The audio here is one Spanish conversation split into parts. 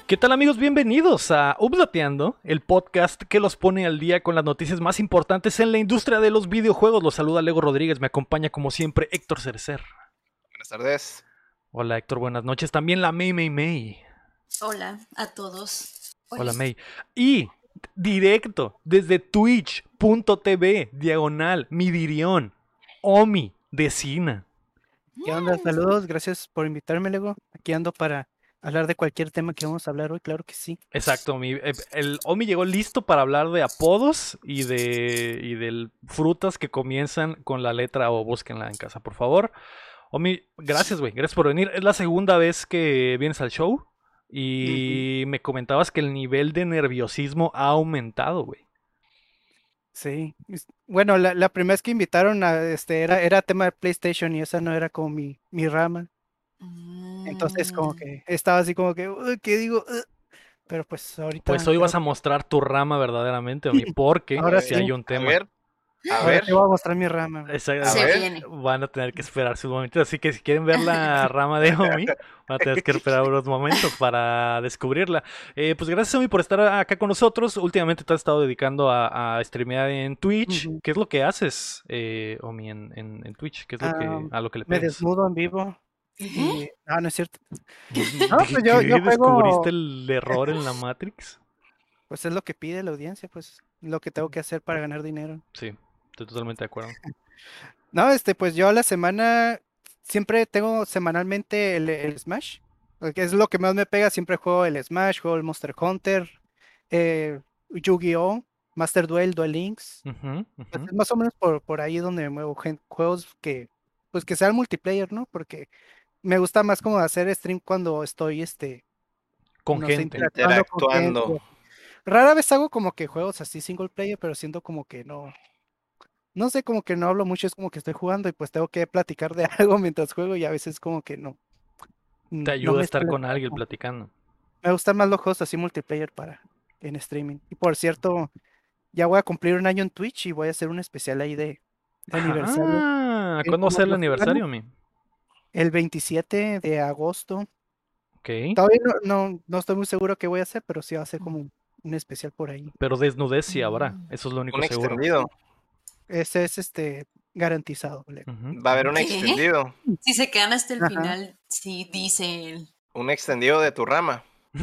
¿Qué tal, amigos? Bienvenidos a Updateando, el podcast que los pone al día con las noticias más importantes en la industria de los videojuegos. Los saluda Lego Rodríguez, me acompaña como siempre Héctor Cerecer. Buenas tardes. Hola Héctor, buenas noches. También la May. Hola a todos. Hola May. Y directo desde twitch.tv/Midirión, Omi de Cina. ¿Qué onda? Saludos, gracias por invitarme, Lego. Aquí ando para hablar de cualquier tema que vamos a hablar hoy, claro que sí. Exacto, el Omi llegó listo para hablar de apodos y de frutas que comienzan con la letra O. Búsquenla en casa, por favor. Omi, gracias, güey, gracias por venir. Es la segunda vez que vienes al show y me comentabas que el nivel de nerviosismo ha aumentado, güey. Sí, bueno, la primera vez que invitaron era tema de PlayStation y esa no era como mi rama. Entonces como que estaba así como que, ¿qué digo? Pero pues ahorita... Pues hoy vas a mostrar tu rama verdaderamente, Omi, porque Ahora si sí. hay un tema. A ver. Te voy a mostrar mi rama. Viene. Van a tener que esperar sus momentos, así que si quieren ver la rama de Omi, van a tener que esperar unos momentos para descubrirla. Pues gracias, Omi, por estar acá con nosotros. Últimamente te has estado dedicando a streamear en Twitch. ¿Qué es lo que haces, Omi, en Twitch? ¿Qué es lo a lo que le Me pegas? desnudo en vivo. Y... no es cierto. No, pues yo juego... ¿Descubriste el error en la Matrix? Pues es lo que pide la audiencia, pues lo que tengo que hacer para ganar dinero. Sí, estoy totalmente de acuerdo. No, pues yo a la semana siempre tengo semanalmente el Smash, que es lo que más me pega. Siempre juego el Smash, juego el Monster Hunter, Yu-Gi-Oh, Master Duel, Duel Links. Pues es más o menos por ahí donde me muevo, juegos que pues que sean multiplayer, ¿no? Porque me gusta más como hacer stream cuando estoy Con no sé, gente. Interactuando. con gente. Rara vez hago como que juegos así single player, pero siento como que no sé, como que no hablo mucho, es como que estoy jugando y pues tengo que platicar de algo mientras juego y a veces como que no Te ayuda a me estar sale con alguien tanto. platicando. Me gustan más los juegos así multiplayer en streaming. Y por cierto, ya voy a cumplir un año en Twitch y voy a hacer un especial ahí de aniversario. ¿Cuándo va a Como ser el los aniversario, humanos, mi? el 27 de agosto. Ok. Todavía no estoy muy seguro qué voy a hacer, pero sí va a ser como un especial por ahí. Pero desnudez sí habrá, eso es lo único Un seguro. extendido. Ese es garantizado. Va a haber un ¿Qué? extendido. Si se quedan hasta el Ajá. final, sí, dice él. Un extendido de tu rama.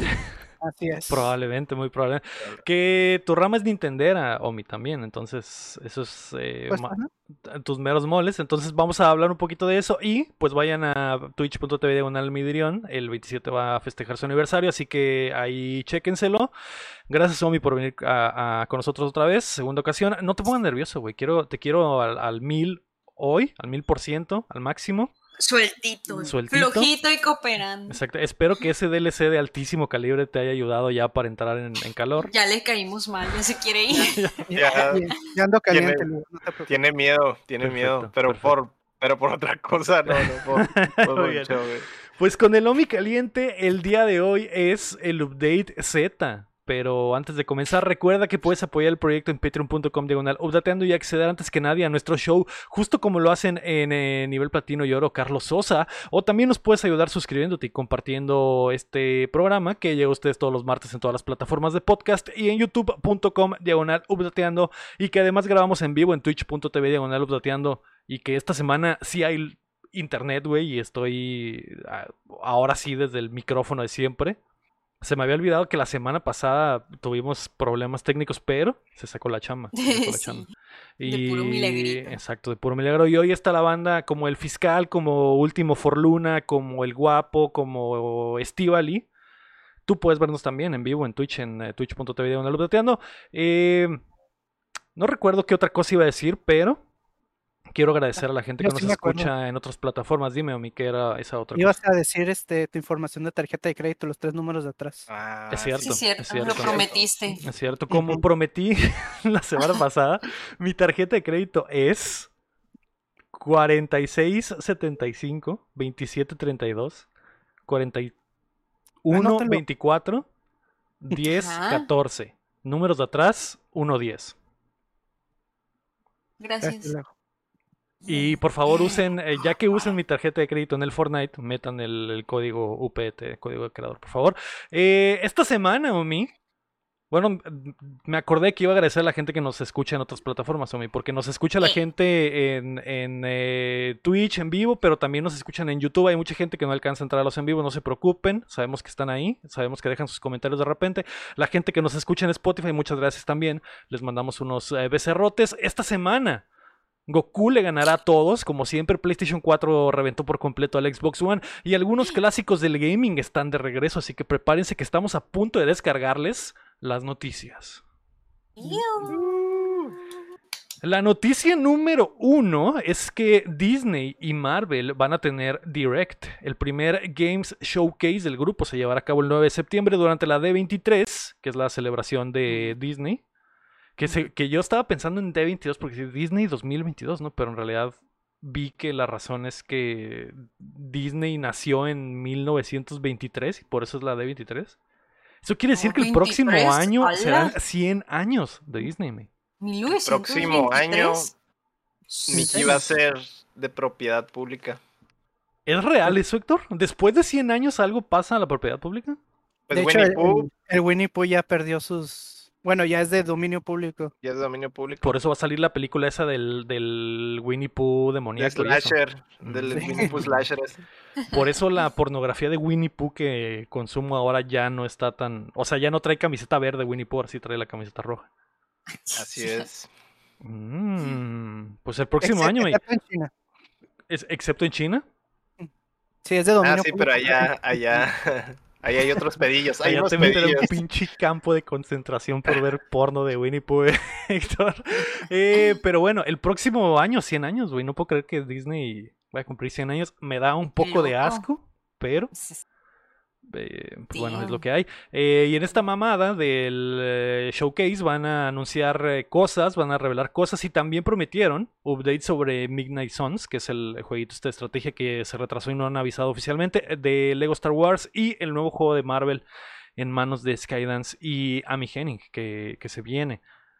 Así es. Probablemente, muy probablemente. Que tu rama es nintendera, Omi, también. Entonces, eso es Pues, ajá. tus meros moles. Entonces, vamos a hablar un poquito de eso. Y pues vayan a twitch.tv/Midirión. El 27 va a festejar su aniversario. Así que ahí chéquenselo. Gracias, Omi, por venir con nosotros otra vez. Segunda ocasión. No te pongas nervioso, güey. Te quiero al 1000 hoy, al 1000%, al máximo. Sueltito, flojito y cooperando. Exacto. Espero que ese DLC de altísimo calibre te haya ayudado ya para entrar en calor. Ya le caímos mal, ya se quiere ir. Ya ando caliente, no te preocupes. tiene miedo, Perfecto, pero perfecto. por otra cosa, no por Muy bien. mucho, güey. Pues con el Omi caliente, el día de hoy es el update Z. Pero antes de comenzar, recuerda que puedes apoyar el proyecto en patreon.com/updateando y acceder antes que nadie a nuestro show, justo como lo hacen en nivel platino y oro Carlos Sosa. O también nos puedes ayudar suscribiéndote y compartiendo este programa que llega a ustedes todos los martes en todas las plataformas de podcast y en youtube.com/updateando, y que además grabamos en vivo en twitch.tv/updateando, y que esta semana sí hay internet, güey, y estoy ahora sí desde el micrófono de siempre. Se me había olvidado que la semana pasada tuvimos problemas técnicos, pero se sacó la chamba. Sí, de puro milagrito. Exacto, de puro milagro. Y hoy está la banda como el Fiscal, como Último Forluna, como el Guapo, como Estivali. Tú puedes vernos también en vivo en Twitch, en twitch.tv/updateando. No recuerdo qué otra cosa iba a decir, pero quiero agradecer a la gente Yo que sí nos me acuerdo. escucha en otras plataformas. Dime, Omi, ¿qué era esa otra Ibas cosa? a decir tu información de tarjeta de crédito, los 3 números de atrás. Es cierto, Sí, cierto, es cierto. lo prometiste. Es cierto, como prometí la semana pasada, mi tarjeta de crédito es 4675 2732 41 Anótalo. 24 10 Ajá. 14. Números de atrás, 1 10. Gracias. Lego. Y por favor usen, ya que usen mi tarjeta de crédito en el Fortnite, metan el código UPT, código de creador, por favor. Esta semana, Omi, bueno, me acordé que iba a agradecer a la gente que nos escucha en otras plataformas, Omi, porque nos escucha la gente en Twitch en vivo, pero también nos escuchan en YouTube. Hay mucha gente que no alcanza a entrar a los en vivo, no se preocupen, sabemos que están ahí, sabemos que dejan sus comentarios de repente. La gente que nos escucha en Spotify, muchas gracias también. Les mandamos unos becerrotes. Esta semana Goku le ganará a todos, como siempre. PlayStation 4 reventó por completo al Xbox One y algunos clásicos del gaming están de regreso, así que prepárense que estamos a punto de descargarles las noticias. La noticia número 1 es que Disney y Marvel van a tener Direct. El primer Games Showcase del grupo se llevará a cabo el 9 de septiembre durante la D23, que es la celebración de Disney. Que yo estaba pensando en D22 porque Disney 2022, ¿no? Pero en realidad vi que la razón es que Disney nació en 1923 y por eso es la D23. Eso quiere decir que el próximo año serán 100 años de Disney, man. El próximo año Mickey va a ser de propiedad pública. ¿Es real eso, Héctor? ¿Después de 100 años algo pasa a la propiedad pública? Pues de hecho, el Winnie Pooh ya perdió sus... Bueno, ya es de dominio público. Ya es de dominio público. Por eso va a salir la película esa del Winnie Pooh demoníaco. Del slasher. Del Winnie Pooh slasher ese. Por eso la pornografía de Winnie Pooh que consumo ahora ya no está tan... O sea, ya no trae camiseta verde Winnie Pooh, ahora sí trae la camiseta roja. Así es. Pues el próximo año... Excepto en China. ¿Excepto en China? Sí, es de dominio sí, público. pero allá ahí hay otros pedillos. Hay allá unos te meten pedillos. un pinche campo de concentración por ver porno de Winnie Pooh, Héctor. Pero bueno, el próximo año, 100 años, güey. No puedo creer que Disney vaya a cumplir 100 años. Me da un poco de asco, pero... Pues bueno, es lo que hay. Y en esta mamada del showcase van a anunciar cosas, van a revelar cosas y también prometieron updates sobre Midnight Suns, que es el jueguito de estrategia que se retrasó y no han avisado oficialmente, de Lego Star Wars y el nuevo juego de Marvel en manos de Skydance y Amy Hennig que se viene.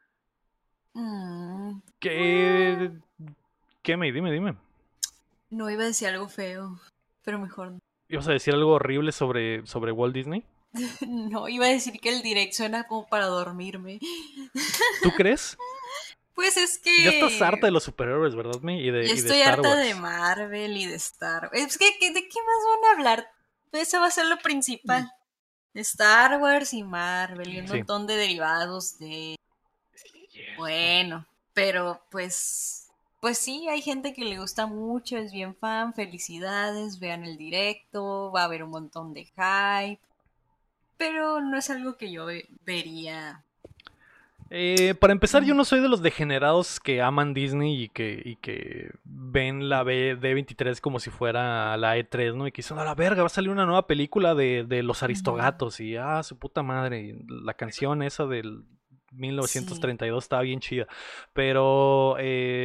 ¿Qué dime? No iba a decir algo feo, pero mejor no. ¿Ibas a decir algo horrible sobre Walt Disney? No, iba a decir que el direct suena como para dormirme. ¿Tú crees? Pues es que... Ya estás harta de los superhéroes, ¿verdad, Mi? Estoy harta de Marvel y de Star Wars. Es que, ¿de qué más van a hablar? Eso va a ser lo principal. Star Wars y Marvel y un montón de derivados de... Bueno, pero pues sí, hay gente que le gusta mucho, es bien fan, felicidades, vean el directo, va a haber un montón de hype, pero no es algo que yo vería. Para empezar, yo no soy de los degenerados que aman Disney y que ven la D23 como si fuera la E3, ¿no? Y que dicen, a la verga, va a salir una nueva película de los Aristogatos y su puta madre, y la canción esa del 1932 estaba bien chida, pero...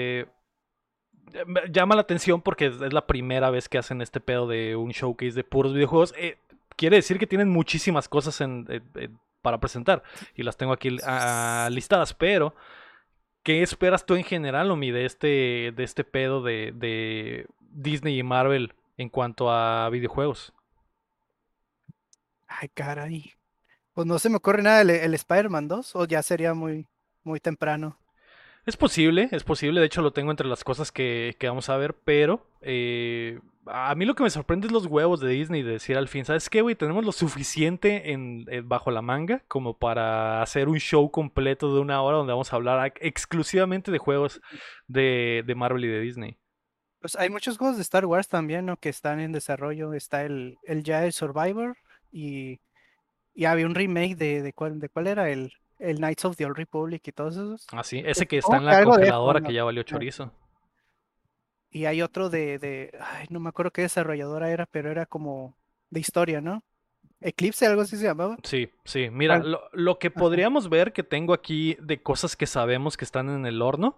llama la atención porque es la primera vez que hacen este pedo de un showcase de puros videojuegos. Quiere decir que tienen muchísimas cosas para presentar y las tengo aquí listadas, pero ¿qué esperas tú en general, Omi, de este pedo de Disney y Marvel en cuanto a videojuegos? Ay, caray. Pues no se me ocurre nada el Spider-Man 2, o ya sería muy, muy temprano. Es posible, de hecho lo tengo entre las cosas que vamos a ver, pero a mí lo que me sorprende es los huevos de Disney de decir al fin, ¿sabes qué, güey? Tenemos lo suficiente bajo la manga como para hacer un show completo de 1 hora donde vamos a hablar exclusivamente de juegos de Marvel y de Disney. Pues hay muchos juegos de Star Wars también, ¿no? Que están en desarrollo. Está el Jedi Survivor y había un remake de ¿cuál era? El Knights of the Old Republic y todos esos. Ah, sí, ese que está en la congeladora que ya valió chorizo. Y hay otro ay, no me acuerdo qué desarrolladora era, pero era como de historia, ¿no? Eclipse, algo así se llamaba. Sí, mira, lo que podríamos ver que tengo aquí de cosas que sabemos que están en el horno,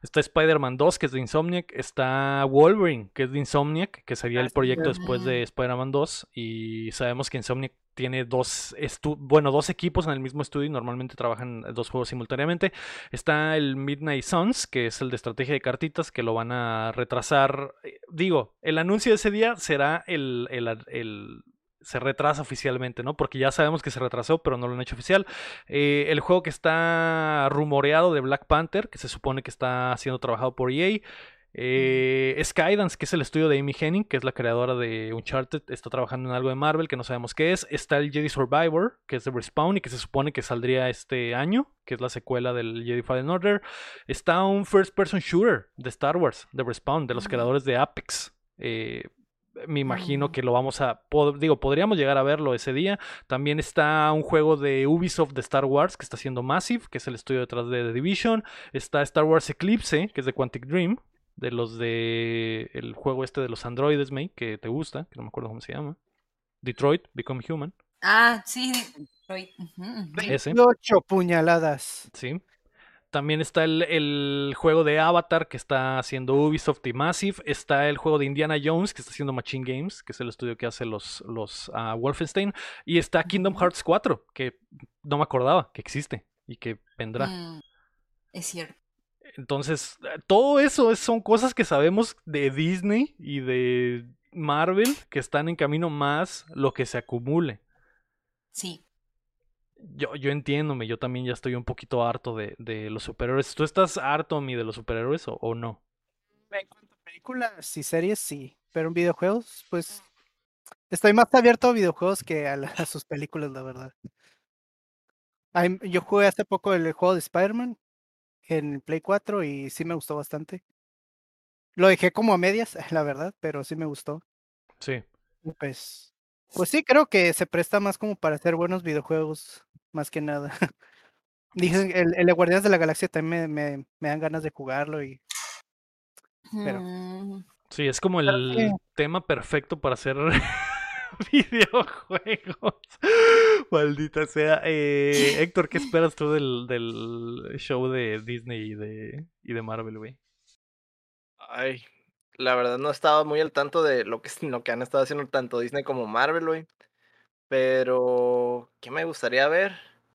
Está Spider-Man 2, que es de Insomniac. Está Wolverine, que es de Insomniac, que sería el proyecto después de Spider-Man 2. Y sabemos que Insomniac tiene dos equipos en el mismo estudio y normalmente trabajan 2 juegos simultáneamente. Está el Midnight Suns, que es el de estrategia de cartitas, que lo van a retrasar. Digo, el anuncio de ese día será se retrasa oficialmente, ¿no? Porque ya sabemos que se retrasó, pero no lo han hecho oficial. El juego que está rumoreado de Black Panther, que se supone que está siendo trabajado por EA. Skydance, que es el estudio de Amy Hennig, que es la creadora de Uncharted, está trabajando en algo de Marvel que no sabemos qué es. Está el Jedi Survivor, que es de Respawn y que se supone que saldría este año, que es la secuela del Jedi Fallen Order. Está un first person shooter de Star Wars, de Respawn, de los creadores de Apex. Me imagino que lo vamos a... podríamos llegar a verlo ese día. También está un juego de Ubisoft de Star Wars que está haciendo Massive, que es el estudio detrás de The Division. Está Star Wars Eclipse, que es de Quantic Dream, de los de... el juego este de los androides, que te gusta, que no me acuerdo cómo se llama. Detroit, Become Human. Ah, sí, Detroit. Ese. 8 puñaladas. Sí. También está el juego de Avatar que está haciendo Ubisoft y Massive. Está el juego de Indiana Jones que está haciendo Machine Games, que es el estudio que hace los Wolfenstein. Y está Kingdom Hearts 4, que no me acordaba que existe y que vendrá. Es cierto. Entonces, todo eso son cosas que sabemos de Disney y de Marvel que están en camino más lo que se acumule. Sí. Yo entiéndome, yo también ya estoy un poquito harto de los superhéroes. ¿Tú estás harto, de los superhéroes o no? En cuanto a películas y series, sí. Pero en videojuegos, pues... estoy más abierto a videojuegos que a sus películas, la verdad. Yo jugué hace poco el juego de Spider-Man en Play 4 y sí me gustó bastante. Lo dejé como a medias, la verdad, pero sí me gustó. Sí. Y pues sí, creo que se presta más como para hacer buenos videojuegos, más que nada. Dije, el de Guardianes de la Galaxia también me dan ganas de jugarlo pero sí, es como el tema perfecto para hacer videojuegos. Maldita sea. Héctor, ¿qué esperas tú del show de Disney y de Marvel, güey? Ay, la verdad no estaba muy al tanto de lo que han estado haciendo tanto Disney como Marvel, güey. Pero, ¿qué me gustaría ver?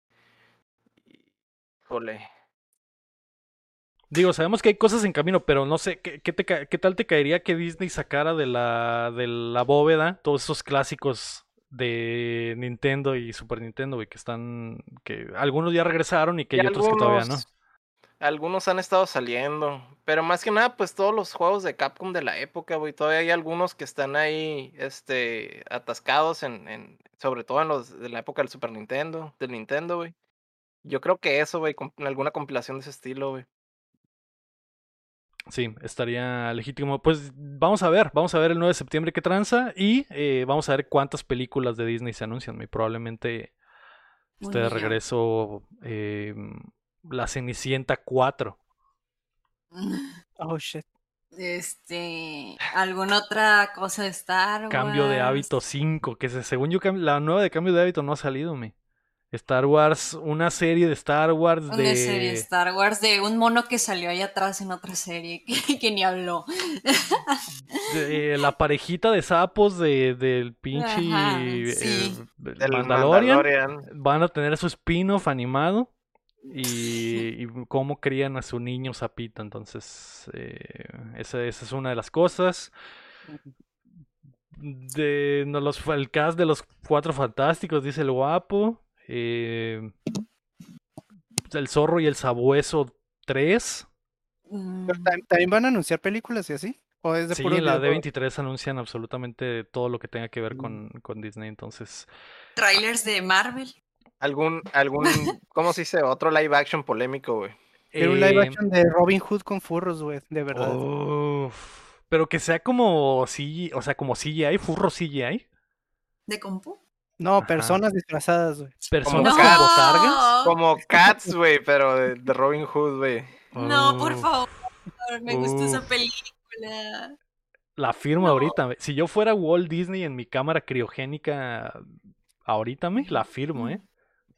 Híjole. Digo, sabemos que hay cosas en camino, pero no sé, ¿qué tal te caería que Disney sacara de la bóveda todos esos clásicos de Nintendo y Super Nintendo, güey, que algunos ya regresaron y que hay otros que todavía no? Algunos han estado saliendo, pero más que nada, pues todos los juegos de Capcom de la época, güey, todavía hay algunos que están ahí, atascados sobre todo en los de la época del Super Nintendo, del Nintendo, güey. Yo creo que eso, güey, alguna compilación de ese estilo, güey. Sí, estaría legítimo. Pues vamos a ver el 9 de septiembre qué tranza y vamos a ver cuántas películas de Disney se anuncian. Muy probablemente esté de regreso La Cenicienta 4. Oh, shit. ¿Alguna otra cosa de Star Wars? Cambio de hábito 5, que según yo la nueva de cambio de hábito no ha salido, Star Wars, una serie de Star Wars Una serie de Star Wars de un mono que salió allá atrás en otra serie que ni habló. La parejita de sapos del pinche sí. Mandalorian. Van a tener su spin-off animado. Y cómo crían a su niño sapito. Entonces, esa es una de las cosas. El cast de los Cuatro Fantásticos, dice el guapo. El Zorro y el Sabueso 3. ¿Pero también van a anunciar películas y así? ¿O es de Sí, puro en la videojuego? D23 anuncian absolutamente todo lo que tenga que ver con Disney, entonces... ¿Trailers de Marvel? ¿Algún ¿cómo se dice? Otro live action polémico, güey. Era un live action de Robin Hood con furros, güey, de verdad. Pero que sea como CGI, o sea, como CGI, furro CGI. ¿De compu? No, personas disfrazadas, güey. ¿Personas con botargas? Como Cats, güey, pero de Robin Hood, güey. No, por favor, me gusta esa película. La firmo ahorita. Si yo fuera Walt Disney en mi cámara criogénica ahorita, la firmo,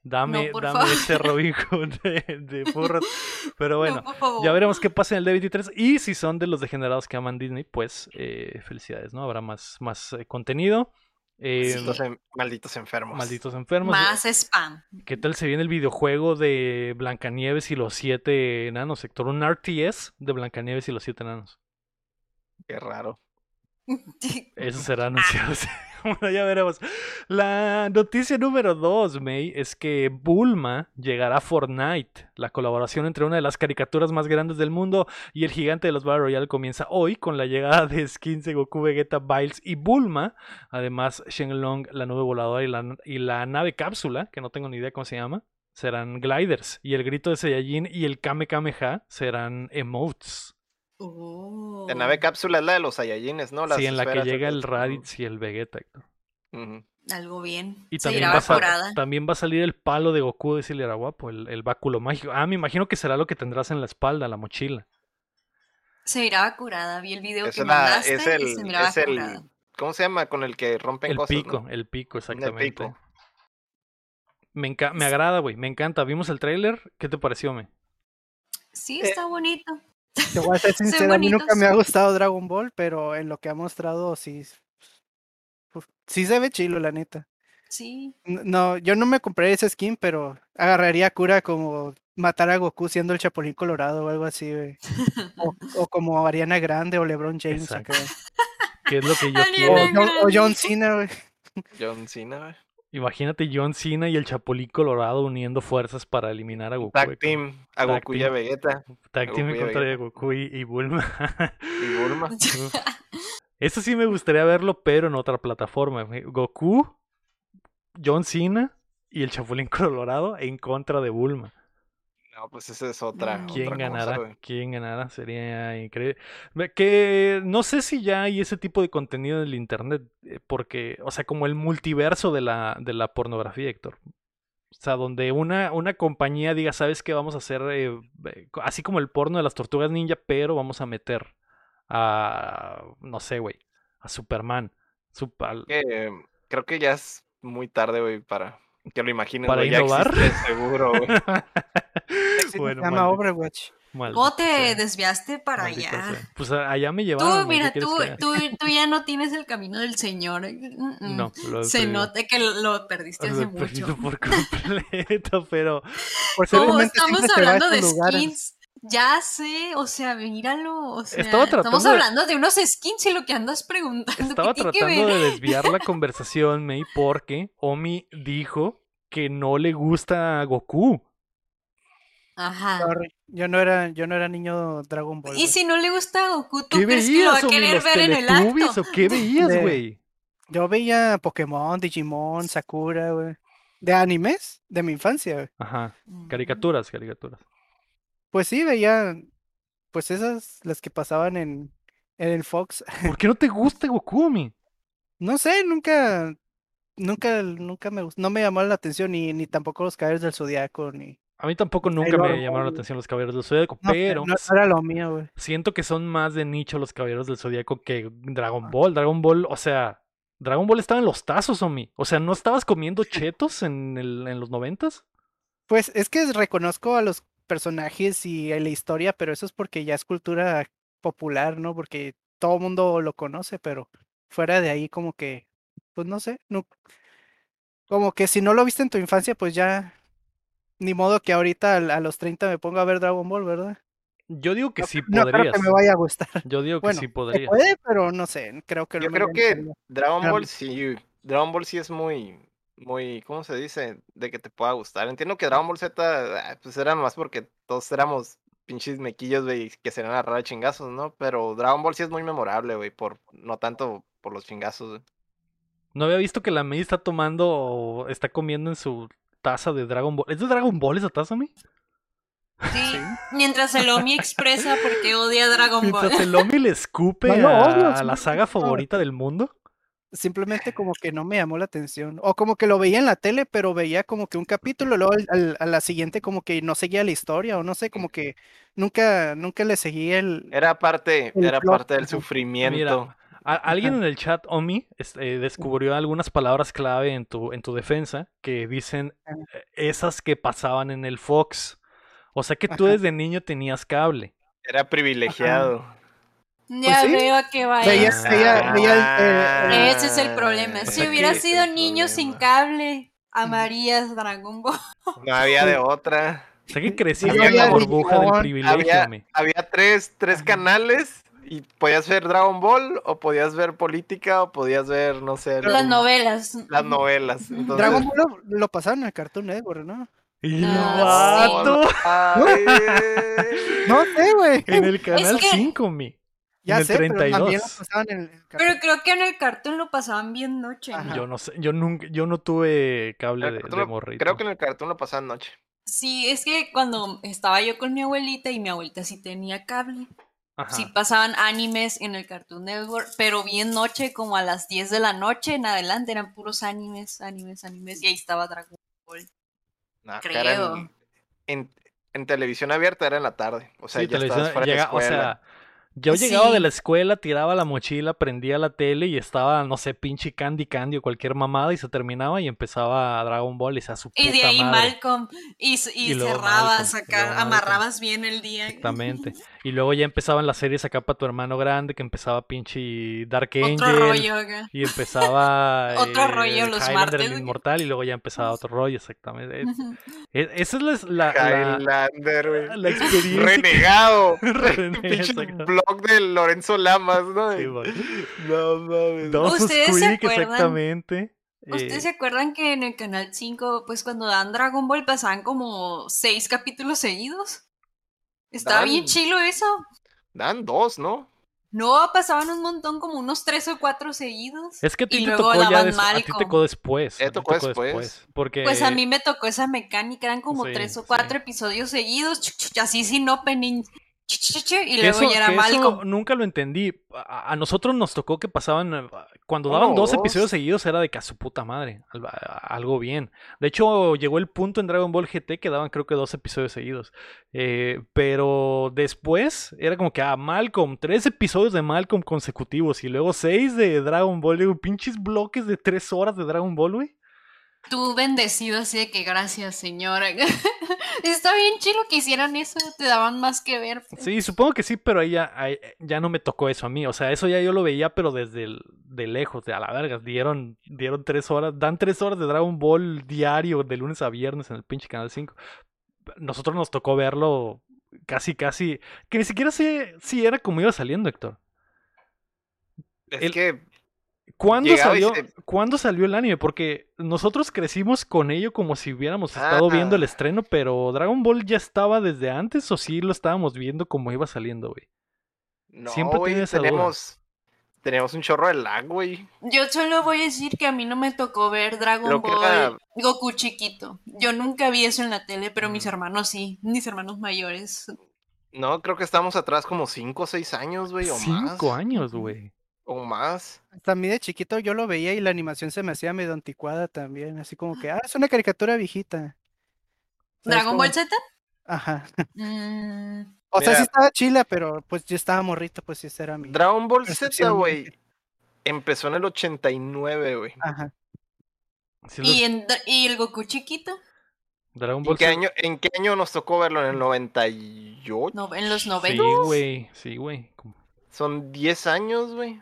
Dame, No, por dame favor. ese Robin Hood de furros. Pero bueno, No, por favor. ya veremos qué pasa en el D23. Y si son de los degenerados que aman Disney, pues felicidades, ¿no? Habrá más contenido. Malditos enfermos. Malditos enfermos. Más spam. ¿Qué tal se viene el videojuego de Blancanieves y los 7 enanos, Héctor? Un RTS de Blancanieves y los 7 enanos. Qué raro. Eso será anunciado. Bueno, ya veremos. La noticia número 2, May, es que Bulma llegará a Fortnite. La colaboración entre una de las caricaturas más grandes del mundo y el gigante de los Battle Royale comienza hoy con la llegada de skins de Goku, Vegeta, Bills y Bulma. Además, Shenlong, la nube voladora y la nave cápsula, que no tengo ni idea cómo se llama, serán gliders. Y el grito de Saiyajin y el Kame Kameha serán emotes. La nave cápsula es la de los Saiyajines, ¿no? Sí, en la que llega el Raditz y el Vegeta. Algo bien. Y también también va a salir el palo de Goku de Silera Guapo, el báculo mágico. Me imagino que será lo que tendrás en la espalda, la mochila. Se miraba curada, vi el video que mandaste y se miraba curada. ¿Cómo se llama? Con el que rompen cosas, ¿no? El pico, exactamente. El pico. Me agrada, güey, me encanta. ¿Vimos el tráiler? ¿Qué te pareció, me? Sí, está bonito. Te voy a ser sincero, a mí nunca me ha gustado Dragon Ball, pero en lo que ha mostrado sí se ve chilo, la neta. Sí. No, yo no me compré ese skin, pero agarraría a Cura como matar a Goku siendo el Chapulín Colorado o algo así, güey. o como Ariana Grande o LeBron James. ¿Qué es lo que yo quiero? O John Cena, güey. John Cena, güey. Imagínate John Cena y el Chapulín Colorado uniendo fuerzas para eliminar a Goku. Tag team, a Goku y a Vegeta. Tag team en contra de Goku y Bulma. Y Bulma. Eso sí me gustaría verlo, pero en otra plataforma. Goku, John Cena y el Chapulín Colorado en contra de Bulma. No, pues esa es otra. ¿Quién otra ganará? Cosa, ¿Quién ganará? Sería increíble. Que no sé si ya hay ese tipo de contenido en el internet, porque, o sea, como el multiverso de la pornografía, Héctor. O sea, donde una compañía diga, ¿sabes qué? Vamos a hacer así como el porno de las tortugas ninja, pero vamos a meter a, no sé, güey, a Superman. Creo que ya es muy tarde, güey, para que lo imagines. ¿Para innovar? Ya existe, seguro, güey. Bueno, se llama Overwatch. ¿Cómo te desviaste para allá? Pues allá me llevaron. Tú, mira, tú ya no tienes el camino del Señor. No, se nota que lo perdiste hace mucho. Perdido por completo, pero... ¿Cómo estamos hablando de skins? Ya sé, o sea, míralo. O sea, estamos hablando de unos skins y lo que andas preguntando. Estaba tratando de desviar la conversación, May, porque Omi dijo que no le gusta a Goku. Ajá. Sorry. Yo no era niño Dragon Ball. Y si no le gusta a Goku, ¿tú crees que lo va a querer ver en el acto? ¿O qué veías, güey? Yo veía Pokémon, Digimon, Sakura, güey. ¿De animes? De mi infancia, güey. Ajá. Caricaturas. Pues sí, veía, pues esas, las que pasaban en el Fox. ¿Por qué no te gusta Goku, Omi? No sé, nunca me gustó, no me llamó la atención, ni tampoco los Caballeros del Zodiaco, ni... A mí tampoco nunca me llamaron la atención los Caballeros del Zodiaco, pero... No era lo mío, güey. Siento que son más de nicho los Caballeros del Zodiaco que Dragon Ball. Dragon Ball, o sea... Dragon Ball estaba en los tazos, Omi. O sea, ¿no estabas comiendo chetos en los 90s? Pues es que reconozco a los personajes y a la historia, pero eso es porque ya es cultura popular, ¿no? Porque todo el mundo lo conoce, pero fuera de ahí como que, pues no sé, no, como que si no lo viste en tu infancia, pues ya, ni modo que ahorita a los 30 me ponga a ver Dragon Ball, ¿verdad? Yo digo que sí No podrías. creo que me vaya a gustar. Yo digo que sí podrías. Puede, pero no sé, creo que yo creo que Dragon Ball sí es muy, ¿cómo se dice? De que te pueda gustar. Entiendo que Dragon Ball Z, pues era más porque todos éramos pinches mequillos, güey, que se eran a agarrar chingazos, ¿no? Pero Dragon Ball sí es muy memorable, güey, no tanto por los chingazos, güey. No había visto que la May está tomando o está comiendo en su taza de Dragon Ball. ¿Es de Dragon Ball esa taza, May? Sí, mientras el Omi expresa porque odia a Dragon Ball. Mientras el Omi le escupe a la saga favorita del mundo. Simplemente como que no me llamó la atención. O como que lo veía en la tele, pero veía como que un capítulo, luego a la siguiente como que no seguía la historia, o no sé, como que nunca le seguía Era parte del sufrimiento. Mira, Alguien en el chat, Omi, descubrió algunas palabras clave en tu defensa que dicen esas que pasaban en el Fox. O sea que tú desde niño tenías cable. Era privilegiado. Ya Pues sí. veo a qué va Veía- eso. Ese es el problema. Si hubiera sido niño sin cable, amarías Dragon Ball. No había de otra. O sea que creciste Yo en la había burbuja del Digimon, privilegio, me. Había tres canales y podías ver Dragon Ball o podías ver política o podías ver, no sé, Las novelas. las novelas. Entonces, Dragon Ball lo pasaron en el Cartoon Network, ¿no? ¡Y el Ah, vato! ay, No sé, güey. En el canal que- 5, mi. Ya en el sé, pero 32. también lo pasaban en el Cartoon. Pero creo que en el cartoon lo pasaban bien noche. Ajá. Yo no sé, yo no tuve cable de morrito. creo que en el cartoon lo pasaban noche. Sí, es que cuando estaba yo con mi abuelita y mi abuelita sí tenía cable, Ajá. sí pasaban animes en el Cartoon Network, pero bien noche, como a las 10 de la noche en adelante, eran puros animes, y ahí estaba Dragon Ball. No, acá Creo. eran en televisión abierta era en la tarde. O sea, Sí, ya televisión estabas fuera de la o escuela. sea, yo llegaba Sí. de la escuela, tiraba la mochila, prendía la tele y estaba, no sé, pinche Candy o cualquier mamada y se terminaba y empezaba Dragon Ball y se a su puta Y de ahí madre. Malcolm, y Y luego cerrabas Malcolm, y acá, luego amarrabas bien el día. Exactamente. Y luego ya empezaban las series acá para tu hermano grande, que empezaba pinche Dark Otro Angel. rollo acá. Y empezaba Otro rollo los Highlander, martes. el Inmortal, y luego ya empezaba otro rollo, exactamente. Esa es la Highlander, güey. la experiencia. Renegado. Renegado, Pinche exacto. blog de Lorenzo Lamas, ¿no? Sí, güey. No mames. Dawson's ¿Ustedes se Creek, acuerdan? exactamente. ¿Ustedes se acuerdan que en el canal 5, pues cuando dan Dragon Ball pasaban como 6 capítulos seguidos? Estaba bien chilo eso. Dan 2, ¿no? No, pasaban un montón, como unos 3 o 4 seguidos. Es que a ti y te luego tocó ya daban a ti te Malcolm. tocó después. Te A ti te tocó después. Porque Pues a mí me tocó esa mecánica, eran como Sí, 3 o sí. 4 episodios seguidos, así sin opening, y que luego ya era que eso Malcolm. nunca lo entendí. A nosotros nos tocó que pasaban. Cuando Uno daban o 2 dos. episodios seguidos era de que a su puta madre. Algo bien. De hecho, llegó el punto en Dragon Ball GT que daban creo que 2 episodios seguidos. Pero después era como que Malcolm, 3 episodios de Malcolm consecutivos y luego 6 de Dragon Ball. Digo, pinches bloques de 3 horas de Dragon Ball, güey. Tú bendecido así de que gracias, señora. Está bien chido que hicieran eso, te daban más que ver. Sí, supongo que sí, pero ahí ya no me tocó eso a mí. O sea, eso ya yo lo veía, pero desde de lejos, de a la verga. Dieron 3 horas, dan 3 horas de Dragon Ball diario, de lunes a viernes en el pinche Canal 5. Nosotros nos tocó verlo casi, que ni siquiera sé si era como iba saliendo, Héctor. Es que ¿Cuándo llegaba y ¿Cuándo salió el anime? Porque nosotros crecimos con ello como si hubiéramos estado viendo el estreno, pero ¿Dragon Ball ya estaba desde antes o sí lo estábamos viendo como iba saliendo, güey? no, Siempre güey, tiene esa duda. tenemos un chorro de lag, güey. Yo solo voy a decir que a mí no me tocó ver Dragon Creo que Ball era- Goku chiquito. Yo nunca vi eso en la tele, pero mis hermanos sí, mis hermanos mayores. No, creo que estamos atrás como 5 o 6 años, güey, o más. 5 años, güey. O más. Hasta a mí de chiquito yo lo veía y la animación se me hacía medio anticuada también, así como que, es una caricatura viejita. ¿Sabes ¿Dragon cómo? Ball Z? Ajá. Mm, O sea, Mira. sí estaba chila, pero pues yo estaba morrito, pues sí, esa era mi Dragon Ball Z, percepción. güey, empezó en el 89, güey. Ajá. Sí, ¿Y el Goku chiquito? Dragon ¿En Ball qué Z- año nos tocó verlo? ¿En el 98? No, en los Sí, 90. güey. Sí, güey. Son 10 años, güey.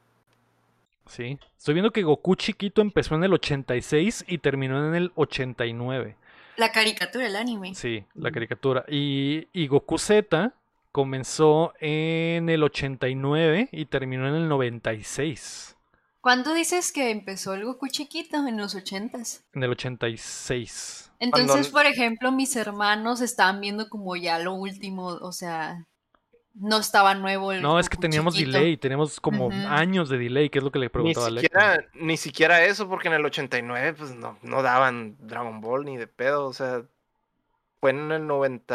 Sí. Estoy viendo que Goku chiquito empezó en el 86 y terminó en el 89. La caricatura, el anime. Sí, la caricatura. Y Goku Z comenzó en el 89 y terminó en el 96. ¿Cuándo dices que empezó el Goku chiquito? En los 80s. En el 86. Entonces, Cuando- por ejemplo, mis hermanos estaban viendo como ya lo último, o sea, no estaba nuevo el No, es que Goku teníamos chiquito. delay, tenemos como Ujú. años de delay, que es lo que le Ni preguntaba a Lecter. siquiera eso, porque en el 89, pues no daban Dragon Ball ni de pedo. O sea, fue en el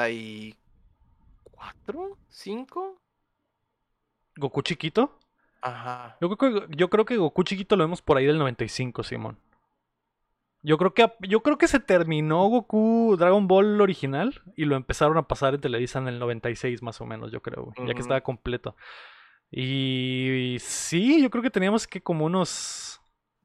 94, ¿5? ¿Goku chiquito? Ajá. Yo creo que Goku chiquito lo vemos por ahí del 95, Simón. Yo creo que se terminó Goku Dragon Ball original y lo empezaron a pasar en Televisa en el 96 más o menos, yo creo, güey, ya que Ujú. estaba completo. Y sí, yo creo que teníamos que como unos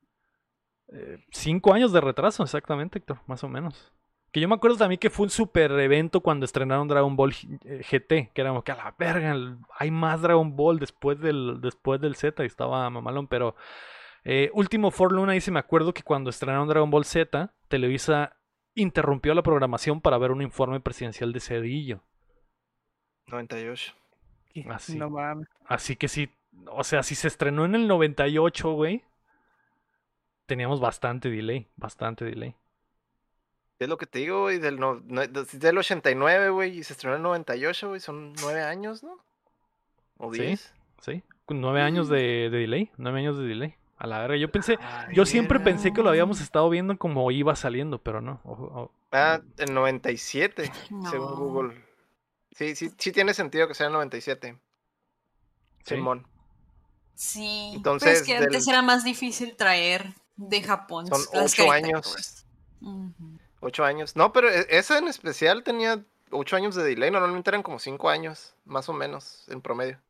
5 años de retraso, exactamente, Héctor, más o menos. Que yo me acuerdo también que fue un super evento cuando estrenaron Dragon Ball GT, que era como que a la verga, hay más Dragon Ball después del Z y estaba mamalón, pero último For Luna, ahí sí me acuerdo que cuando estrenaron Dragon Ball Z, Televisa interrumpió la programación para ver un informe presidencial de Cedillo. 98. Así. No mames. Así que sí, o sea, si se estrenó en el 98, güey, teníamos bastante delay. Es lo que te digo, güey, del 89, güey, y se estrenó en el 98, güey, son 9 años, ¿no? ¿O 10? Sí, 9 años de delay, 9 años de delay. A la verga, yo siempre pensé que lo habíamos estado viendo como iba saliendo, pero no. En 97, según Google. Sí tiene sentido que sea en 97. ¿Sí? Simón. Sí, entonces pues que antes era más difícil traer de Japón. Son las 8 años. 8 años. No, pero esa en especial tenía 8 años de delay. Normalmente eran como 5 años, más o menos, en promedio.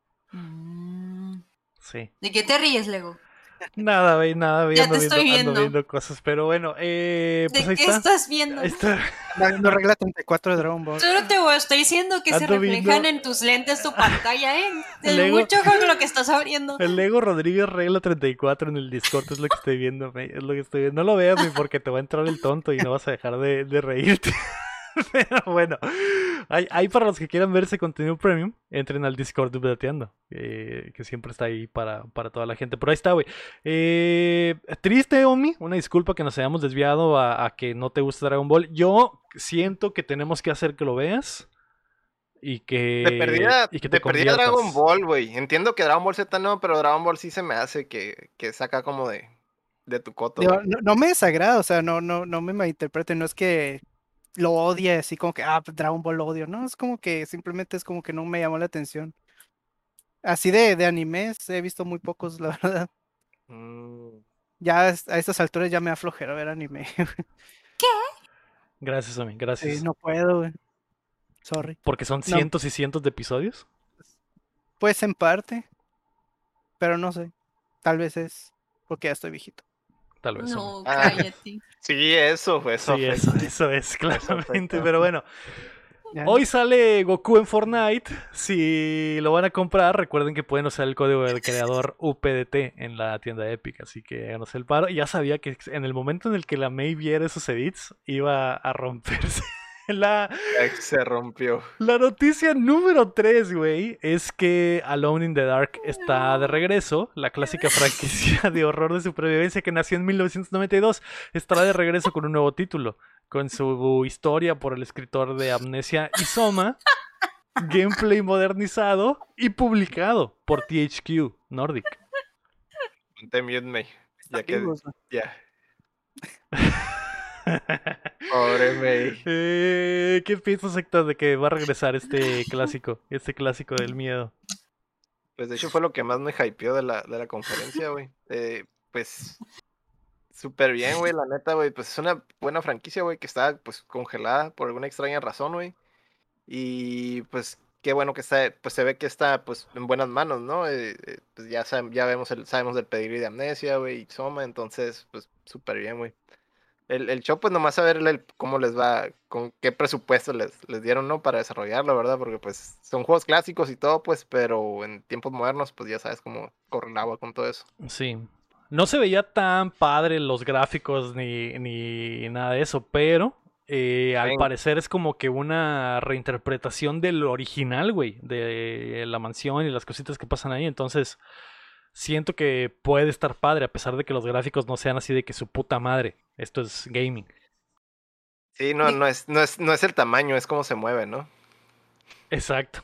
Sí. ¿De qué te ríes, Lego? Nada, güey, Ya te estoy ando viendo. viendo cosas, pero bueno, pues ¿De ahí qué está. estás viendo? Ahí está. No regla 34 de Dragon Ball. Solo te estoy diciendo que se Ando reflejan viendo- en tus lentes, tu pantalla, ¿eh? Es Lego- mucho con lo que estás abriendo. El Lego Rodríguez regla 34 en el Discord es lo que estoy viendo, güey, es lo que estoy viendo. No lo veas, güey, porque te va a entrar el tonto y no vas a dejar de reírte. Pero bueno, hay para los que quieran ver ese contenido premium, entren al Discord de Updateando, que siempre está ahí para toda la gente. Pero ahí está, güey. Triste, Omi, una disculpa que nos hayamos desviado a que no te gusta Dragon Ball. Yo siento que tenemos que hacer que lo veas y que De perdida Dragon Ball, güey. Entiendo que Dragon Ball Z no, pero Dragon Ball sí se me hace que saca como de tu coto. Digo, no me desagrada, o sea, no me malinterpreten, no es que lo odie así como que, Dragon Ball lo odio, no, es como que simplemente es como que no me llamó la atención. Así de animes he visto muy pocos, la verdad. Ya a estas alturas ya me da flojera ver anime. ¿Qué? Gracias, Omi, gracias. Sí, no puedo, güey. Sorry. Porque son cientos y cientos de episodios. Pues en parte, pero no sé, tal vez es porque ya estoy viejito. Tal vez. No, cállate. Sí, eso es claramente, afecta. pero bueno. Ya. Hoy sale Goku en Fortnite. Si lo van a comprar, recuerden que pueden usar el código del creador UPDT en la tienda Epic. Así que háganos el paro. Y ya sabía que en el momento en el que la May viera esos edits, iba a romperse. Se rompió. La noticia número 3, güey, es que Alone in the Dark está de regreso. La clásica franquicia de horror de supervivencia que nació en 1992 estará de regreso con un nuevo título, con su historia por el escritor de Amnesia y Soma, gameplay modernizado y publicado por THQ Nordic. Ponte mute, May. Ya que... Amigos, Ya. Pobre May. ¿Qué piensas, Héctor, de que va a regresar este clásico del miedo? Pues de hecho fue lo que más me hypeó de la conferencia, güey. Pues súper bien, güey, la neta, güey. Pues es una buena franquicia, güey, que está pues congelada por alguna extraña razón, güey. Y pues qué bueno que está, pues se ve que está pues en buenas manos, ¿no? Pues ya sabemos del pedigrí de Amnesia, güey, y Soma, entonces pues súper bien, güey. El show, pues nomás a ver cómo les va, con qué presupuesto les dieron, ¿no? Para desarrollarlo, ¿verdad? Porque pues son juegos clásicos y todo, pues, pero en tiempos modernos, pues ya sabes cómo corre el agua con todo eso. Sí. No se veía tan padre los gráficos ni nada de eso, pero al parecer es como que una reinterpretación del original, güey, de la mansión y las cositas que pasan ahí, entonces siento que puede estar padre, a pesar de que los gráficos no sean así de que su puta madre. Esto es gaming. Sí, no es el tamaño, es cómo se mueve, ¿no? Exacto.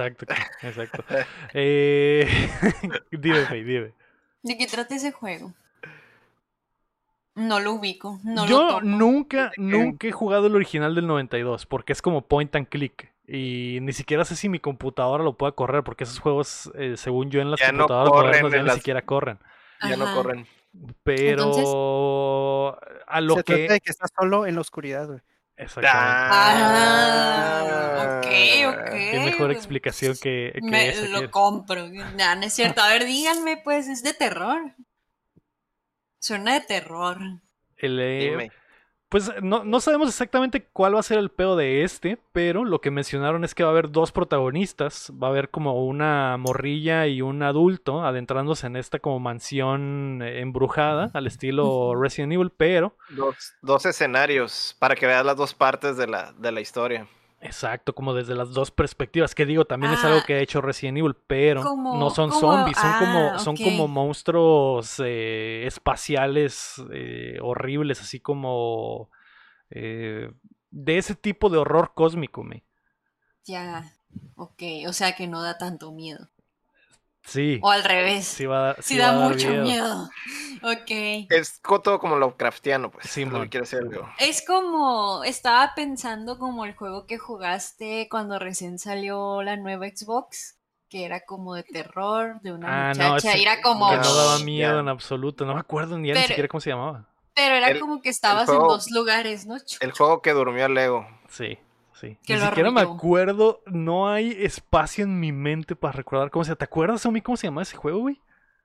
Dime. ¿De qué trata ese juego? No lo ubico, Yo nunca he jugado el original del 92, porque es como point and click. Y ni siquiera sé si mi computadora lo pueda correr, porque esos juegos, según yo, en las computadoras modernas ya ni siquiera corren. Ya no corren. Pero Entonces, a lo se que... trata de que estás solo en la oscuridad, güey. Exactamente. Ok. Qué mejor explicación que esa. Lo compro. No es cierto. A ver, díganme, pues, es de terror. Suena de terror. Dime. Pues no sabemos exactamente cuál va a ser el pedo de pero lo que mencionaron es que va a haber dos protagonistas. Va a haber como una morrilla y un adulto adentrándose en esta como mansión embrujada al estilo Resident Evil, pero... Dos escenarios para que veas las dos partes de la historia. Exacto, como desde las dos perspectivas, que digo, también es algo que ha hecho Resident Evil, pero no son zombies, son como monstruos espaciales horribles, así como de ese tipo de horror cósmico, Ya, ok, o sea que no da tanto miedo. Sí. O al revés. Sí da mucho miedo. Ok. Es todo como Lovecraftiano, pues. Sí, es lo que quiero decir yo. Es como, estaba pensando como el juego que jugaste cuando recién salió la nueva Xbox, que era como de terror, de una muchacha, era como... Que no daba miedo en absoluto, no me acuerdo ni siquiera cómo se llamaba. Pero era como que estabas en dos lugares, ¿no? El juego que durmió Lego. Sí. Sí. Que Ni siquiera me acuerdo, no hay espacio en mi mente para recordar cómo se llama. ¿Te acuerdas, Omi, cómo se llamaba ese juego, güey?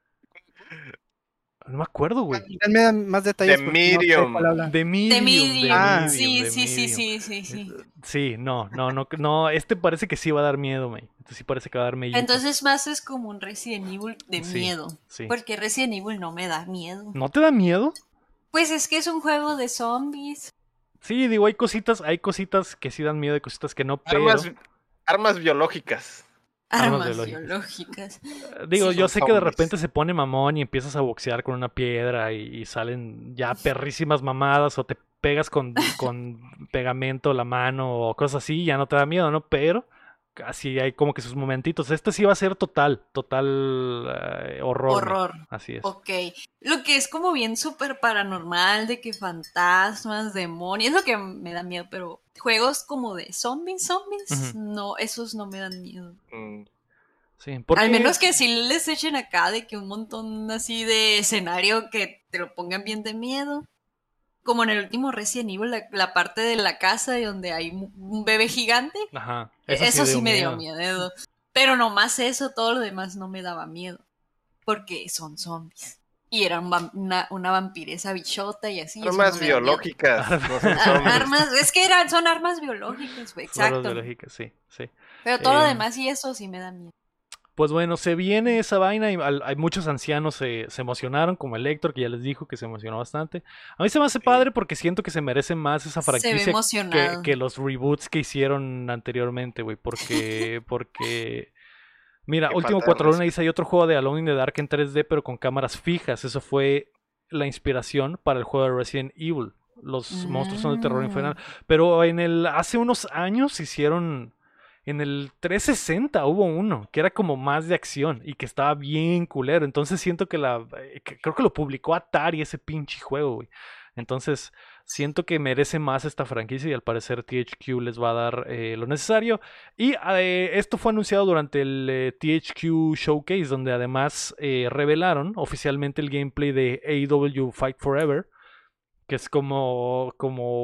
No me acuerdo, güey. Dame más detalles. The Medium. The Medium. Sí. Sí, no, parece que sí va a dar miedo, güey. Sí parece que va a dar miedo. Entonces más es como un Resident Evil de miedo. Sí. Porque Resident Evil no me da miedo. ¿No te da miedo? Pues es que es un juego de zombies. Sí, digo, hay cositas que sí dan miedo, hay cositas que no, pero... Armas biológicas. Armas biológicas. Digo, yo sé que de repente se pone mamón y empiezas a boxear con una piedra y salen ya perrísimas mamadas o te pegas con pegamento la mano o cosas así, ya no te da miedo, ¿no? Pero así hay como que sus momentitos. Este sí va a ser total horror. Así es. Ok. Lo que es como bien súper paranormal, de que fantasmas, demonios, es lo que me da miedo, pero juegos como de zombies, no, esos no me dan miedo. Sí, al menos que sí les echen acá de que un montón así de escenario que te lo pongan bien de miedo. Como en el último Resident Evil, la parte de la casa donde hay un bebé gigante. Ajá. Eso sí me dio miedo. Pero nomás eso, todo lo demás no me daba miedo. Porque son zombies. Y era una vampiresa bichota y así. Armas biológicas. No son armas, es que son armas biológicas, güey. Exacto. Armas biológicas, sí. Pero todo lo demás y eso sí me da miedo. Pues bueno, se viene esa vaina y hay muchos ancianos se emocionaron, como el Héctor, que ya les dijo que se emocionó bastante. A mí se me hace padre porque siento que se merece más esa franquicia que los reboots que hicieron anteriormente, güey. Porque mira, Último 4 Luna dice, hay otro juego de Alone in the Dark en 3D, pero con cámaras fijas. Eso fue la inspiración para el juego de Resident Evil. Los monstruos son de terror infernal. Pero hace unos años hicieron... En el 360 hubo uno que era como más de acción y que estaba bien culero. Entonces siento que creo que lo publicó Atari ese pinche juego, güey. Entonces siento que merece más esta franquicia y al parecer THQ les va a dar lo necesario. Y esto fue anunciado durante el THQ Showcase, donde además revelaron oficialmente el gameplay de AEW Fight Forever, que es como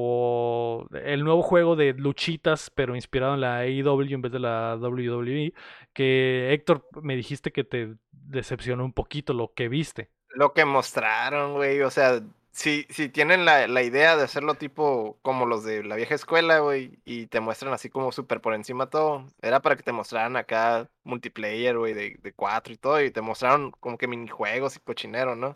el nuevo juego de luchitas, pero inspirado en la AEW en vez de la WWE, que Héctor, me dijiste que te decepcionó un poquito lo que viste. Lo que mostraron, güey, o sea, si tienen la idea de hacerlo tipo como los de la vieja escuela, güey, y te muestran así como súper por encima todo, era para que te mostraran acá multiplayer, güey, de 4 y todo, y te mostraron como que minijuegos y cochinero, ¿no?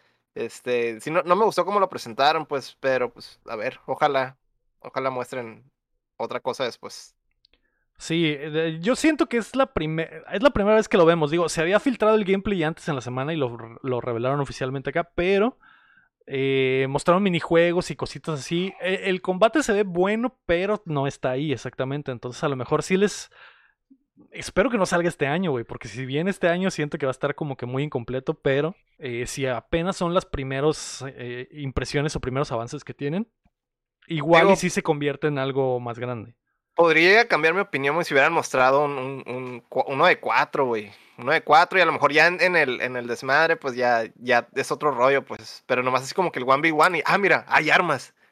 Sí, no me gustó cómo lo presentaron, pues, pero pues, a ver, ojalá muestren otra cosa después. Sí, yo siento que es la primera vez que lo vemos. Digo, se había filtrado el gameplay antes en la semana y lo revelaron oficialmente acá, pero mostraron minijuegos y cositas así. El combate se ve bueno, pero no está ahí exactamente. Entonces, a lo mejor sí espero que no salga este año, güey, porque si viene este año siento que va a estar como que muy incompleto, pero si apenas son las primeras impresiones o primeros avances que tienen, igual y sí se convierte en algo más grande. Podría cambiar mi opinión si hubieran mostrado uno de 4, güey. Uno de 4 y a lo mejor ya en el desmadre, pues ya es otro rollo, pues. Pero nomás es como que el 1v1 y, mira, hay armas.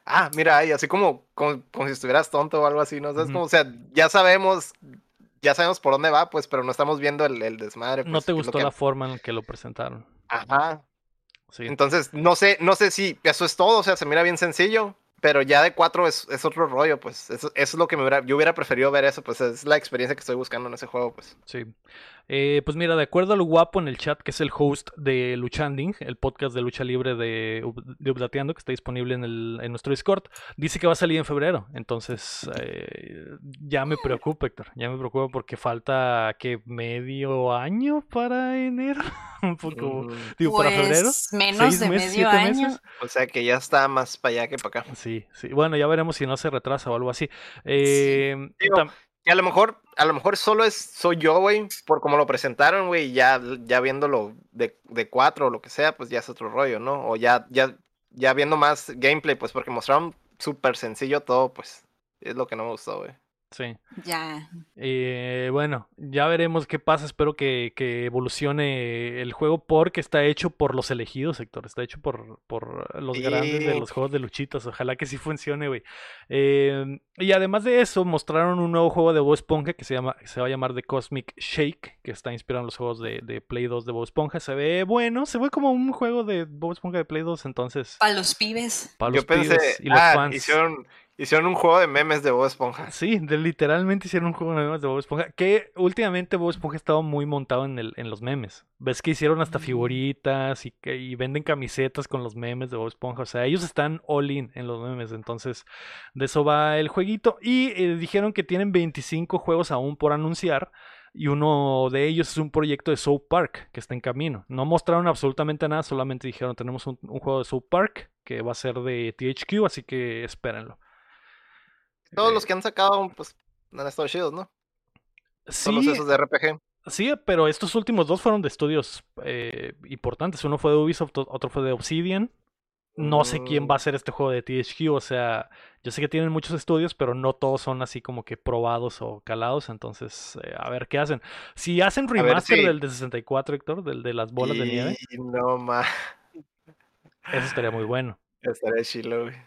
mira, y así como si estuvieras tonto o algo así, ¿no? Es como, o sea, ya sabemos por dónde va, pues, pero no estamos viendo el desmadre. Pues, no te gustó la forma en que lo presentaron. Ajá. Sí. Entonces, no sé si eso es todo, o sea, se mira bien sencillo, pero ya de 4 es otro rollo, pues. Eso es lo que yo hubiera preferido ver eso, pues es la experiencia que estoy buscando en ese juego, pues. Sí. Pues mira, de acuerdo al guapo en el chat, que es el host de Luchanding, el podcast de lucha libre de Updateando, que está disponible en nuestro Discord, dice que va a salir en febrero. Entonces, ya me preocupa, Héctor. Ya me preocupa porque falta, ¿qué? ¿Medio año para enero? Un poco, digo, para febrero. Menos 6 de meses, medio 7 año. meses. O sea que ya está más para allá que para acá. Sí, sí. Bueno, ya veremos si no se retrasa o algo así. Digo, que a lo mejor solo soy yo, güey, por como lo presentaron, güey, ya viéndolo de 4 o lo que sea, pues ya es otro rollo, ¿no? O ya viendo más gameplay, pues porque mostraron súper sencillo todo, pues es lo que no me gustó, güey. Sí. Ya. Bueno, ya veremos qué pasa. Espero que evolucione el juego porque está hecho por los elegidos, Héctor. Está hecho por los grandes de los juegos de luchitas. Ojalá que sí funcione, güey. Y además de eso, mostraron un nuevo juego de Bob Esponja que se va a llamar The Cosmic Shake, que está inspirado en los juegos de Play 2 de Bob Esponja. Se ve bueno, se ve como un juego de Bob Esponja de Play 2, entonces... Para los pibes. Para los pibes y los fans. Hicieron un juego de memes de Bob Esponja. Sí, literalmente hicieron un juego de memes de Bob Esponja. Que últimamente Bob Esponja ha estado muy montado en los memes. Ves que hicieron hasta figuritas y venden camisetas con los memes de Bob Esponja. O sea, ellos están all in en los memes. Entonces, de eso va el jueguito. Y dijeron que tienen 25 juegos aún por anunciar. Y uno de ellos es un proyecto de South Park que está en camino. No mostraron absolutamente nada, solamente dijeron tenemos un juego de South Park que va a ser de THQ, así que espérenlo. Todos los que han sacado, pues, han estado chidos, ¿no? Sí, todos esos de RPG. Sí, pero estos últimos dos fueron de estudios importantes. Uno fue de Ubisoft, otro fue de Obsidian. No sé quién va a hacer este juego de THQ, o sea, yo sé que tienen muchos estudios, pero no todos son así como que probados o calados, entonces, a ver qué hacen. Si hacen remaster del de 64, Héctor, del de las bolas de nieve, no más. eso estaría muy bueno. Estaría chilo, güey.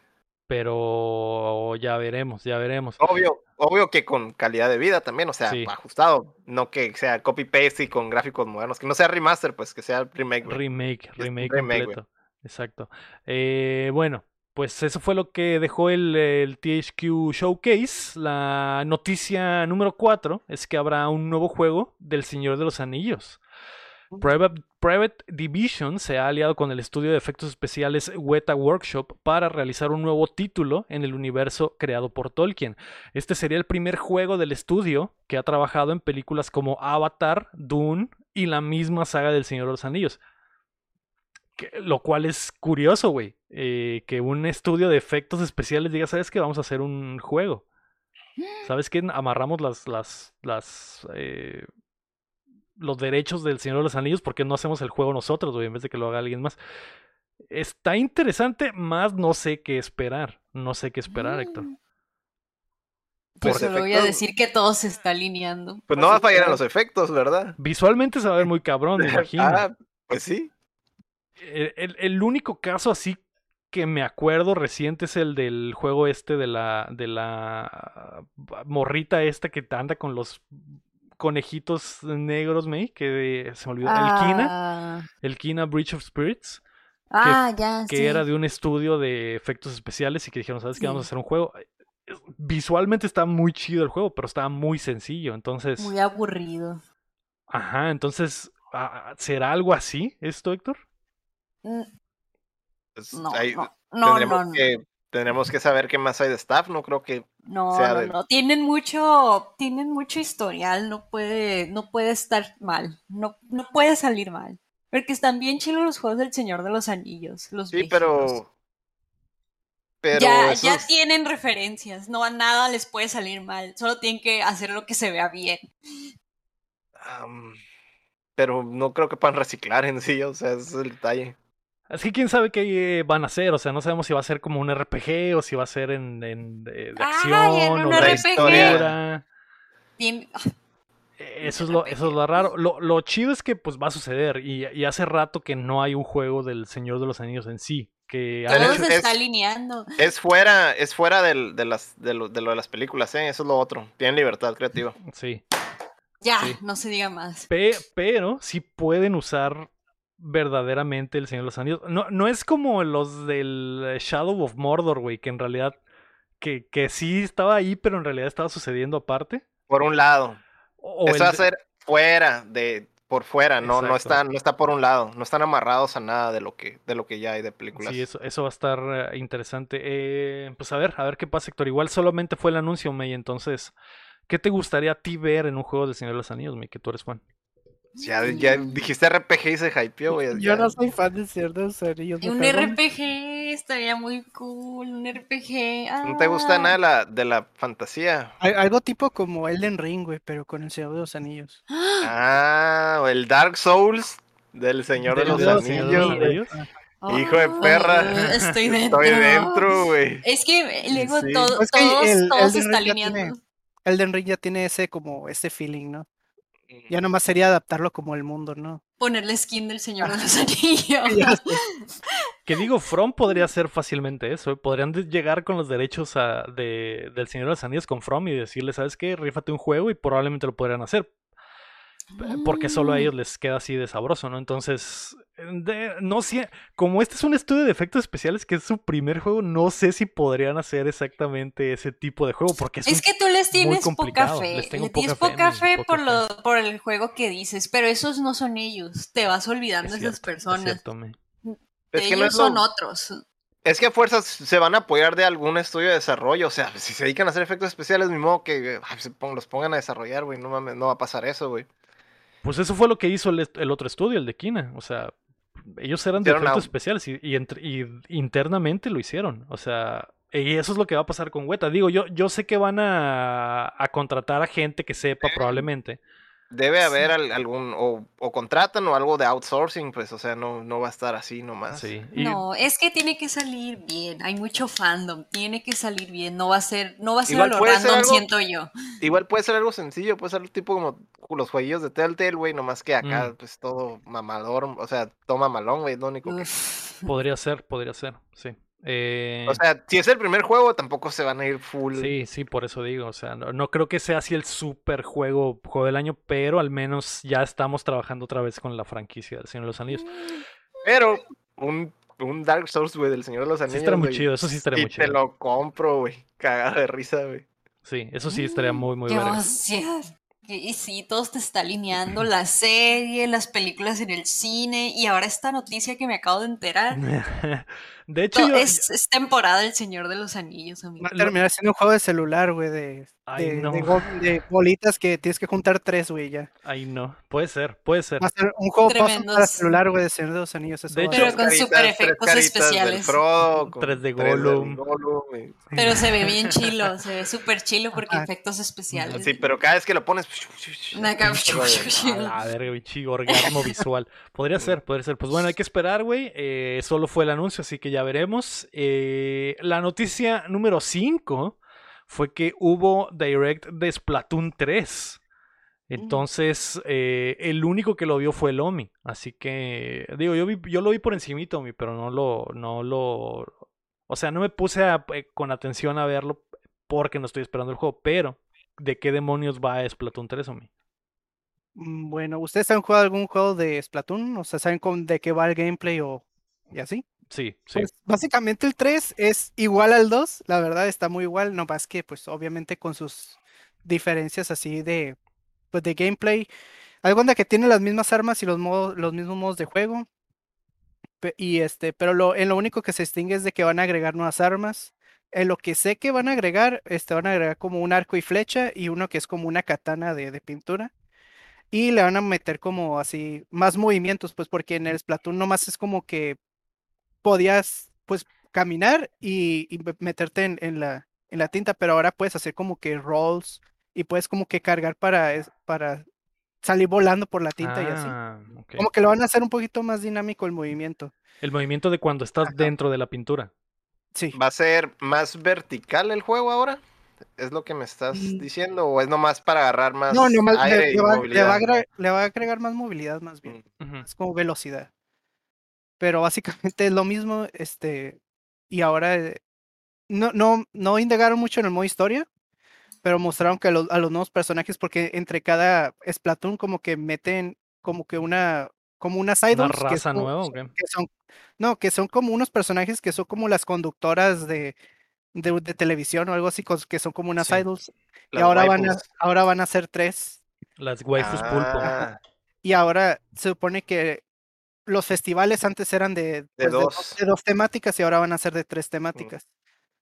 Pero ya veremos. Obvio que con calidad de vida también, o sea, Sí. ajustado, no que sea copy-paste y con gráficos modernos, que no sea remaster, pues que sea remake, güey. Remake completo. Exacto. Bueno, pues eso fue lo que dejó el THQ Showcase. La noticia número 4 es que habrá un nuevo juego del Señor de los Anillos. Private Division se ha aliado con el estudio de efectos especiales Weta Workshop para realizar un nuevo título en el universo creado por Tolkien. Este sería el primer juego del estudio que ha trabajado en películas como Avatar, Dune y la misma saga del Señor de los Anillos. Lo cual es curioso, güey. Que un estudio de efectos especiales diga, ¿sabes qué? Vamos a hacer un juego. ¿Sabes qué? Amarramos los derechos del Señor de los Anillos porque no hacemos el juego nosotros, güey, en vez de que lo haga alguien más. Está interesante, más no sé qué esperar. No sé qué esperar, Héctor. Pues solo voy a decir que todo se está alineando. Pues no va a fallar en los efectos, ¿verdad? Visualmente se va a ver muy cabrón, me imagino. Pues sí. El único caso así que me acuerdo reciente es el del juego este de la morrita esta que anda con los conejitos negros, que se me olvidó. El Kina Breach of Spirits. Que era de un estudio de efectos especiales y que dijeron, ¿sabes qué? Vamos a hacer un juego. Visualmente está muy chido el juego, pero estaba muy sencillo, entonces... Muy aburrido. Ajá, entonces, ¿será algo así esto, Héctor? Pues no. Tendremos que saber qué más hay de staff, no creo que no. Tienen mucho historial, no puede estar mal, no puede salir mal. Porque están bien chilos los juegos del Señor de los Anillos, los viejitos. Pero ya tienen referencias, no a nada les puede salir mal, solo tienen que hacer lo que se vea bien. Pero no creo que puedan reciclar en sí, o sea, ese es el detalle. Así que quién sabe qué van a hacer, o sea, no sabemos si va a ser como un RPG o si va a ser de acción o de historia. Eso es lo raro. Lo chido es que pues va a suceder y hace rato que no hay un juego del Señor de los Anillos en sí que... Todo se está alineando. Es fuera de lo de las películas, eso es lo otro. Tienen libertad creativa. Sí. Ya, Sí. no se diga más. Pero sí pueden usar verdaderamente el Señor de los Anillos. No es como los del Shadow of Mordor, güey, que en realidad que sí estaba ahí, pero en realidad estaba sucediendo aparte. Por un lado. O Eso va a ser por fuera, no Exacto. está por un lado, no están amarrados a nada de lo que ya hay de películas. Sí, eso va a estar interesante. Pues a ver qué pasa, Héctor. Igual solamente fue el anuncio, May, entonces, ¿qué te gustaría a ti ver en un juego del Señor de los Anillos, May, que tú eres fan? Ya dijiste RPG y se hypeó, güey. Yo no soy fan de ciertos anillos. Un RPG estaría muy cool, un RPG. ¿No te gusta nada de la fantasía? Algo tipo como Elden Ring, güey, pero con el Señor de los Anillos. O el Dark Souls del Señor de los Anillos, güey. Hijo de perra. Estoy dentro. Estoy dentro, güey. Es que luego Sí. todo se está alineando. Elden Ring ya tiene ese feeling, ¿no? Ya nomás sería adaptarlo como el mundo, ¿no? Ponerle skin del Señor de los Anillos. Que digo, From podría hacer fácilmente eso. Podrían llegar con los derechos del Señor de los Anillos con From y decirle, ¿sabes qué? Rífate un juego y probablemente lo podrían hacer. Porque solo a ellos les queda así de sabroso, ¿no? Entonces, no sé, como este es un estudio de efectos especiales que es su primer juego, no sé si podrían hacer exactamente ese tipo de juego, porque es que tú les tienes poca fe. Les tienes poca fe por el juego que dices, pero esos no son ellos. Te vas olvidando de esas personas. Es cierto, ellos son otros. Es que a fuerzas se van a apoyar de algún estudio de desarrollo. O sea, si se dedican a hacer efectos especiales, ni modo que los pongan a desarrollar, güey. No mames, no va a pasar eso, güey. Pues eso fue lo que hizo el otro estudio, el de Kina. O sea, ellos eran de efectos especiales y internamente lo hicieron. O sea, y eso es lo que va a pasar con Weta. Digo, yo sé que van a contratar a gente que sepa probablemente. Debe haber algún, o contratan o algo de outsourcing, pues, o sea, no va a estar así nomás. Sí. No, es que tiene que salir bien, hay mucho fandom, tiene que salir bien, no va a ser a lo random, siento yo. Igual puede ser algo sencillo, puede ser tipo como los jueguillos de Telltale, güey, nomás que acá, pues, todo mamador, o sea, todo mamalón, güey, es lo único que... Podría ser, sí. O sea, si es el primer juego, tampoco se van a ir full. Sí, por eso digo. O sea, no creo que sea así el super juego del año, pero al menos ya estamos trabajando otra vez con la franquicia del Señor de los Anillos. Pero un Dark Souls, güey, del Señor de los Anillos. Sí, estaría muy chido, eso sí estaría muy chido. Y te lo compro, güey. Cagada de risa, güey. Sí, eso sí estaría muy, muy bueno. Y sí, todo te está alineando, la serie, las películas en el cine, y ahora esta noticia que me acabo de enterar. De hecho, es temporada del Señor de los Anillos, amigo. Va a terminar siendo un juego de celular, güey, de bolitas que tienes que juntar 3, güey, ya. Ay, no, puede ser. Va a ser un juego para celular, güey, de Señor de los Anillos. De hecho, pero con super efectos especiales. Frodo, 3 de Gollum. Pero se ve bien chilo, se ve súper chilo porque efectos especiales. Sí, pero cada vez que lo pones... A ver, bichi, orgasmo visual. Podría ser. Pues bueno, hay que esperar, güey. Solo fue el anuncio, así que ya veremos. La noticia número 5 fue que hubo Direct de Splatoon 3. Entonces, el único que lo vio fue el Omi. Así que, digo, yo lo vi por encimita, Omi, pero no lo... O sea, no me puse con atención a verlo porque no estoy esperando el juego. Pero, ¿de qué demonios va Splatoon 3, Omi? Bueno, ¿ustedes han jugado algún juego de Splatoon? O sea, ¿saben de qué va el gameplay y así? Sí. Pues básicamente el 3 es igual al 2, la verdad está muy igual, no más que pues obviamente con sus diferencias así de gameplay. Algo de que tiene las mismas armas y los mismos modos de juego. Pero en lo único que se distingue es de que van a agregar nuevas armas. En lo que sé que van a agregar como un arco y flecha y uno que es como una katana de pintura. Y le van a meter como así más movimientos, pues porque en el Splatoon nomás es como que podías pues caminar y meterte en la tinta, pero ahora puedes hacer como que rolls y puedes como que cargar para salir volando por la tinta y así. Okay. Como que lo van a hacer un poquito más dinámico el movimiento. El movimiento de cuando estás dentro de la pintura. Sí. ¿Va a ser más vertical el juego ahora? ¿Es lo que me estás diciendo? ¿O es nomás para agarrar más aire y movilidad? Le va a agregar más movilidad más bien. Es como velocidad. pero básicamente es lo mismo, y ahora no indagaron mucho en el modo historia, pero mostraron que a los nuevos personajes, porque entre cada Splatoon como que meten como que unas ¿Una idols raza nueva o qué? que son como unos personajes que son como las conductoras de televisión o algo así, que son como unas Sí, idols, y las waifus. ahora van a ser 3. Las waifus pulpo. Ah, Y ahora se supone que los festivales antes eran de pues, dos. de 2 temáticas y ahora van a ser de 3 Mm. temáticas.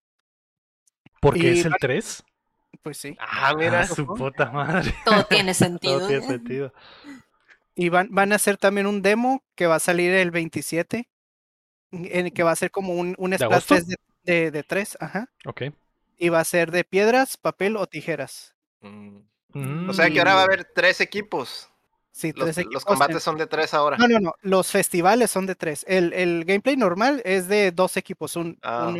¿Porque Y es el 3? pues sí. Ah, Ah, mira. su puta madre. Todo tiene Todo sentido. tiene sentido. Y van a hacer también un demo que va a salir el 27, en el que va a ser como un ¿De agosto? Splatfest de 3, ajá. Ok. Y va a ser de piedras, papel o tijeras. O sea que ahora va a haber 3 equipos. Sí, Los, 3 los equipos. combates son de 3 ahora. No. Los festivales son de 3. El gameplay normal es de 2 equipos. Ah,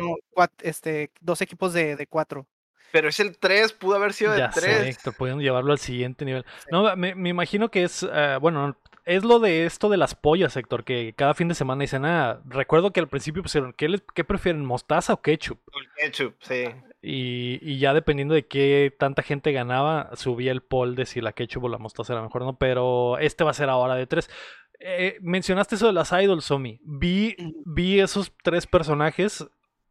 2 equipos de 4. pero es el 3, pudo haber sido de Ya sé, 3. Héctor, pueden llevarlo al siguiente nivel. Sí. No, me imagino que es, bueno, es lo de esto de las pollas, Héctor, que cada fin de semana dicen, recuerdo que al principio pusieron, ¿qué prefieren, mostaza o ketchup? El ketchup, sí. Y ya dependiendo de qué tanta gente ganaba, subía el poll de si la ketchup o la mostaza era mejor, ¿no? Pero este va a ser ahora de 3. Mencionaste eso de las idols, Somi. Vi esos 3 personajes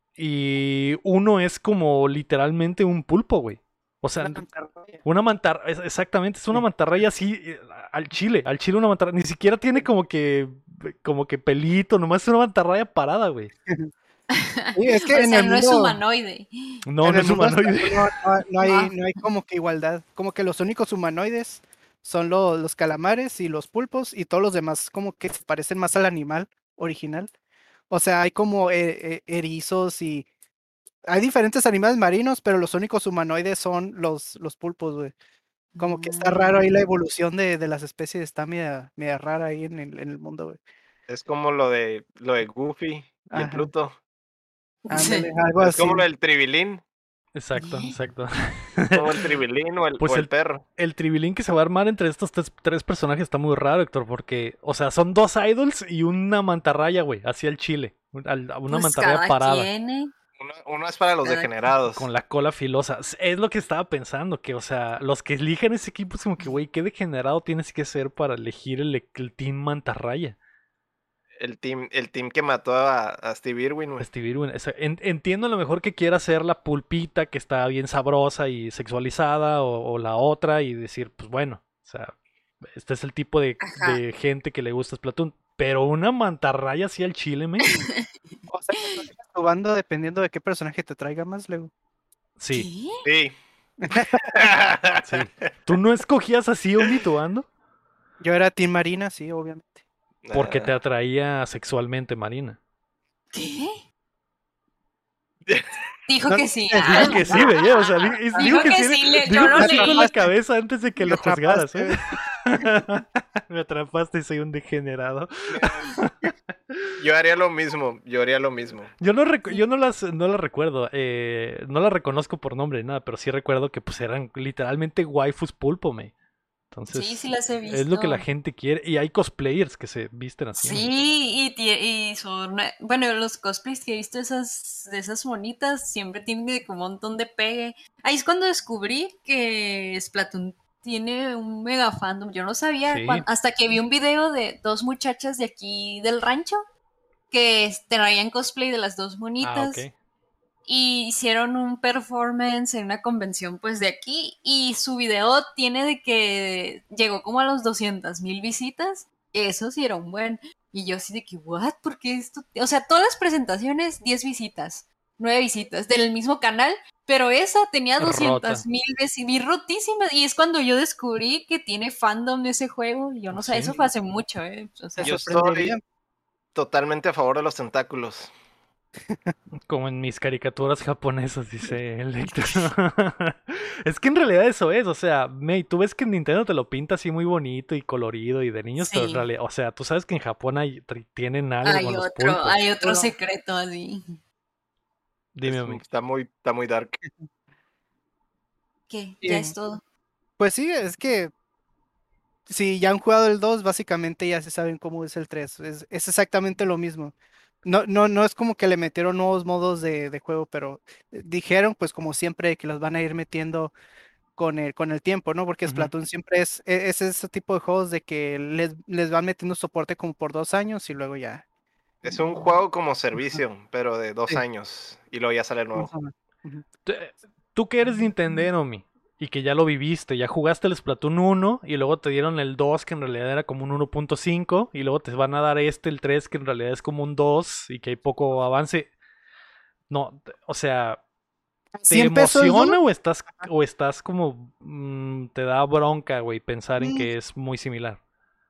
y uno es como literalmente un pulpo, güey. O sea, una mantarraya, exactamente, es una Sí. mantarraya así, al chile una mantarraya, ni siquiera tiene como que pelito, nomás es una mantarraya parada, güey. Sí, es que O en sea, el no es mundo, humanoide. No, en no el es mundo humanoide. Splatoon no Ah. hay como que igualdad. Como que los únicos humanoides son los calamares y los pulpos, y todos los demás como que se parecen más al animal original. O sea, hay como erizos y hay diferentes animales marinos, pero los únicos humanoides son los pulpos, güey. Como que está raro ahí la evolución de las especies, está media rara ahí en el mundo, güey. Es como lo de Goofy y el Ajá, Pluto. ándale, algo Es como así. lo del Tribilín. Exacto, exacto. Como el Tribilín Pues o el perro. el tribilín que se va a armar entre estos tres personajes está muy raro, Héctor, porque, o sea, son 2 idols y una mantarraya, güey, hacia el chile. Una Pues mantarraya cada parada, quien, ¿eh? Uno es para los Cada degenerados. con la cola filosa. Es lo que estaba pensando, que, o sea, los que eligen ese equipo es como que, güey, ¿qué degenerado tienes que ser para elegir el team mantarraya? El team que mató a Steve Irwin, güey. Steve Irwin, entiendo a lo mejor que quiera ser la pulpita que está bien sabrosa y sexualizada o la otra y decir, pues bueno, o sea, este es el tipo Ajá. de gente que le gusta Splatoon. Pero una mantarraya así al chile, men. O sea, que tú eliges tu bando dependiendo de qué personaje te traiga más luego. Sí, ¿Qué? Sí. sí. ¿Tú no escogías así Omi tu bando? Yo era Team Marina, sí, obviamente. Porque te Ah. atraía sexualmente Marina. ¿Qué? Dijo No, que sí. Dijo que sí, veía, o sea, dijo Dijo que que sí, sí, yo dijo lo que sí con la leí. cabeza antes de que Me lo juzgaras, atrapaste, ¿eh? Me atrapaste y soy un degenerado. Yo haría lo mismo. Yo haría lo mismo. Yo no las recuerdo, no las reconozco por nombre ni nada, pero sí recuerdo que pues eran literalmente waifus pulpo, me. Sí, Entonces, sí las he es lo que la visto. gente quiere. Y hay cosplayers que se visten así, me. Sí, y son, bueno, los cosplays que he visto de esas monitas siempre tienen de como un montón de pegue. Ahí es cuando descubrí que Splatoon tiene un mega fandom. Yo no sabía Sí. hasta que vi un video de 2 muchachas de aquí del rancho que traían cosplay de las 2 Ah, ok. monitas y hicieron un performance en una convención pues de aquí y su video tiene de que llegó como a los 200,000 visitas. Eso sí era un buen. Y yo así de que, ¿what? ¿Por qué esto? O sea, todas las presentaciones, 10 visitas, 9 visitas del mismo canal, pero esa tenía Rota. 200,000 visitas, rotísima. Y es cuando yo descubrí que tiene fandom de ese juego. Y yo no sé, Sí. eso fue hace mucho, ¿eh? O sea, Te Yo sorprendería. estoy totalmente a favor de los tentáculos. Como en mis caricaturas japonesas, dice el Héctor. Es que en realidad eso es, o sea, May, tú ves que en Nintendo te lo pinta así muy bonito y colorido y de niños, pero en sí, realidad, o sea, tú sabes que en Japón tienen algo con los hay pulpos. otro Bueno, secreto así. Dime a mí. Está muy dark. ¿Qué? Ya es y, todo. pues sí, es que si ya han jugado el 2, básicamente ya se saben cómo es el 3. Es exactamente lo mismo. No es como que le metieron nuevos modos de juego, pero dijeron, pues como siempre, que los van a ir metiendo con el tiempo, ¿no? Porque Ujú. Splatoon siempre es ese tipo de juegos de que les van metiendo soporte como por 2 años y luego ya. Es un juego como servicio, pero de 2 Sí, años. Y luego ya sale el nuevo. más o menos. Ujú. Tú que eres Nintendero, mi, y que ya lo viviste, ya jugaste el Splatoon 1 y luego te dieron el 2 que en realidad era como un 1.5 y luego te van a dar el 3 que en realidad es como un 2 y que hay poco avance. No, o sea, ¿te ¿Sí empezó el 2? emociona o estás como te da bronca, güey, pensar en que es muy similar?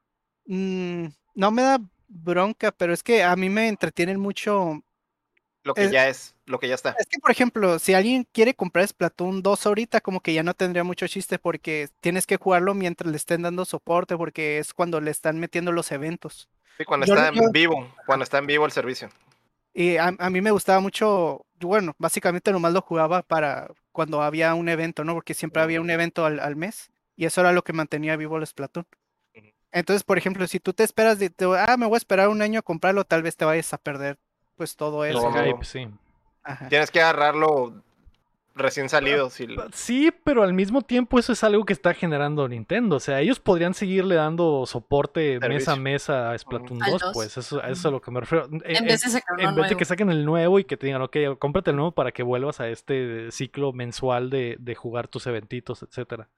No me da bronca, pero es que a mí me entretienen mucho. Lo que Es, ya es, lo que ya está. es que, por ejemplo, si alguien quiere comprar Splatoon 2 ahorita, como que ya no tendría mucho chiste porque tienes que jugarlo mientras le estén dando soporte, porque es cuando le están metiendo los eventos. Sí, cuando Yo, está yo, en vivo. Cuando está en vivo el servicio. y a mí me gustaba mucho, bueno, básicamente nomás lo jugaba para cuando había un evento, ¿no? Porque siempre había un evento al mes y eso era lo que mantenía vivo el Splatoon. Ujú. Entonces, por ejemplo, si tú te esperas me voy a esperar un año a comprarlo, tal vez te vayas a perder pues todo El eso, ¿no? hype, Todo. sí. Ajá. Tienes que agarrarlo recién salido. Si Sí, pero al mismo tiempo eso es algo que está generando Nintendo. O sea, ellos podrían seguirle dando soporte mes a servicio. mes a Ujú. Splatoon Al 2, 2. pues eso es a lo que me refiero. En vez de sacar uno En vez de que nuevo. saquen el nuevo y que te digan, ok, cómprate el nuevo para que vuelvas a este ciclo mensual de jugar tus eventitos, etcétera.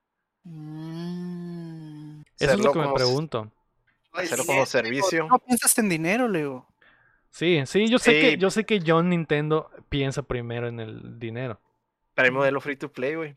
Mm. Eso es lo Hacerlo que me como, pregunto. El hacerlo dinero, como Leo, tú servicio. no piensas en dinero, Leo. Sí, sí, Sí, yo sé que John Nintendo piensa primero en el dinero. pero hay modelo free to play, güey.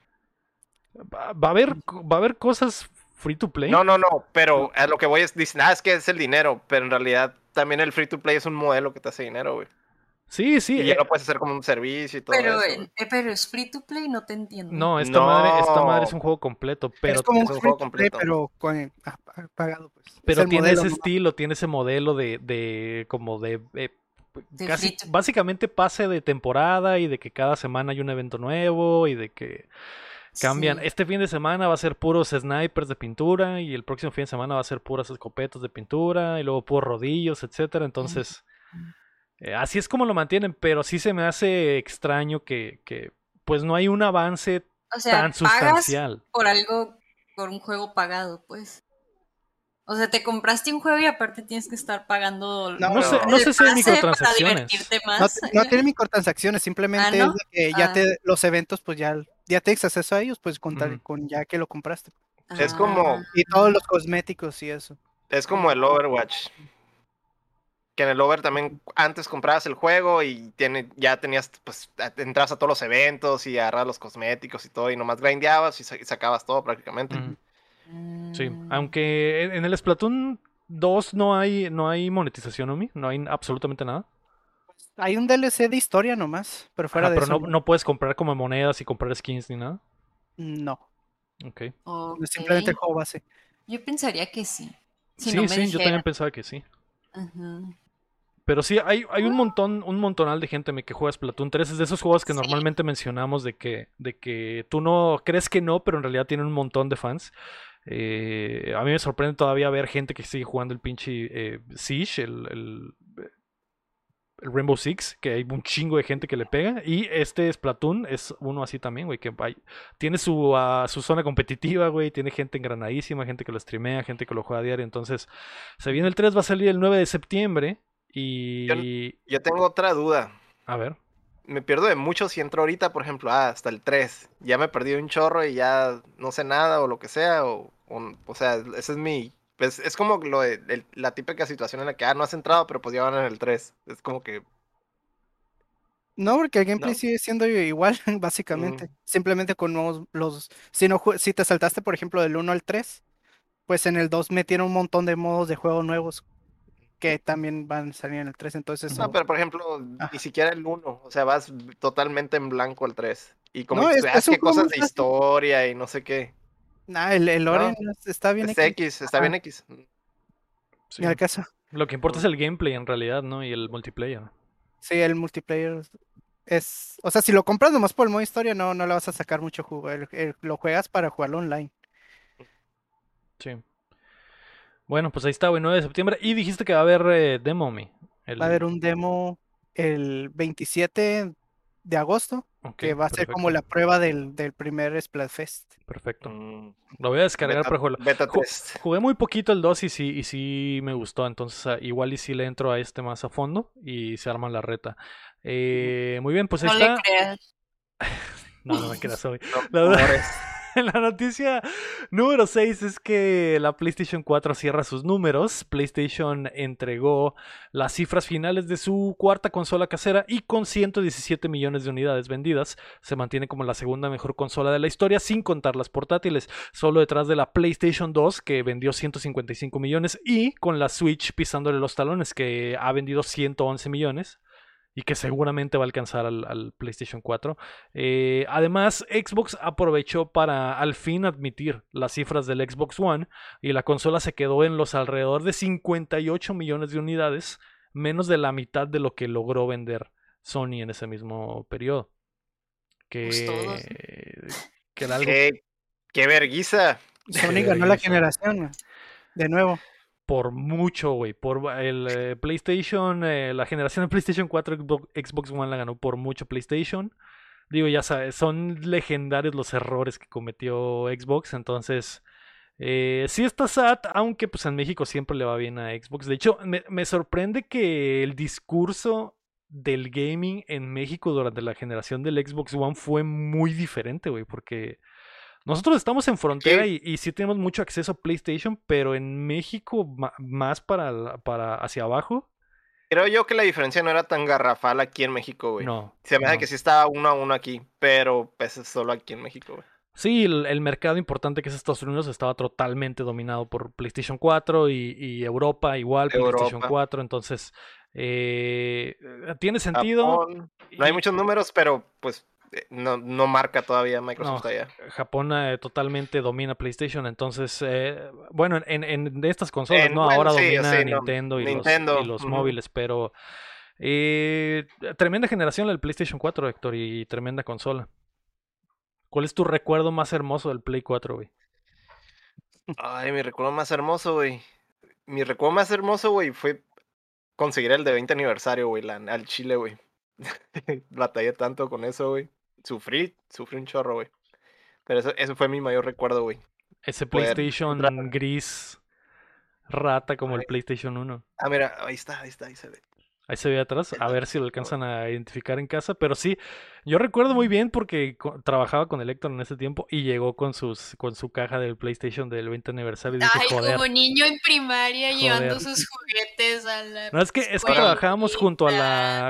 Va a haber cosas free to play? No, No. pero a lo que voy es, dicen, es que es el dinero, pero en realidad también el free to play es un modelo que te hace dinero, güey. Sí, sí. Y ya lo puedes hacer como un servicio y todo Pero, eso, güey. pero es free to play, no te entiendo. No, esta madre es No, un juego completo, Es como un es un free juego to play, completo. pero pagado, pues. Es pero el tiene modelo ese nomás. estilo, tiene ese modelo de como de De casi free to básicamente pase de temporada y de que cada semana hay un evento nuevo y de que cambian. Sí. Este fin de semana va a ser puros snipers de pintura y el próximo fin de semana va a ser puras escopetas de pintura y luego puros rodillos, etcétera. Entonces, así es como lo mantienen, pero sí se me hace extraño que pues no hay un avance O tan sea, pagas sustancial. por algo, por un juego pagado, pues. O sea, te compraste un juego y aparte tienes que estar pagando No, No no, sé, no. no el sé si hay pase para microtransacciones. divertirte No, más. no tiene microtransacciones, Ah, simplemente es ¿no? de que Ah, los eventos, pues ya tienes acceso a ellos, pues Ujú. con ya que lo compraste. Es ah, como, Y todos los cosméticos y eso. es como el Overwatch. Que en el Over también antes comprabas el juego y ya tenías, pues, entras a todos los eventos y agarras los cosméticos y todo, y nomás grindeabas y sacabas todo prácticamente. Ujú. Ujú. Sí, mm, aunque en el Splatoon 2 no hay monetización, Omi, no hay absolutamente nada. Hay un DLC de historia nomás, pero fuera Ajá, de pero eso no. no puedes comprar como monedas y comprar skins ni nada. No, Ok. ok. simplemente el juego base. Yo pensaría que sí, si no Sí, me sí, yo también dijeran. pensaba que sí. Ujú. Pero sí, hay un montonal de gente que juega Splatoon 3. Es de esos juegos que Sí, normalmente mencionamos de que tú no crees que no, pero en realidad tienen un montón de fans. A mí me sorprende todavía ver gente que sigue jugando el pinche Siege, el Rainbow Six, que hay un chingo de gente que le pega. Y este Splatoon es uno así también, güey, que tiene su zona competitiva, güey. Tiene gente engranadísima, gente que lo streamea, gente que lo juega a diario. Entonces, se viene el 3, va a salir el 9 de septiembre. Yo, Y... yo tengo otra duda. A ver. Me pierdo de mucho si entro ahorita, por ejemplo, hasta el 3. Ya me perdí un chorro y ya no sé nada o lo que sea. O sea, ese es mi... Pues, es como la típica situación en la que, no has entrado, pero pues ya van en el 3. Es como que, No, porque el gameplay ¿no? sigue siendo igual, Mm, básicamente. Simplemente con si no, si te saltaste, por ejemplo, del 1 al 3, pues en el 2 metieron un montón de modos de juego nuevos que también van a salir en el 3. Entonces Ujú. No, eso, pero por ejemplo, ni ajá. siquiera el uno. O sea, vas totalmente en blanco al 3. Y como No, dices, tú, es es un que juego cosas muy de fácil. historia y no sé qué. Nah, el lore No, está bien es X. X, está Ajá, bien X. Sí. ni al caso. Lo que importa es Mm. el gameplay en realidad, ¿no? Y el multiplayer. Sí, el multiplayer o sea, si lo compras nomás por el modo historia, no le vas a sacar mucho jugo. Lo juegas para jugarlo online. Sí. Bueno, pues ahí está, güey, 9 de septiembre. Y dijiste que va a haber demo, mi. Va a haber un demo el 27 de agosto, Ok, que va a ser como perfecto. la prueba del primer Splatfest. Perfecto. Mm, Lo voy a descargar para jugarlo. beta test. Jugué muy poquito el 2 y sí me gustó. Entonces, igual y sí le entro a este más a fondo y se arma la reta. Muy bien, pues ahí No le está. creas. No me creas hoy. No, La verdad- rumores. La noticia número 6 es que la PlayStation 4 cierra sus números. PlayStation entregó las cifras finales de su cuarta consola casera y con 117 millones de unidades vendidas se mantiene como la segunda mejor consola de la historia sin contar las portátiles, solo detrás de la PlayStation 2 que vendió 155 millones y con la Switch pisándole los talones que ha vendido 111 millones y que seguramente va a alcanzar al PlayStation 4. Además, Xbox aprovechó para al fin admitir las cifras del Xbox One y la consola se quedó en los alrededor de 58 millones de unidades, menos de la mitad de lo que logró vender Sony en ese mismo periodo. Pues todos. Que era algo ¡Qué verguiza! Sony ganó la generación, de nuevo. por mucho, güey. Por el PlayStation, la generación de PlayStation 4, Xbox One la ganó por mucho PlayStation. Digo, ya sabes, son legendarios los errores que cometió Xbox, entonces sí está sad, aunque pues en México siempre le va bien a Xbox. De hecho, me sorprende que el discurso del gaming en México durante la generación del Xbox One fue muy diferente, güey, porque nosotros estamos en frontera y sí tenemos mucho acceso a PlayStation, pero en México más para hacia abajo. Creo yo que la diferencia no era tan garrafal aquí en México, güey. No. Se me hace que sí estaba 1-1 aquí, pero pues es solo aquí en México, güey. Sí, el mercado importante que es Estados Unidos estaba totalmente dominado por PlayStation 4 y Europa igual, PlayStation 4, entonces tiene sentido. Japón, no hay muchos números, pero pues no marca todavía Microsoft allá. Japón totalmente domina PlayStation, entonces, bueno, en estas consolas, ¿no? Bueno, Ahora sí, domina sí, Nintendo, Nintendo, y los móviles, pero tremenda generación la del PlayStation 4, Héctor, y tremenda consola. ¿Cuál es tu recuerdo más hermoso del Play 4, güey? Ay, mi recuerdo más hermoso, güey. Mi recuerdo más hermoso, güey, fue conseguir el de 20 aniversario, güey, al Chile, güey. Batallé tanto con eso, güey. Sufrí un chorro, güey. Pero eso fue mi mayor recuerdo, güey. Ese Poder PlayStation entrar. gris rata como el Ay. PlayStation 1. Ah, mira, ahí se ve. Ahí se ve atrás, a ver si lo alcanzan a identificar en casa, pero sí, yo recuerdo muy bien porque trabajaba con el Héctor en ese tiempo y llegó con su caja del PlayStation del 20 aniversario y dije, Ay, joder. como niño en primaria llevando sus juguetes a la No, es que trabajábamos junto a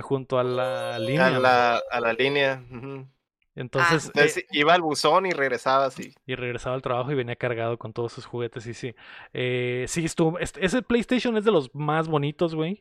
la línea. A la línea. Entonces, iba al buzón y regresaba así. Y regresaba al trabajo y venía cargado con todos sus juguetes y sí. Sí, estuvo. Ese PlayStation es de los más bonitos, güey.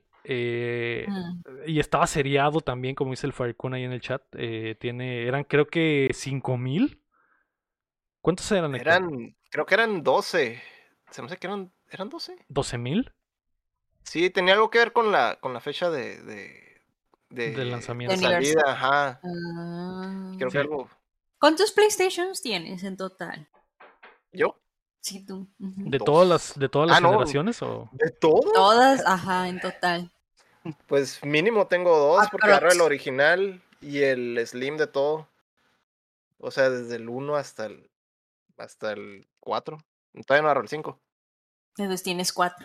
Y estaba seriado también, como dice el Farikun ahí en el chat. Eran creo que 5,000. ¿Cuántos eran, Héctor? Creo que eran 12. Se me hace que eran 12. ¿12,000? Sí, tenía algo que ver con la fecha de lanzamiento. De salida, ajá. Creo que Sí. algo. ¿Cuántos PlayStations tienes en total? ¿Yo? Sí, tú. ¿De todas las generaciones o? ¿De todo? Todas, ajá, en total. Pues mínimo tengo 2 porque Aprox. agarro el original y el Slim de todo. O sea, desde el 1 hasta el 4. Todavía no agarro el 5. Entonces tienes 4.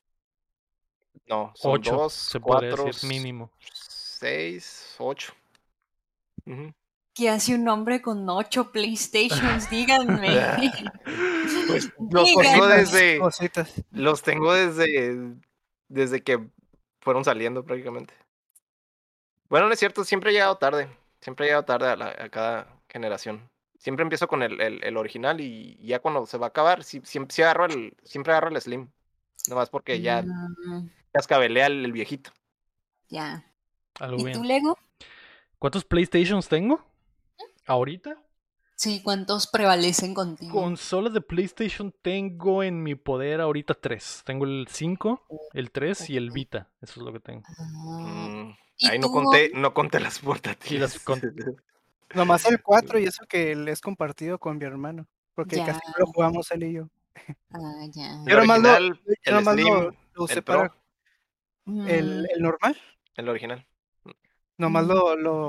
No, son 8, 2, se 4, podría decir, mínimo. 6, 8. ¿Qué hace un hombre con 8 PlayStations? Díganme. Pues los tengo desde que fueron saliendo prácticamente. Bueno, no es cierto, siempre he llegado tarde. Siempre he llegado tarde a cada generación. Siempre empiezo con el original y ya cuando se va a acabar, siempre agarro el Slim. Nomás porque ya cascabelea el viejito. Ya. Algo ¿Y bien. tú, Lego? ¿Cuántos PlayStations tengo? ¿Ahorita? Sí, ¿cuántos prevalecen contigo? Consolas de PlayStation tengo en mi poder ahorita 3. Tengo el 5, el 3 y el Vita. Eso es lo que tengo. Ahí no conté las portátiles. Nomás el 4 y eso que le es compartido con mi hermano. Porque casi no lo jugamos él y yo. Ya. El Yo nomás original, yo el nomás Slim, lo usé el para Pro, Mm, el normal. el original. Nomás mm,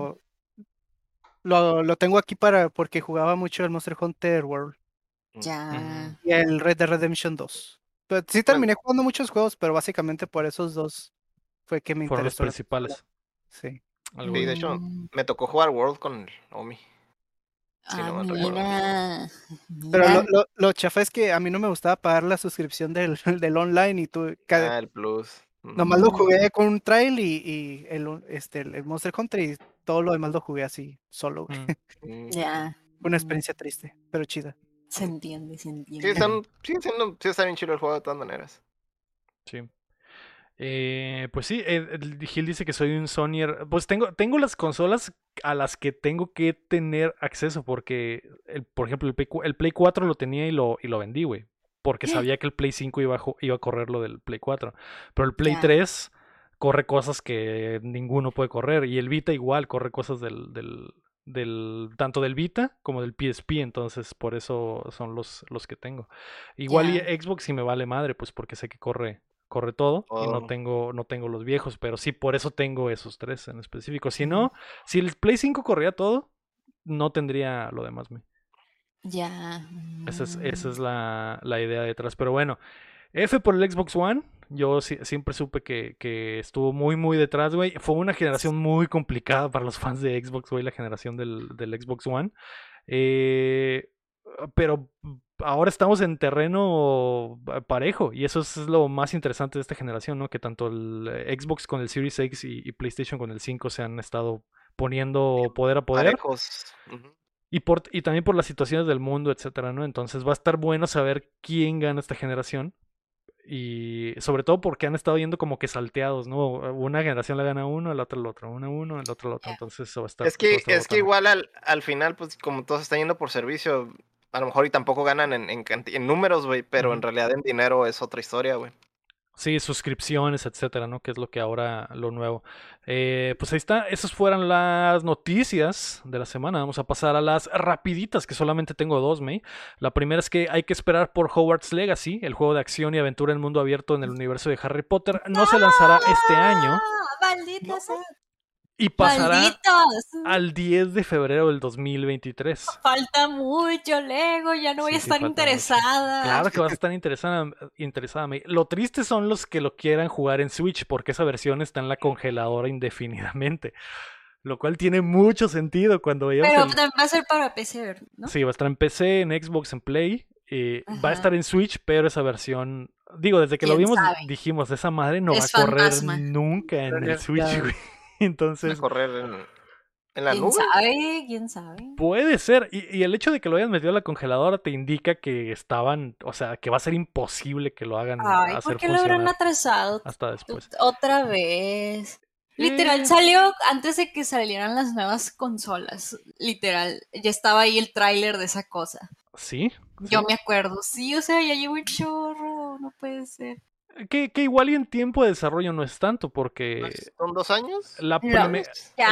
lo tengo aquí porque jugaba mucho el Monster Hunter World Mm. ya. y el Red Dead Redemption 2. Pero sí Bueno, terminé jugando muchos juegos, pero básicamente por esos dos fue que me Fueron los interesó la consola. principales. Sí. Algo sí, así. de hecho, Mm, me tocó jugar World con el Omi, si no mal recuerdo. mira. Pero Mira. lo chafa es que a mí no me gustaba pagar la suscripción del, del online y Ah, el Plus. nomás lo Mm, jugué con un trail y el Monster Hunter y todo lo demás lo jugué así, solo. Mm, Mm, ya. Fue una experiencia triste, pero chida. Se entiende, se Sí, entiende. sí está bien chido el juego de todas maneras. sí. Pues sí, Gil dice que soy un Sonyer. Pues tengo las consolas a las que tengo que tener acceso porque, por ejemplo, el Play 4 lo tenía y lo vendí, güey. Porque sabía que el Play 5 iba a correr lo del Play 4. Pero el Play Ya. 3 corre cosas que ninguno puede correr. Y el Vita igual corre cosas tanto del Vita como del PSP. Entonces, por eso son los que tengo. Igual y Ya. Xbox sí me vale madre, pues porque sé que corre todo y no Todo. tengo los viejos, pero sí, por eso tengo esos tres en específico. Si Mm, no, si el Play 5 corría todo, no tendría lo demás. ya. Esa es la idea detrás. Pero bueno, F por el Xbox One. Yo siempre supe que estuvo muy, muy detrás, güey. Fue una generación muy complicada para los fans de Xbox, güey, la generación del Xbox One. Eh, pero ahora estamos en terreno parejo y eso es lo más interesante de esta generación, ¿no? Que tanto el Xbox con el Series X y PlayStation con el 5 se han estado poniendo poder a poder Parejos. Ujú. y también por las situaciones del mundo, etcétera, ¿no? Entonces va a estar bueno saber quién gana esta generación y sobre todo porque han estado yendo como que salteados, ¿no? Una generación la gana uno, la otra el otro, uno, el otro el otro, Ya. entonces Es eso va a estar es que botana. igual al final, pues como todos están yendo por servicio, a lo mejor y tampoco ganan en números, güey, pero en Ujú. realidad en dinero es otra historia, güey. Sí, suscripciones, etcétera, ¿no? Que es lo que ahora lo nuevo. Pues ahí está, esas fueron las noticias de la semana. Vamos a pasar a las rapiditas, que solamente tengo dos, May. La primera es que hay que esperar por Hogwarts Legacy, el juego de acción y aventura en mundo abierto en el universo de Harry Potter. No se lanzará este año Maldita No, sea. y pasará Malditos. al 10 de febrero del 2023. Falta mucho, Lego. Ya no voy a Sí, sí, estar falta mucho. interesada. Claro que vas a estar interesada, May. Lo triste son los que lo quieran jugar en Switch, porque esa versión está en la congeladora indefinidamente. Lo cual tiene mucho sentido cuando veíamos Pero el... también va a ser para PC, ¿no? Sí, va a estar en PC, en Xbox, en Play. Va a Ajá. estar en Switch, pero esa versión... Digo, desde que lo ¿Quién vimos sabe? dijimos, esa madre no va a Es correr fantasma. nunca en Pero el Switch, ya, güey. de Entonces, correr en la ¿Quién nube. sabe? ¿Quién sabe? puede ser. Y el hecho de que lo hayan metido a la congeladora te indica que estaban... O sea, que va a ser imposible que lo hagan Ay, ¿por hacer qué lo habrán funcionar atrasado hasta después. otra vez? Literal, Eh, salió antes de que salieran las nuevas consolas. Literal, ya estaba ahí el tráiler de esa cosa. sí, Yo sí. me acuerdo, sí, o sea, ya llevo un chorro, no puede ser. Que igual y en tiempo de desarrollo no es tanto, porque ¿Son 2 años? la, No, prime-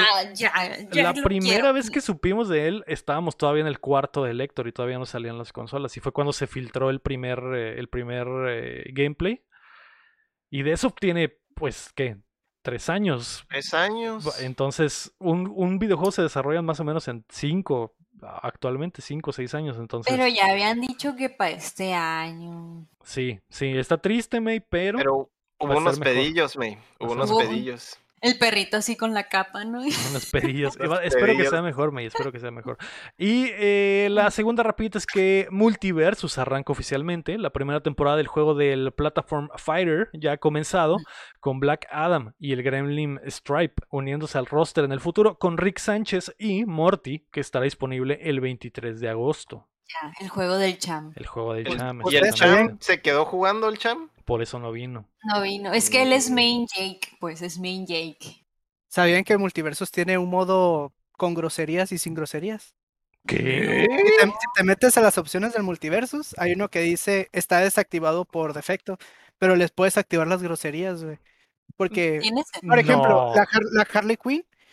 ya la lo quiero. primera vez que supimos de él, estábamos todavía en el cuarto de Lector y todavía no salían las consolas. Y fue cuando se filtró el primer gameplay. Y de eso tiene, pues, ¿qué? 3 años. 3 años. Entonces, un videojuego se desarrolla más o menos en 5, actualmente 5 o 6 años. Pero Entonces, ya habían dicho que para este año. sí, sí, está triste, May, pero Pero va a hubo estar unos mejor. pedillos, me. Va a Hubo estar unos mejor. Hubo pedillos. el perrito así con la capa, ¿no? Unas pedillas. Unos Espero que pedillos. sea mejor, May. Espero que sea mejor. Y la segunda rapidita es que Multiversus arranca oficialmente. La primera temporada del juego del Platform Fighter ya ha comenzado con Black Adam y el Gremlin Stripe uniéndose al roster en el futuro con Rick Sánchez y Morty, que estará disponible el 23 de agosto. Ya, el juego del champ. El juego del Cham, ¿Y el exactamente. Cham se quedó jugando el Cham? Por eso no vino. No vino. Es que él es Mm, main Jake, pues es main Jake. ¿sabían que el Multiversus tiene un modo con groserías y sin groserías? ¿Qué? Si te metes a las opciones del Multiversus, hay uno que dice está desactivado por defecto, pero les puedes activar las groserías, güey. Porque, ¿Tienes? por ejemplo, No. la Harley Quinn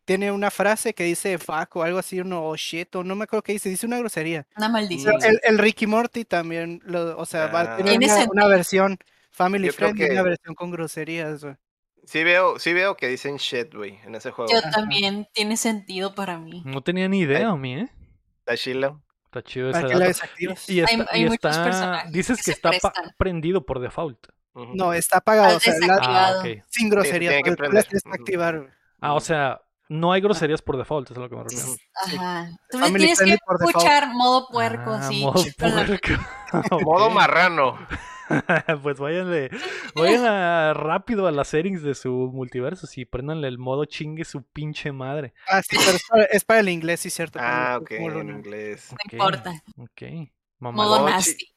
tiene una frase que dice fuck o algo así, o shit, o no me acuerdo qué dice una grosería. Una maldición. El Ricky Morty también, o sea, va a tener Tiene una versión family Yo creo friendly, que- una versión con groserías, güey. Sí veo que dicen shit, güey, en ese juego. Yo también, tiene sentido para mí. No tenía ni idea, Omi, ¿eh? Está chilo. Está chido Para ese que la dato. desactivas. Hay muchos personajes dices que que se está prestan. prendido por default. Ujú. No, está apagado, o sea, Desactivado. Ah, ok. sin groserías, tiene que porque tú las prender. tienes que activar, güey. Ah, o sea, no hay groserías por default, es a lo que me refiero. Ujú. Ajá. Tú le Family tienes que friendly por default. escuchar modo puerco, Ah, así. modo con la- puerco. Modo Ok. marrano. Pues vayan rápido a las settings de su multiverso y préndanle el modo chingue su pinche madre. Ah, sí, pero es para el inglés, sí, cierto. Ah, como- ok, como lo- en inglés. No Ok, importa. Ok. Modo Mamalón. Modo nasty.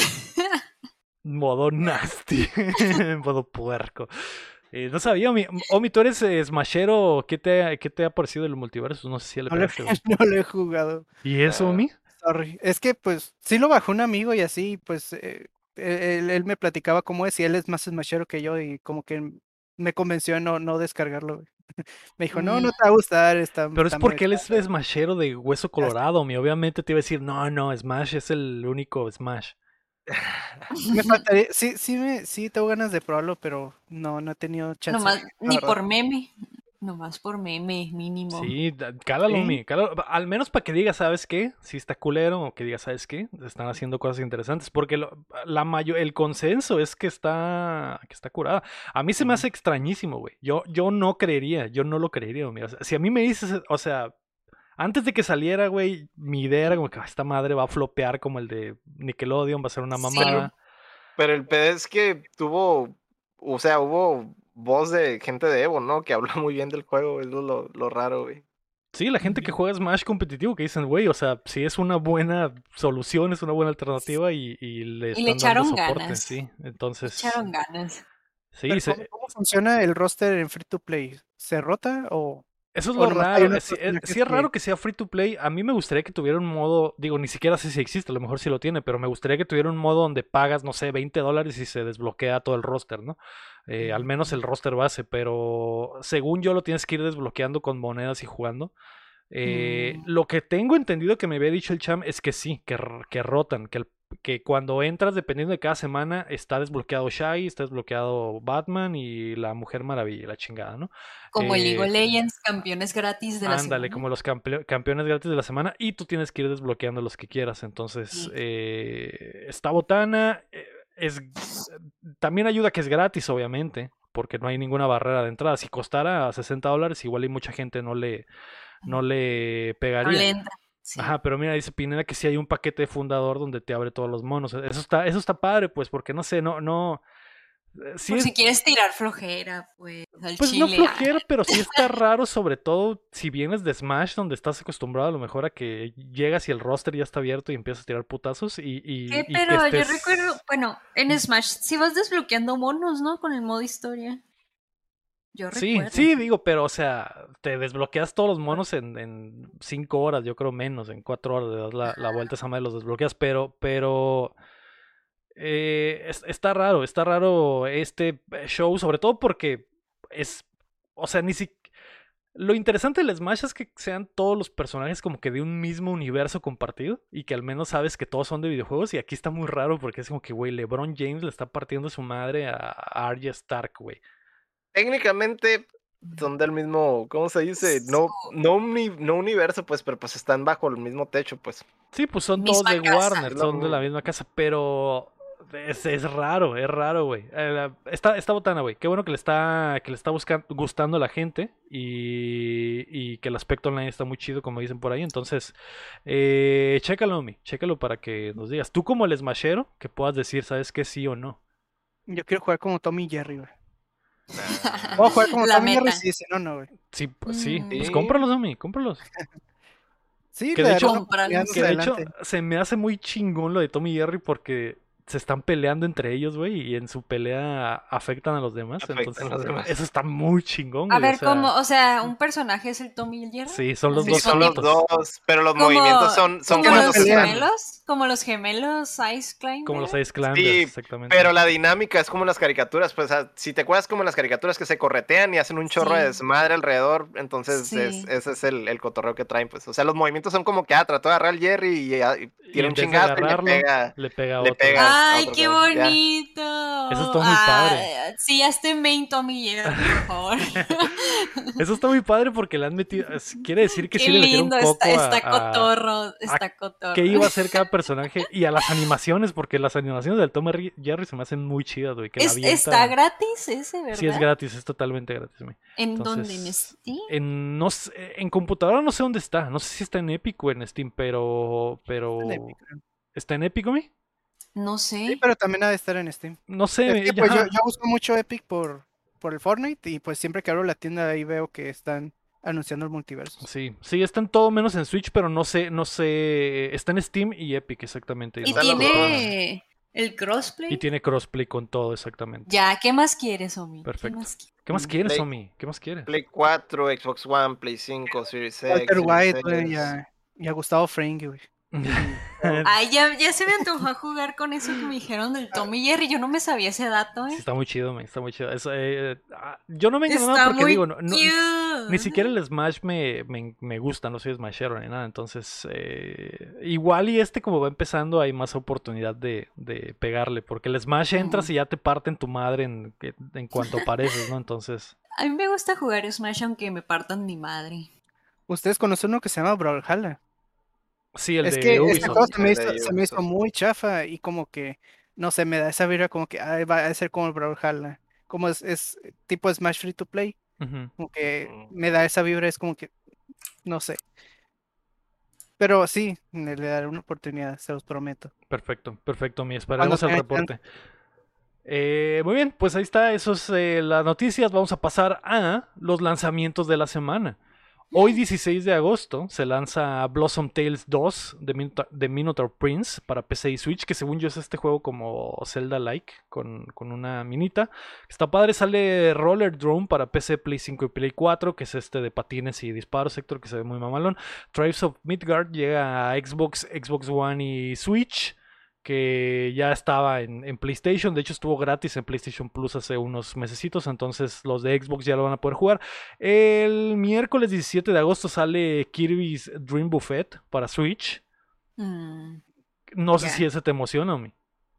Modo nasty. Modo puerco. No sabía, Omi, tú eres smashero. ¿Qué te ha parecido el multiverso? No sé si ya le No, pegaste, güey. no lo he jugado. ¿Y eso, Ah. Omi? Sorry. Es que, pues, sí lo bajó un amigo y así, pues, él me platicaba cómo es y él es más smashero que yo y como que me convenció de no descargarlo, güey. Me dijo, no te va a gustar, Pero es está porque él muy es smashero de hueso colorado, Omi. Obviamente te iba a decir, no, Smash es el único Smash. Me faltaría, sí tengo ganas de probarlo, pero no he tenido chance. Nomás, la ni verdad. por meme. Nomás por meme, mínimo. Sí, cálalo, ¿Sí? Omi. Cálalo. Al menos para que digas, ¿sabes qué? Si está culero o que digas, ¿sabes qué? Están haciendo cosas interesantes. Porque el consenso es que está curada. A mí se me hace extrañísimo, güey. Yo no lo creería, Omi. O sea, si a mí me dices, o sea, antes de que saliera, güey, mi idea era como que esta madre va a flopear como el de Nickelodeon, va a ser una Sí. mamada. Pero el pedo es que hubo voz de gente de Evo, ¿no? Que habló muy bien del juego, es lo raro, güey. Sí, la gente que juega Smash competitivo que dicen, güey, o sea, sí es una buena solución, es una buena alternativa y le Y están le echaron dando soporte, ganas. sí. Entonces, Echaron ganas. sí, Pero ¿cómo funciona el roster en Free to Play? ¿Se rota o eso es o lo nomás hay raro. unos Sí, personajes sí es que- raro que sea free to play. A mí me gustaría que tuviera un modo, digo, ni siquiera sé si existe, a lo mejor sí lo tiene, pero me gustaría que tuviera un modo donde pagas, no sé, $20 y se desbloquea todo el roster, ¿no? Al menos el roster base, pero según yo lo tienes que ir desbloqueando con monedas y jugando. Lo que tengo entendido que me había dicho el Cham es que sí, que rotan, que cuando entras, dependiendo de cada semana, está desbloqueado Shai, está desbloqueado Batman y la Mujer Maravilla, la chingada, ¿no? Como el League of Eh, Legends, campeones gratis de la Ándale, semana. como los campeones gratis de la semana y tú tienes que ir desbloqueando los que quieras. Entonces, Sí. esta botana también ayuda que es gratis, obviamente, porque no hay ninguna barrera de entrada. Si costara $60, igual y mucha gente no le No pegaría. le entra. Sí. Ajá, pero mira, dice Pineda que sí hay un paquete de fundador donde te abre todos los monos. Eso está padre, pues, porque no sé, sí Por es, si quieres tirar flojera, pues, al pues no chile. flojera, pero sí está raro, sobre todo si vienes de Smash, donde estás acostumbrado a lo mejor a que llegas y el roster ya está abierto y empiezas a tirar putazos y ¿Qué? que Pero yo estés... recuerdo, bueno, en Smash sí vas desbloqueando monos, ¿no? Con el modo historia. Yo Sí, recuerdo. sí, digo, pero o sea, te desbloqueas todos los monos en 5 horas, yo creo menos, en 4 horas le das la vuelta a esa madre, los desbloqueas, pero está raro este show, sobre todo porque o sea, lo interesante del Smash es que sean todos los personajes como que de un mismo universo compartido y que al menos sabes que todos son de videojuegos y aquí está muy raro porque es como que, güey, LeBron James le está partiendo su madre a Arya Stark, güey. Técnicamente son del mismo, ¿cómo se dice? No universo, pues, pero pues están bajo el mismo techo, pues. Sí, pues son Misma todos de casa. Warner, son de la misma casa, pero es raro, güey. Esta botana, güey, qué bueno que le está gustando a la gente y que el aspecto online está muy chido, como dicen por ahí. Entonces, chécalo, Omi, chécalo para que nos digas. Tú como el smashero, que puedas decir, ¿sabes qué? Sí o no. Yo quiero jugar como Tommy Jerry, güey. Voy a jugar como La Tommy Jerry, meta. sí, si no, güey. Sí, pues sí. Pues Sí. cómpralos, Omi, cómpralos. Sí, Que le de daré hecho- una oportunidad más Que de hecho adelante. se me hace muy chingón lo de Tommy Jerry porque se están peleando entre ellos, güey, y en su pelea afectan a los demás. Entonces, eso está muy chingón, güey. A ver, un personaje es el Tommy y el Jerry. Sí, son los Sí, dos. son los solitos. dos, pero los movimientos son como cuando los se están- gemelos, como los gemelos Ice Climbers. Como los Ice Climbers, Sí, exactamente. pero la dinámica es como en las caricaturas, pues si te acuerdas como en las caricaturas que se corretean y hacen un chorro de desmadre alrededor, entonces ese es el cotorreo que traen, pues. O sea, los movimientos son como que trató de agarrar al Jerry y tiene un chingazo y le pega a otro. ¡Ay, qué bonito! Eso está muy padre. Sí, hazte main Tommy Jerry, por favor. Eso está muy padre porque le han metido. Quiere decir que qué sí le metieron lindo, coco está cotorro. ¿Qué iba a hacer cada personaje? Y a las animaciones, porque las animaciones del Tom Jerry se me hacen muy chidas, güey. ¿Está gratis ese, verdad? Sí, es gratis, es totalmente gratis, güey. ¿En dónde? ¿En Steam? En computadora no sé dónde está. No sé si está en Epic o en Steam, pero... ¿Está en Epic, güey? No sé. Sí, pero también ha de estar en Steam. No sé. Es que, pues, yo uso mucho Epic por el Fortnite y pues siempre que abro la tienda ahí veo que están anunciando el multiverso. Sí, está en todo menos en Switch, pero no sé, está en Steam y Epic exactamente. Y tiene el crossplay. Y tiene crossplay con todo exactamente. Ya, ¿qué más quieres, Omi? Perfecto. ¿Qué más quieres, Omi? ¿Qué más quieres? Play 4, Xbox One, Play 5, Series X, Walter White, güey, y a Gustavo Fring, güey. Ay, ya se me antojó jugar con eso que me dijeron del Tommy Jerry. Yo no me sabía ese dato, Sí, está muy chido, está muy chido. Yo no me engañé porque digo, ni siquiera el Smash me gusta, no soy Smashero ni nada. Entonces, igual y como va empezando, hay más oportunidad de pegarle. Porque el Smash entras y ya te parten tu madre en cuanto apareces, ¿no? Entonces. A mí me gusta jugar Smash aunque me partan mi madre. ¿Ustedes conocen uno que se llama Brawlhalla? Sí, el es de que Ubisoft. este juego se me hizo muy chafa y como que, no sé, me da esa vibra como que va a ser como el Brawlhalla. Como es tipo Smash Free to Play. Como que me da esa vibra, es como que, no sé. Pero sí, le daré una oportunidad, se los prometo. Perfecto, esperaremos el reporte. Muy bien, pues ahí está, eso es las noticias. Vamos a pasar a los lanzamientos de la semana. Hoy 16 de agosto se lanza Blossom Tales 2 de Minotaur Prince para PC y Switch, que según yo es este juego como Zelda-like, con una minita. Está padre, sale Roller Drone para PC, Play 5 y Play 4, que es de patines y disparos, Héctor, que se ve muy mamalón. Tribes of Midgard llega a Xbox One y Switch, que ya estaba en PlayStation. De hecho estuvo gratis en PlayStation Plus hace unos mesecitos, entonces los de Xbox ya lo van a poder jugar. El miércoles 17 de agosto sale Kirby's Dream Buffet para Switch. No sé si ese te emociona, Omi.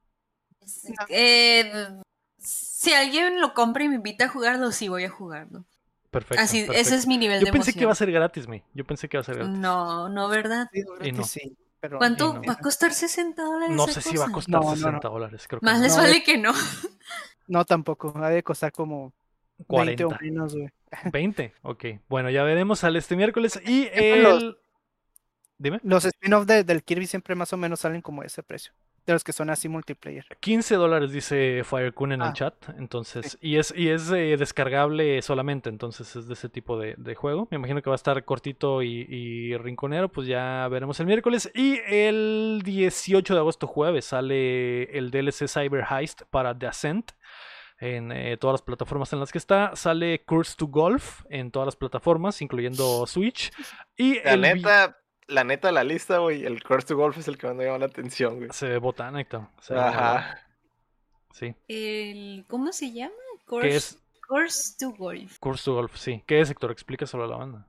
Si alguien lo compra y me invita a jugarlo, sí voy a jugarlo. Perfecto. Ese es mi nivel de emoción. Yo pensé que iba a ser gratis, No, ¿verdad? Sí. ¿Cuánto va a costar $60? No sé si va a costar $60. Creo que más les vale que no. No, tampoco. Ha de costar como 40 20 o menos, güey. 20, ok. Bueno, ya veremos, sale este miércoles. Y Dime. Los spin-offs del Kirby siempre más o menos salen como ese precio. De los que son así multiplayer. $15 dice Firecun en el chat. Entonces, sí. y es descargable solamente. Entonces es de ese tipo de juego. Me imagino que va a estar cortito y rinconero. Pues ya veremos el miércoles. Y el 18 de agosto, jueves, sale el DLC Cyber Heist para The Ascent. En todas las plataformas en las que está. Sale Curse to Golf en todas las plataformas, incluyendo Switch. Y la neta de la lista, güey, el Curse to Golf es el que me llama la atención, güey. Se ve botánico. Ajá. Sí. ¿Cómo se llama? Curse to Golf. Curse to Golf, sí. ¿Qué es, Héctor? Explícaselo a la banda.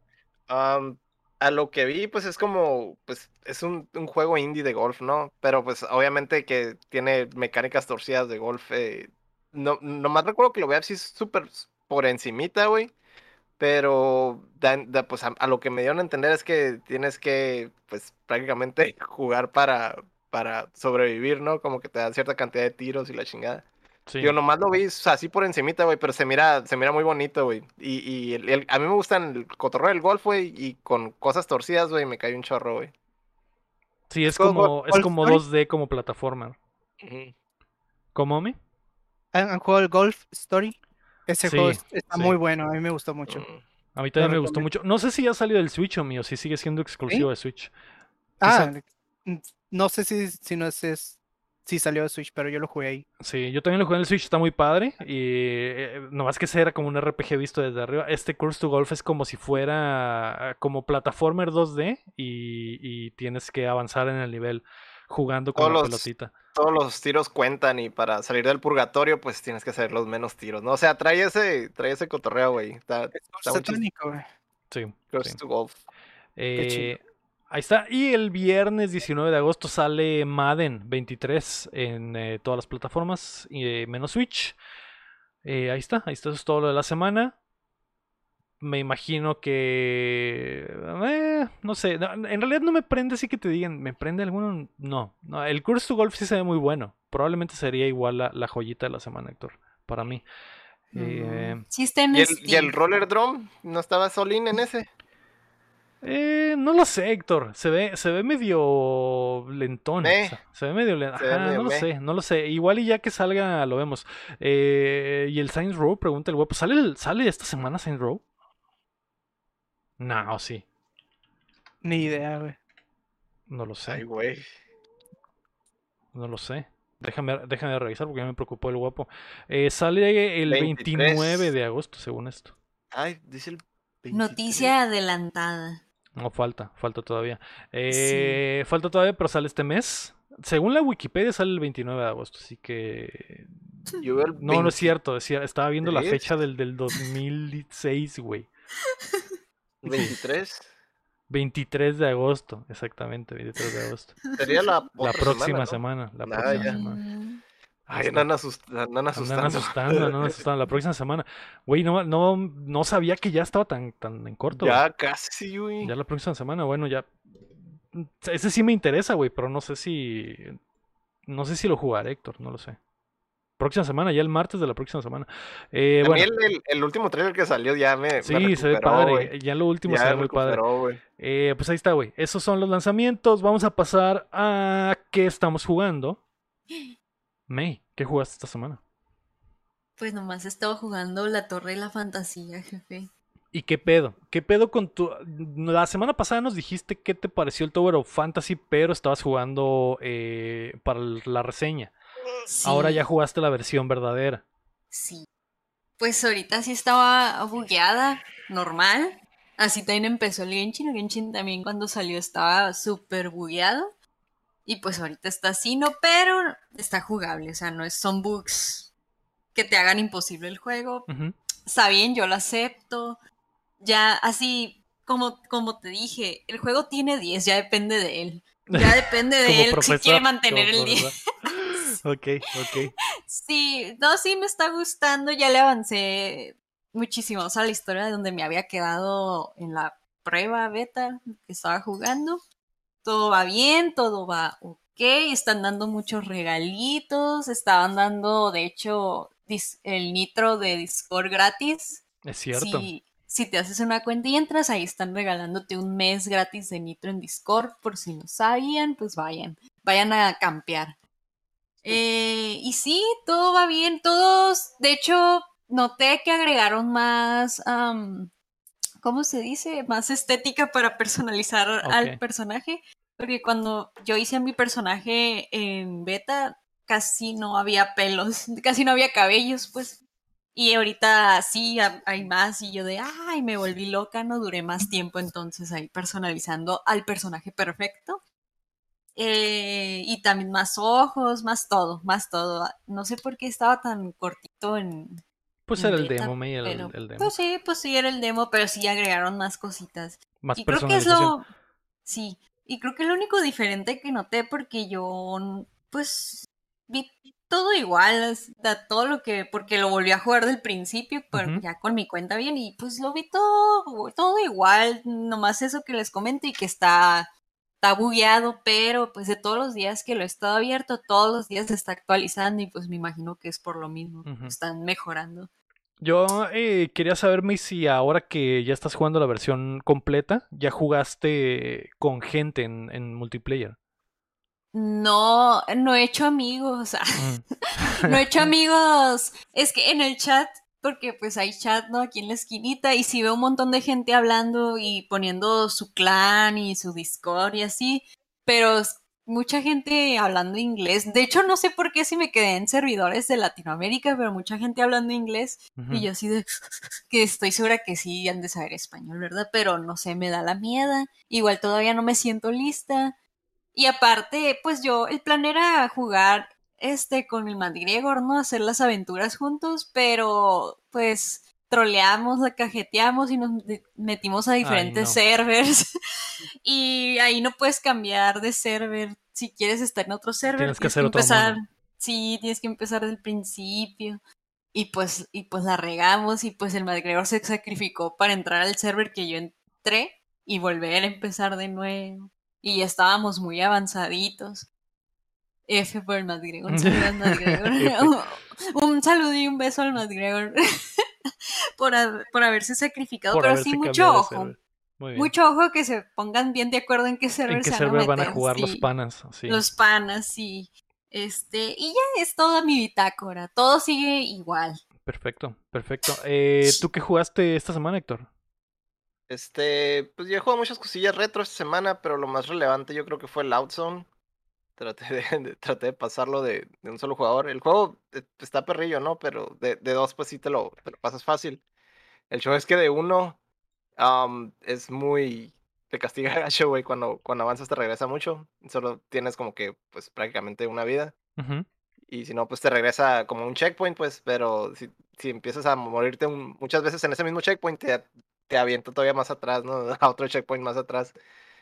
A lo que vi, pues es como, pues es un juego indie de golf, ¿no? Pero pues obviamente que tiene mecánicas torcidas de golf. Nomás recuerdo que lo veía así súper por encimita, güey. Pero pues a lo que me dieron a entender es que tienes que, pues prácticamente jugar para sobrevivir, ¿no? Como que te dan cierta cantidad de tiros y la chingada. Sí. Yo nomás lo vi así por encimita, güey, pero se mira muy bonito, güey. Y a mí me gustan el cotorreo del golf, güey, y con cosas torcidas, güey, me cae un chorro, güey. Sí, es como 2D, como plataforma. ¿Cómo, mi? ¿Han jugado el Golf Story? Ese juego está muy bueno, a mí me gustó mucho. A mí también me gustó mucho. No sé si ya salió del Switch o mío, si sigue siendo exclusivo de Switch. No sé si no es sí salió de Switch, pero yo lo jugué ahí. Sí, yo también lo jugué en el Switch, está muy padre. Y nomás que ese era como un RPG visto desde arriba. Este Curse to Golf es como si fuera como plataformer 2D y tienes que avanzar en el nivel jugando con la pelotita. Todos los tiros cuentan y para salir del purgatorio pues tienes que hacer los menos tiros, ¿no? O sea, trae ese cotorreo, güey. Está satánico, güey. Sí. Curse to Golf. Qué chido. Ahí está. Y el viernes 19 de agosto sale Madden 23 en todas las plataformas, menos Switch. Ahí está, eso es todo lo de la semana. Me imagino que... no sé, en realidad no me prende, así que te digan, ¿me prende alguno? No, el Curse to Golf sí se ve muy bueno. Probablemente sería igual la joyita de la semana, Héctor, para mí. Sí está en ¿Y el Roller Drum? ¿No estaba Solín en ese? No lo sé, Héctor. Se ve medio lentón. Se ve medio lentón. Ajá, no lo sé. Igual y ya que salga lo vemos. ¿Y el Saints Row? Pregunta el guapo. ¿Sale esta semana Saints Row? No, sí. Ni idea, güey. No lo sé. Ay, güey. No lo sé. Déjame revisar porque ya me preocupó el guapo. Sale el 29 de agosto, según esto. Ay, dice el 23. Noticia adelantada. No, falta todavía. Sí. Falta todavía, pero sale este mes. Según la Wikipedia sale el 29 de agosto, así que... Yo veo el No es cierto, estaba viendo la fecha del 2006, güey. 23. 23 de agosto, exactamente, 23 de agosto. Sería la próxima semana. La próxima semana. Ay, andan asustando. La próxima semana. Güey, no sabía que ya estaba tan en corto. Ya güey. casi, güey. Ya la próxima semana, bueno, ya. Ese sí me interesa, güey, pero no sé si lo jugaré, Héctor, no lo sé. Próxima semana, ya el martes de la próxima semana. A mí el último trailer que salió ya me Sí, se ve padre. Wey. Ya lo último se ve muy padre. Pues ahí está, güey. Esos son los lanzamientos. Vamos a pasar a qué estamos jugando. May, ¿qué jugaste esta semana? Pues nomás estaba jugando La Torre de la Fantasía, jefe. ¿Y qué pedo? ¿Qué pedo con tu...? La semana pasada nos dijiste qué te pareció el Tower of Fantasy, pero estabas jugando para la reseña. Sí. Ahora ya jugaste la versión verdadera. Sí. Pues ahorita sí estaba bugueada, normal. Así también empezó el Genshin. El Genshin también cuando salió estaba súper bugueado. Y pues ahorita está así, ¿no? Pero está jugable, o sea, son bugs que te hagan imposible el juego. Está bien, yo lo acepto. Ya así, como te dije, el juego tiene 10, ya depende de él. Ya depende de él si quiere mantener el 10. Ok. Sí, me está gustando, ya le avancé muchísimo. O sea, la historia de donde me había quedado en la prueba beta que estaba jugando. Todo va bien, todo va ok, están dando muchos regalitos, estaban dando, de hecho, el nitro de Discord gratis. Es cierto. Si te haces una cuenta y entras, ahí están regalándote un mes gratis de nitro en Discord, por si no sabían, pues vayan a campear. Y sí, todo va bien, de hecho, noté que agregaron más... ¿cómo se dice? Más estética para personalizar al personaje. Porque cuando yo hice a mi personaje en beta, casi no había pelos, casi no había cabellos, pues. Y ahorita sí hay más y yo me volví loca, no duré más tiempo entonces ahí personalizando al personaje perfecto. Y también más ojos, más todo. No sé por qué estaba tan cortito Pues era el demo, el demo. Pues sí, era el demo, pero sí agregaron más cositas. Más y personalización. Creo que sí, y creo que lo único diferente que noté, porque yo, pues, vi todo igual, todo lo que, porque lo volví a jugar del principio, pero ya con mi cuenta bien, y pues lo vi todo igual, nomás eso que les comento y que está bugueado, pero pues de todos los días que lo he estado abierto, todos los días se está actualizando y pues me imagino que es por lo mismo, están mejorando. Yo quería saberme si ahora que ya estás jugando la versión completa, ya jugaste con gente en multiplayer. No he hecho amigos. No he hecho amigos. Es que en el chat, porque pues hay chat, ¿no? Aquí en la esquinita, y si veo un montón de gente hablando y poniendo su clan y su Discord y así, pero mucha gente hablando inglés. De hecho, no sé por qué si me quedé en servidores de Latinoamérica, pero mucha gente hablando inglés. Y yo así de que estoy segura que sí han de saber español, ¿verdad? Pero no sé, me da la miedo. Igual todavía no me siento lista. Y aparte, pues el plan era jugar con el MacGregor, ¿no? Hacer las aventuras juntos, pero pues troleamos, la cajeteamos y nos metimos a diferentes servers. Y ahí no puedes cambiar de server. Si quieres estar en otro server, Tienes que tienes que hacer otro empezar. mundo. Sí, tienes que empezar del principio. Y pues la regamos y pues el MacGregor se sacrificó para entrar al server que yo entré y volver a empezar de nuevo. Y ya estábamos muy avanzaditos. F por el MacGregor, un saludo al MacGregor. Un saludo y un beso al MacGregor por haberse sacrificado. Por Pero sí, haberse mucho cambiado de ojo. server. Muy bien. Mucho ojo que se pongan bien de acuerdo en qué ¿En server qué se van a server van a meter. jugar los Sí. panas? Sí. Los panas, sí. Y ya es toda mi bitácora. Todo sigue igual. Perfecto, perfecto. ¿Tú qué jugaste esta semana, Héctor? Pues yo he jugado muchas cosillas retro esta semana, pero lo más relevante yo creo que fue el Outzone. Traté de pasarlo de un solo jugador. El juego está perrillo, ¿no? Pero de dos, pues sí te lo pasas fácil. El show es que de uno es muy... Te castiga gacho, güey. Cuando avanzas te regresa mucho. Solo tienes como que, pues prácticamente una vida. Ujú. Y si no, pues te regresa como un checkpoint, pues. Pero si empiezas a morirte muchas veces en ese mismo checkpoint, te avienta todavía más atrás, ¿no? A otro checkpoint más atrás.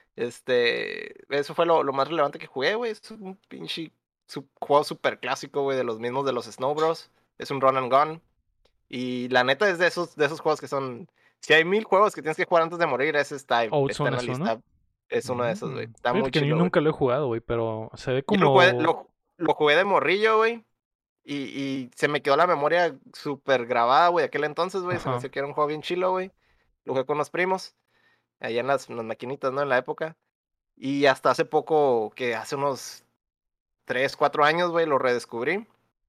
Eso fue lo más relevante que jugué, güey. Es un pinche juego súper clásico, güey, de los mismos de los Snow Bros. Es un run and gun. Y la neta es de esos juegos que son... Si hay 1000 juegos que tienes que jugar antes de morir, ese está en Outzone la es uno. lista. Es uno de esos, güey. Está Fíjate muy que yo chilo, güey. nunca lo he jugado, güey, pero se ve Yo lo jugué, como... lo jugué de morrillo, güey. Y se me quedó la memoria súper grabada, güey, aquel entonces, güey. Se me Ajá. hacía que era un juego bien chilo, güey. Lo jugué con los primos, allá en las maquinitas, ¿no? En la época. Y hasta hace poco, que hace unos 3, 4 años, güey, lo redescubrí.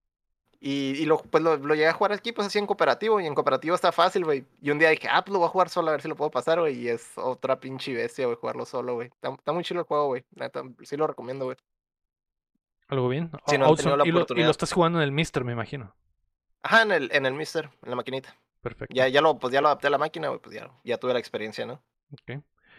Pues lo llegué a jugar aquí, pues así en cooperativo. Y en cooperativo está fácil, güey. Y un día dije, pues lo voy a jugar solo, a ver si lo puedo pasar, güey. Y es otra pinche bestia, güey, jugarlo solo, güey. Está muy chido el juego, güey. Neta, sí lo recomiendo, güey. Algo bien. Si no han tenido Outzone. la Y lo oportunidad. estás jugando en el Mister, me imagino. Ajá, en el Mister, en la maquinita. Perfecto. Ya lo adapté a la máquina, güey, pues ya tuve la experiencia, ¿no? Ok.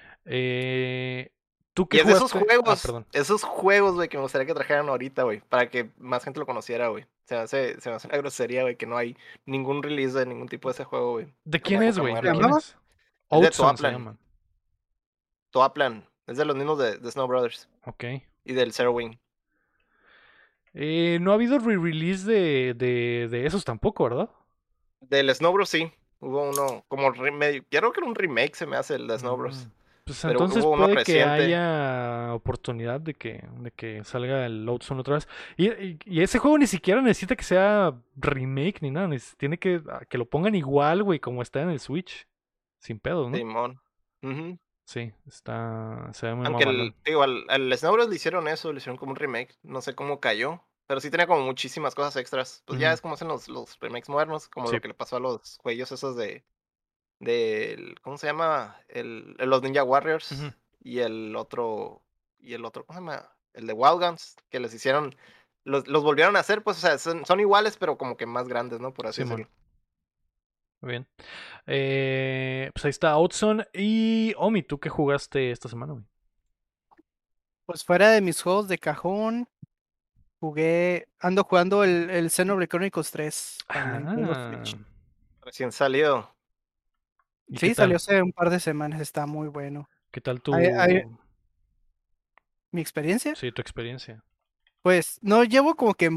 ¿Tú qué Y es de esos jugaste? Ah, juegos, perdón. güey, que me gustaría que trajeran ahorita, güey, para que más gente lo conociera, güey. Se me hace una grosería, güey, que no hay ningún release de ningún tipo de ese juego, güey. ¿De Como quién es, época güey? ¿De moderna, quién güey. llamaba? es? Es de Outzone se Toaplan. llama. Toaplan. Es de los mismos de Snow Brothers. Ok. Y del Zero Wing. No ha habido re-release de esos tampoco, ¿verdad? Del Snow Bros, sí. Hubo uno, como remake. Creo que era un remake, se me hace el de Snow Bros. Pues Pero entonces hubo uno puede que reciente. haya oportunidad de que salga el Outzone otra vez. Y ese juego ni siquiera necesita que sea remake ni nada. Tiene que lo pongan igual, güey, como está en el Switch. Sin pedos, ¿no? Simón. Ujú. Sí, se ve muy Aunque mamalón. digo, al Snow Bros le hicieron eso, le hicieron como un remake. No sé cómo cayó. Pero sí tenía como muchísimas cosas extras. Pues ya Ujú. es como hacen los remakes modernos, como Sí. lo que le pasó a los juegos esos ¿cómo se llama? Los Ninja Ujú. Warriors. Y el otro, ¿cómo se llama? El de Wild Guns, que les hicieron, los volvieron a hacer, pues, o sea, son iguales, pero como que más grandes, ¿no? Por así Simón. decirlo. Muy bien. Pues ahí está Outzone. Y Omi, ¿tú qué jugaste esta semana, güey? Pues fuera de mis juegos de cajón, ando jugando el Xenoblade Chronicles 3 para la Nintendo Ah, Switch. Recién salido. ¿y qué Sí, salió tal? hace un par de semanas, está muy bueno. ¿Qué tal Hay- mi experiencia, sí, tu experiencia? pues no llevo como que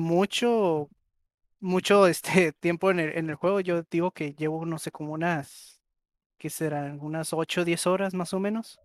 mucho tiempo en el juego. Yo digo que llevo, no sé, como ¿qué serán? Unas 8 o 10 horas más o menos.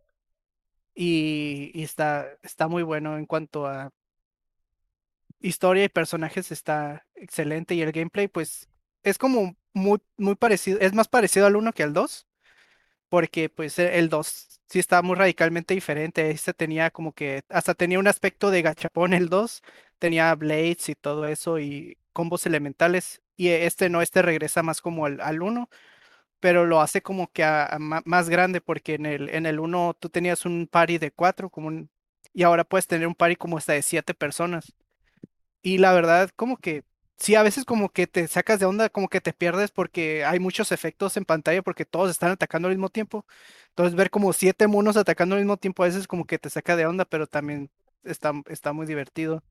Y está muy bueno en cuanto a historia y personajes, está excelente. Y el gameplay, pues, es como muy parecido, es más parecido al uno que al 2 porque pues el 2 sí está muy radicalmente diferente. Este tenía como que, hasta tenía un aspecto de gachapón el 2 tenía blades y todo eso y combos elementales. Y este no, este regresa más como al uno, pero lo hace como que más grande porque en el uno tú tenías un party de 4, como y ahora puedes tener un party como hasta de 7 personas. Y la verdad, como que sí, a veces como que te sacas de onda, como que te pierdes porque hay muchos efectos en pantalla porque todos están atacando al mismo tiempo. Entonces ver como 7 monos atacando al mismo tiempo a veces como que te saca de onda, pero también está muy divertido.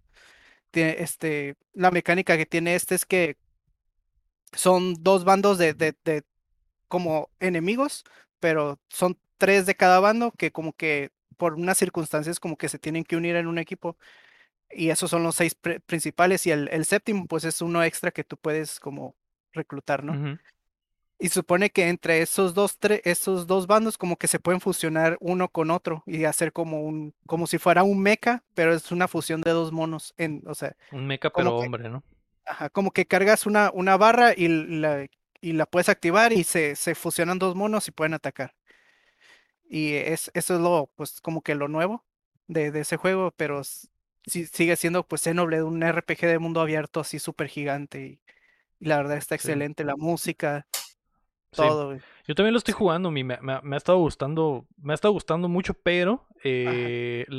La mecánica que tiene es que son dos bandos de como enemigos, pero son tres de cada bando que como que por unas circunstancias como que se tienen que unir en un equipo. Y esos son los 6 principales y el séptimo pues es uno extra que tú puedes como reclutar, ¿no? Ujú. Y supone que entre esos dos bandos como que se pueden fusionar uno con otro y hacer como si fuera un mecha, pero es una fusión de dos monos, o sea, Un mecha, como pero que, hombre, ¿no? ajá, como que cargas una barra y la puedes activar y se fusionan dos monos y pueden atacar. Y eso es pues como que lo nuevo de ese juego, pero sigue siendo pues Xenoblade, un RPG de mundo abierto así súper gigante y la verdad está Sí. excelente, la música, Sí. todo. Yo también lo estoy Sí. jugando, me ha estado gustando, me ha estado gustando mucho, pero Ajá.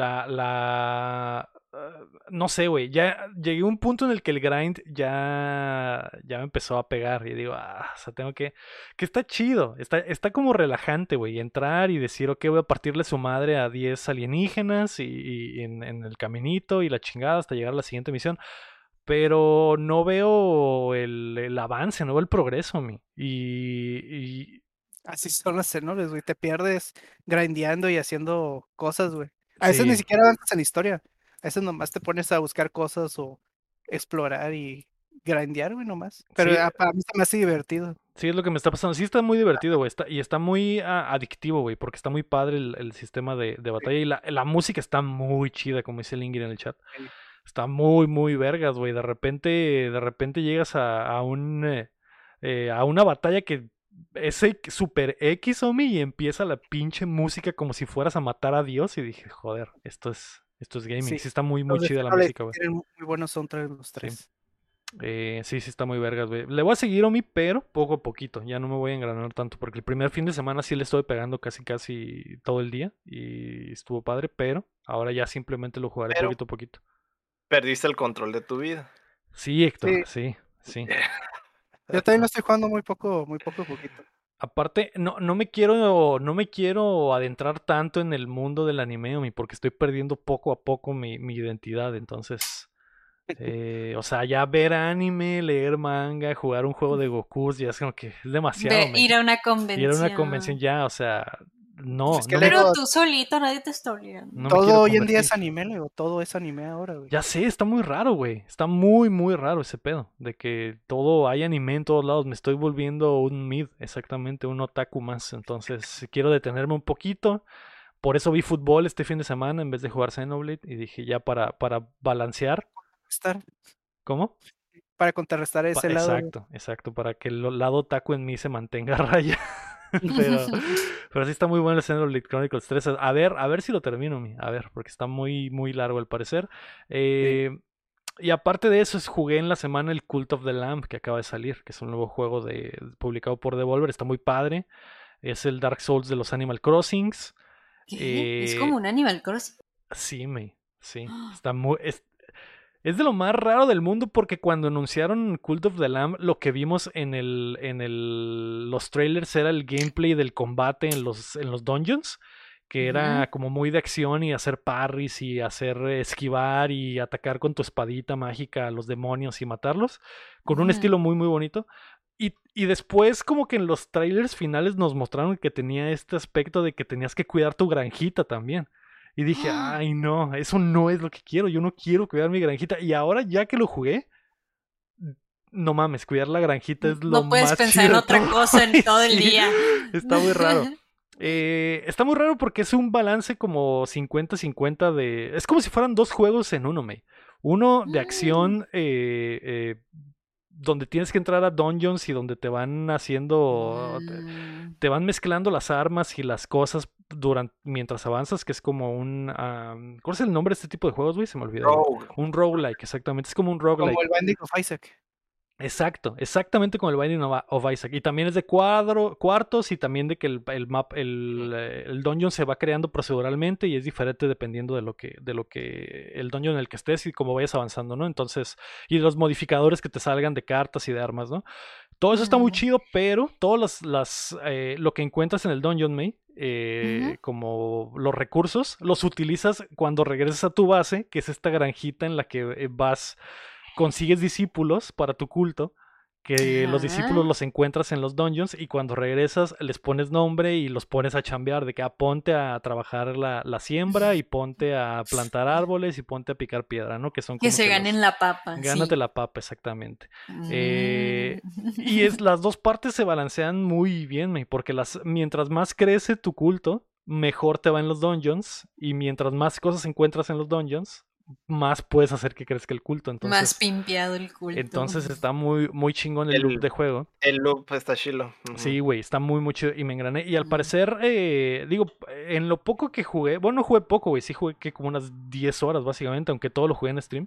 no sé, güey, ya llegué a un punto en el que el grind ya me empezó a pegar y digo, o sea, que está chido, está como relajante, güey, entrar y decir, ok, voy a partirle su madre a 10 alienígenas y en el caminito y la chingada hasta llegar a la siguiente misión. Pero no veo el avance, no veo el progreso, y Así son los Xenoblades, güey, te pierdes grindeando y haciendo cosas, güey. A veces ni sí, siquiera avanzas en la historia, a veces nomás te pones a buscar cosas o explorar y grindear, güey, nomás. Pero sí, a mí se me hace divertido. sí es lo que me está pasando. Sí está muy divertido, güey, y está muy adictivo, güey, porque está muy padre el sistema de batalla y la música está muy chida, como dice Lingir en el chat. Sí. Está muy, muy vergas, güey. De repente llegas a una batalla que es super X, homie, y empieza la pinche música como si fueras a matar a Dios. Y dije, joder, esto es gaming. Sí, Sí está muy, muy los de chida la Xenoblade música, güey. tienen muy buenos soundtracks los Sí. tres. Sí está muy vergas, güey. Le voy a seguir, homie, pero poco a poquito. Ya no me voy a engranar tanto, porque el primer fin de semana sí le estoy pegando casi, casi todo el día. Y estuvo padre, pero ahora ya simplemente lo jugaré Pero poquito a poquito. perdiste el control de tu vida. Sí, Héctor, Sí, sí, sí. yo también lo estoy jugando muy poco, poquito. Aparte, no me quiero adentrar tanto en el mundo del anime, homie, porque estoy perdiendo poco a poco mi identidad. Entonces, o sea, ya ver anime, leer manga, jugar un juego de Goku, ya es como que es demasiado, me. Ir a una Ir a una convención convención. ya, o sea, no, Es que no me, Pero luego tú solito, nadie te está obligando. no me quiero todo hoy en día convertir. es anime, luego todo es anime ahora, güey. Ya sé, está muy raro, güey. Está muy, muy raro ese pedo. De que todo hay anime en todos lados. Me estoy volviendo un mid, exactamente, un otaku más. Entonces, quiero detenerme un poquito. Por eso vi fútbol este fin de semana en vez de jugar Xenoblade. Y dije, ya para balancear. Estar ¿Cómo? para contrarrestar ese lado, güey. Exacto, exacto. Para que el lado otaku en mí se mantenga a raya. Pero, pero sí está muy bueno el Xenoblade Chronicles 3. A ver si lo termino, a ver, porque está muy, muy largo al parecer. Sí. Eh, y aparte de eso, jugué en la semana el Cult of the Lamb que acaba de salir, que es un nuevo juego publicado por Devolver. Está muy padre. Es el Dark Souls de los Animal Crossings. ¿Qué? Es como Eh, un Animal Crossing. sí, sí. Es de lo más raro del mundo porque cuando anunciaron Cult of the Lamb, lo que vimos los trailers era el gameplay del combate en los dungeons, que Ujú. era como muy de acción y hacer parries y hacer esquivar y atacar con tu espadita mágica a los demonios y matarlos, con un Ujú. estilo muy muy bonito. Y después como que en los trailers finales nos mostraron que tenía este aspecto de que tenías que cuidar tu granjita también. Y dije, ay no, eso no es lo que quiero, yo no quiero cuidar mi granjita. Y ahora ya que lo jugué, no mames, cuidar la granjita es lo No puedes más pensar en chido de otra todo. cosa en Ay, todo el sí, día. está muy raro. Está muy raro porque es un balance como 50-50 de. Es como si fueran dos juegos en uno, me. Uno de acción donde tienes que entrar a dungeons y donde te van haciendo. Te, Mm. te van mezclando las armas y las cosas mientras avanzas, que es como ¿cuál es el nombre de este tipo de juegos, güey? Se me olvida, güey. Rogue. Un roguelike, exactamente. Es como un Como roguelike. el Binding of Isaac. Exacto, exactamente como el Binding of Isaac. Y también es de cuartos y también de que el dungeon se va creando proceduralmente y es diferente dependiendo de lo que el dungeon en el que estés y cómo vayas avanzando, ¿no? Entonces, y los modificadores que te salgan de cartas y de armas, ¿no? Todo eso está muy chido, pero lo que encuentras en el dungeon, May, como los recursos, los utilizas cuando regresas a tu base, que es esta granjita en la que consigues discípulos para tu culto, que los discípulos los encuentras en los dungeons y cuando regresas les pones nombre y los pones a chambear, de que ponte a trabajar la siembra y ponte a plantar árboles y ponte a picar piedra, ¿no? Que son que como se ganen la papa. Gánate la papa, exactamente. Y las dos partes se balancean muy bien, porque mientras más crece tu culto, mejor te va en los dungeons y mientras más cosas encuentras en los dungeons, más puedes hacer que crezca el culto. Entonces, más pimpeado el culto. Entonces está muy, muy chingón el loop de juego. El loop está chilo. Sí, güey, está muy, muy chido y me engrané. Y al parecer, digo, en lo poco que jugué, bueno, no jugué poco, güey, sí jugué como unas 10 horas básicamente, aunque todo lo jugué en stream.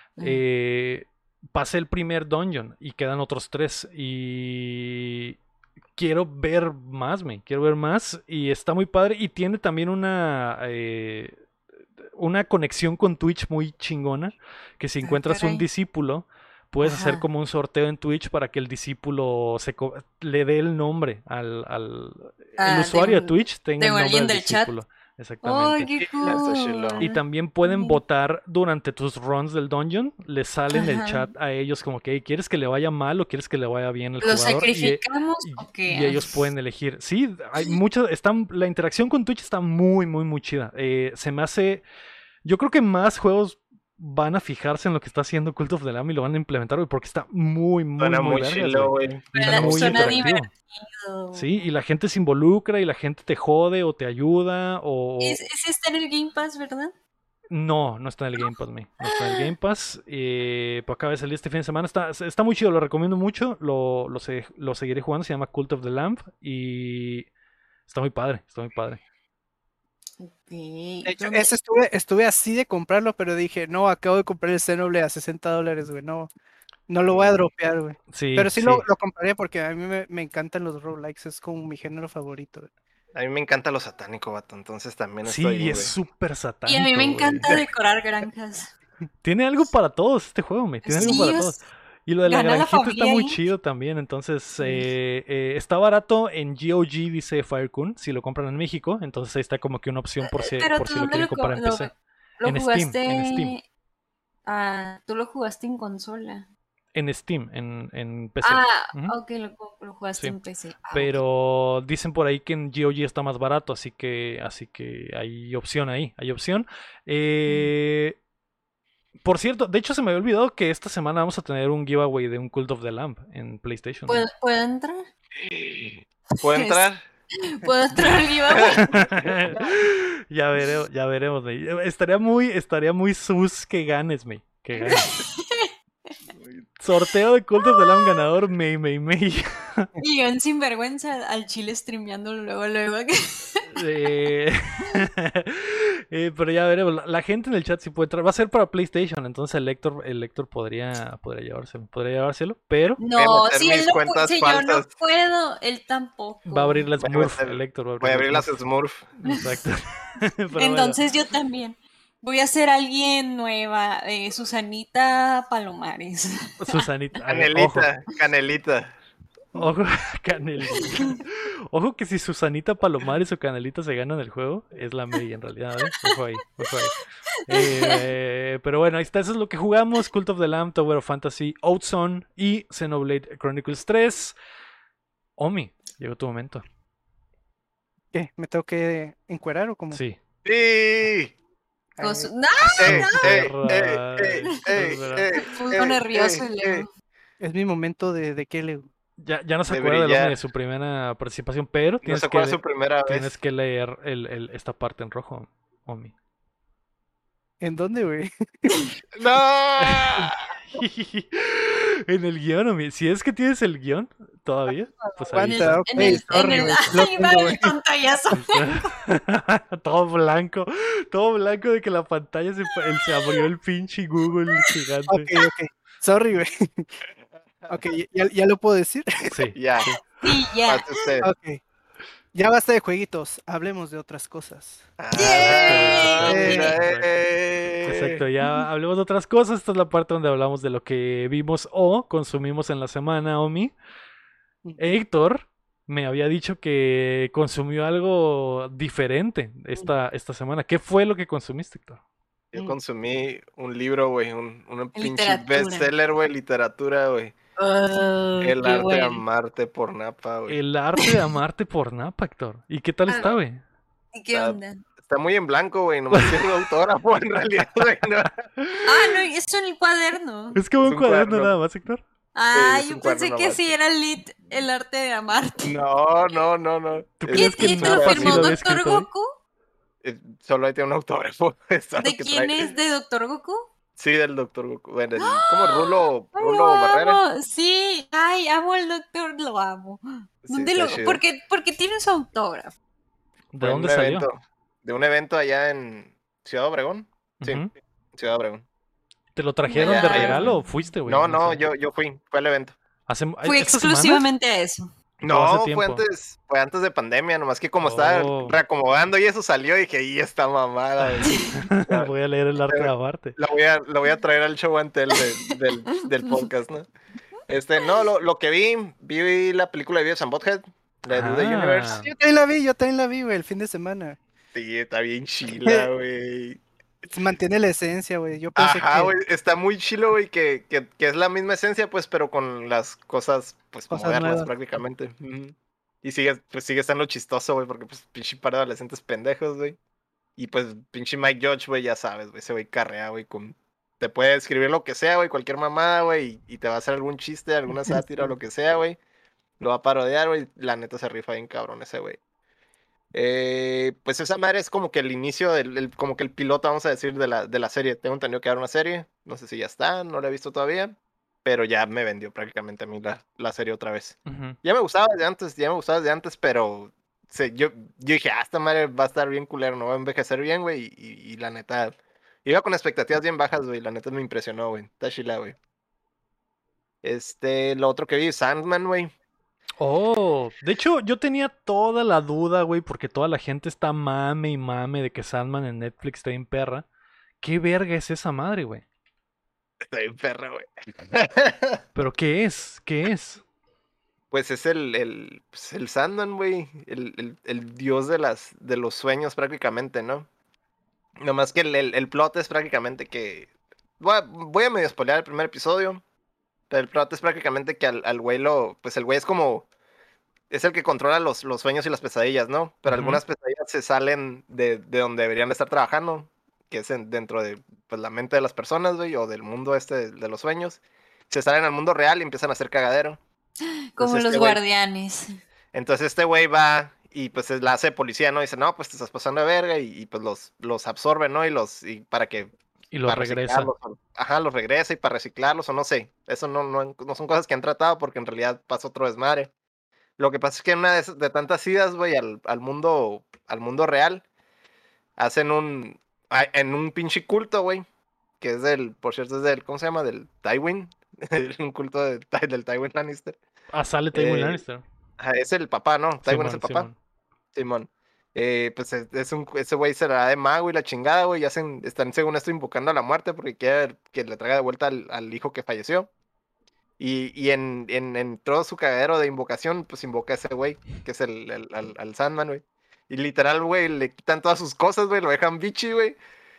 Pasé el primer dungeon y quedan otros 3 y quiero ver más, quiero ver más y está muy padre y tiene también una conexión con Twitch muy chingona, que si encuentras un discípulo, puedes hacer como un sorteo en Twitch para que el discípulo le dé el nombre el usuario de Twitch tenga el nombre del discípulo. Chat. Exactamente. ¡Oh, qué cool! Y también pueden votar durante tus runs del dungeon. Les sale en el chat a ellos como que ¿quieres que le vaya mal o quieres que le vaya bien al jugador? ¿Lo sacrificamos o qué? Y ellos pueden elegir. Sí, hay la interacción con Twitch está muy, muy, muy chida. Se me hace... Yo creo que más juegos van a fijarse en lo que está haciendo Cult of the Lamb y lo van a implementar, güey, porque está muy, muy, muy chilo, güey. Está muy interactivo. Sí, y la gente se involucra y la gente te jode o te ayuda o... ¿Ese está en el Game Pass, verdad? No, no está en el Game Pass, no está en el Game Pass. Pues acaba de salir este fin de semana. Está muy chido, lo recomiendo mucho. Lo seguiré jugando, se llama Cult of the Lamb y está muy padre, está muy padre. Okay. De hecho, ese estuve así de comprarlo, pero dije, no, acabo de comprar el Xenoblade a $60, güey, no lo voy a dropear, güey. Sí, pero sí. Lo compraré porque a mí me encantan los roguelikes, es como mi género favorito, güey. A mí me encanta lo satánico, vato, entonces también estoy... Sí, es súper satánico. Y a mí me encanta decorar granjas. Tiene algo para todos este juego, tiene algo para todos. Y lo de la granjita está muy chido también. Entonces, está barato en GOG, dice Firekun, si lo compran en México. Entonces ahí está como que una opción por si lo quieren comprar en PC. En Steam. Tú lo jugaste en consola. En Steam, en PC. Ok, lo jugaste en PC. Pero dicen por ahí que en GOG está más barato, así que hay opción ahí. Hay opción. Por cierto, de hecho se me había olvidado que esta semana vamos a tener un giveaway de un Cult of the Lamb en PlayStation. ¿Puedo entrar? ¿Puedo entrar? ¿Puedo entrar al giveaway? Ya veremos, May. Estaría muy sus que ganes, May. Que ganes. Sorteo de Cult of the Lamb ganador, May. Y un sinvergüenza al chile streameándolo luego. Pero ya veremos. La gente en el chat sí puede entrar. Va a ser para PlayStation, entonces el Lector podría llevárselo, pero... No, si yo no puedo, él tampoco. Va a abrir las Smurf, el Lector. Voy a abrir las Smurf. Exacto. Entonces yo también. Voy a ser alguien nueva, Susanita Palomares. Susanita. Canelita. Ojo, Canelita. Ojo que si Susanita Palomares o Canelita se ganan el juego, es la media en realidad, ¿eh? Ojo ahí. Pero bueno, ahí está, eso es lo que jugamos. Cult of the Lamb, Tower of Fantasy, Outzone y Xenoblade Chronicles 3. Omi, llegó tu momento. ¿Qué? ¿Me tengo que encuerar o cómo? Sí. ¡Sí! Fue nervioso Es mi momento de que le... Ya no se acuerda de su primera participación, pero tienes que leer esta parte en rojo, Omi. ¿En dónde, güey? ¡No! En el guión, Omi. Si es que tienes el guión todavía, pues ahí está. En el pantallazo. Todo blanco de que la pantalla se abrió el pinche Google gigante. Ok. Sorry, güey. Ok, ¿ya lo puedo decir? Sí. Ya. Sí, ya. Pase usted. Ok. Ya basta de jueguitos, hablemos de otras cosas. Ah, mira, Exacto, ya hablemos de otras cosas. Esta es la parte donde hablamos de lo que vimos o consumimos en la semana, Omi. Héctor me había dicho que consumió algo diferente esta semana. ¿Qué fue lo que consumiste, Héctor? Yo consumí un libro, güey, un pinche Literatura. bestseller, güey, literatura, güey. El Qué arte de bueno. amarte por Napa, güey. El arte de amarte por Napa, Héctor. ¿Y qué tal está, güey? ¿Y qué onda? Está muy en blanco, güey, nomás tiene un autógrafo en realidad, güey. No. Ah, no, es un cuaderno. Es como Es un un cuaderno cuaderno. nada más, Héctor. Ah, es yo un cuaderno pensé que nomás. sí era el arte de amarte. No. ¿Tú ¿Y crees que te lo Napa sí firmó lo había Doctor escrito, güey? Goku? Solo ahí tiene un autógrafo. Es todo ¿De lo que quién trae. es? ¿De Doctor Goku? Sí, del Doctor Goku. Bueno, como Rulo Ay, lo Barrera. amo. Sí, ay, amo al doctor, lo amo. Sí, está chido. Porque tiene su autógrafo. ¿De Fue en dónde un salió? evento. De un evento allá en Ciudad Obregón. Sí, Ujú. Ciudad Obregón. ¿Te lo trajeron de Allá- regalo o fuiste, güey? No, sé. yo fui al evento. Fue ¿Esta semana? exclusivamente a eso. ¿O hace No, tiempo? fue antes de pandemia, nomás que como Oh. estaba reacomodando y eso salió y dije, y esta mamada, güey. Voy a leer el arte de amarte. Lo voy a traer al show ante del podcast, ¿no? No, lo que vi la película de Beavis and Butthead, la de Do the Universe. Yo también la vi, güey, el fin de semana. Sí, está bien chila, güey. Mantiene la esencia, güey. Yo pensé Ajá, que güey, está muy chilo, güey, que es la misma esencia, pues, pero con las cosas, pues, Cosas modernas nuevas. prácticamente. Ujú. Y sigue estando chistoso, güey, porque, pues, pinche par de adolescentes pendejos, güey. Y, pues, pinche Mike Judge, güey, ya sabes, güey, ese güey carrea, güey, te puede escribir lo que sea, güey, cualquier mamada, güey, y te va a hacer algún chiste, alguna sátira o lo que sea, güey. Lo va a parodiar, güey, la neta se rifa bien cabrón ese, güey. Pues esa madre es como que el inicio, como que el piloto, vamos a decir, de la serie. Tengo entendido que era una serie, no sé si ya está, no la he visto todavía, pero ya me vendió prácticamente a mí la serie otra vez. Ujú. Ya me gustaba desde antes, pero yo dije, esta madre va a estar bien culero, no va a envejecer bien, güey, y la neta, iba con expectativas bien bajas, güey, la neta me impresionó, güey, está chila, güey. Lo otro que vi, Sandman, güey. Oh, de hecho, yo tenía toda la duda, güey, porque toda la gente está mame y mame de que Sandman en Netflix está bien perra. ¿Qué verga es esa madre, güey? Está bien perra, güey. ¿Pero qué es? ¿Qué es? Pues es pues el Sandman, güey. El dios de los sueños prácticamente, ¿no? Nomás que el plot es prácticamente que... Voy a medio spoilear el primer episodio. Pero el plot es prácticamente que al güey pues el güey es como... Es el que controla los sueños y las pesadillas, ¿no? Pero Ujú. algunas pesadillas se salen de donde deberían estar trabajando. Que es dentro de pues, la mente de las personas, güey. O del mundo de los sueños. Se salen al mundo real y empiezan a hacer cagadero. Como Entonces, los guardianes. Entonces este güey va y pues la hace policía, ¿no? Dice, no, pues te estás pasando de verga y pues los absorbe, ¿no? Y para que... Y lo Para regresa. reciclarlos. Ajá, los regresa y para reciclarlos o no sé. Eso no son cosas que han tratado porque en realidad pasa otro desmadre. Lo que pasa es que en una de tantas idas, güey, al mundo real, hacen en un pinche culto, güey, que por cierto, es ¿cómo se llama? Del Tywin. Un culto del Tywin Lannister. Ah, sale Tywin Eh, Lannister. Es el papá, ¿no? Tywin es el papá. Simón. Pues ese güey se la da de mago y la chingada, güey. Están según esto invocando a la muerte porque quiere que le traiga de vuelta al hijo que falleció. Y en todo su cagadero de invocación, pues invoca a ese güey, que es al Sandman, güey. Y literal, güey, le quitan todas sus cosas, güey, lo dejan bichi, güey.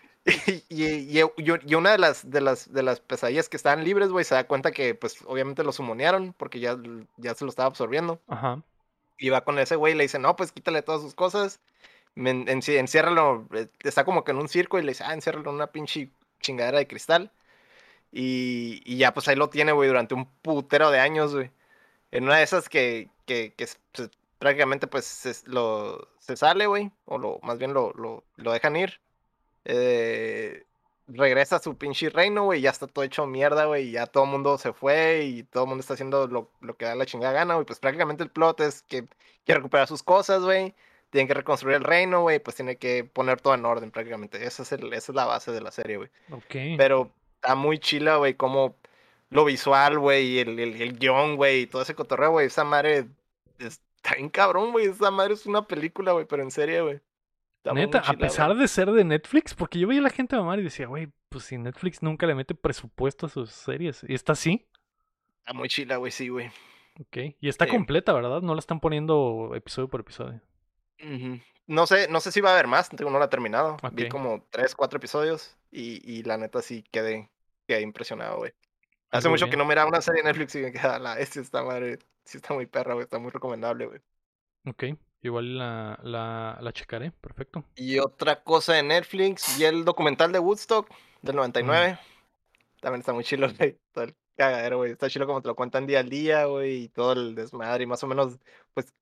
Y una de las pesadillas que estaban libres, güey, se da cuenta que, pues, obviamente lo sumonearon porque ya se lo estaba absorbiendo. Ajá. Y va con ese güey y le dice, no, pues quítale todas sus cosas. Enciérralo. Está como que en un circo y le dice, enciérralo en una pinche chingadera de cristal. Y ya, pues ahí lo tiene, güey, durante un putero de años, güey. En una de esas que prácticamente, pues, se sale, güey. O más bien lo dejan ir. Regresa a su pinche reino, güey. Ya está todo hecho mierda, güey. Y ya todo el mundo se fue y todo el mundo está haciendo lo que da la chingada gana, güey. Pues prácticamente el plot es que quiere recuperar sus cosas, güey. Tienen que reconstruir el reino, güey. Pues tiene que poner todo en orden prácticamente. Esa es la base de la serie, güey. Ok. Pero está muy chila, güey, como lo visual, güey, y el guión, güey, y todo ese cotorreo, güey, esa madre está bien cabrón, güey, esa madre es una película, güey, pero en serio, güey. Está Neta, muy a chila, pesar güey. de ser de Netflix, porque yo veía a la gente mamar y decía, güey, pues si Netflix nunca le mete presupuesto a sus series. Y está así, Está muy chila, güey, sí, güey. ok. Y está Sí. completa, ¿verdad? No la están poniendo episodio por episodio. Ujú. No sé si va a haber más, no la he terminado. Vi Ok. como 3, 4 episodios y la neta sí quedé impresionado, güey. Hace Algo mucho que bien. no miraba una serie de Netflix y me quedaba esta madre, sí está muy perra, güey, está muy recomendable, güey. Ok. Igual la checaré. Perfecto. Y otra cosa de Netflix, vi el documental de Woodstock del 99. También está muy chilo, güey. Todo el cagadero, güey. Está chilo como te lo cuentan día al día, güey. Y todo el desmadre. Y más o menos, pues,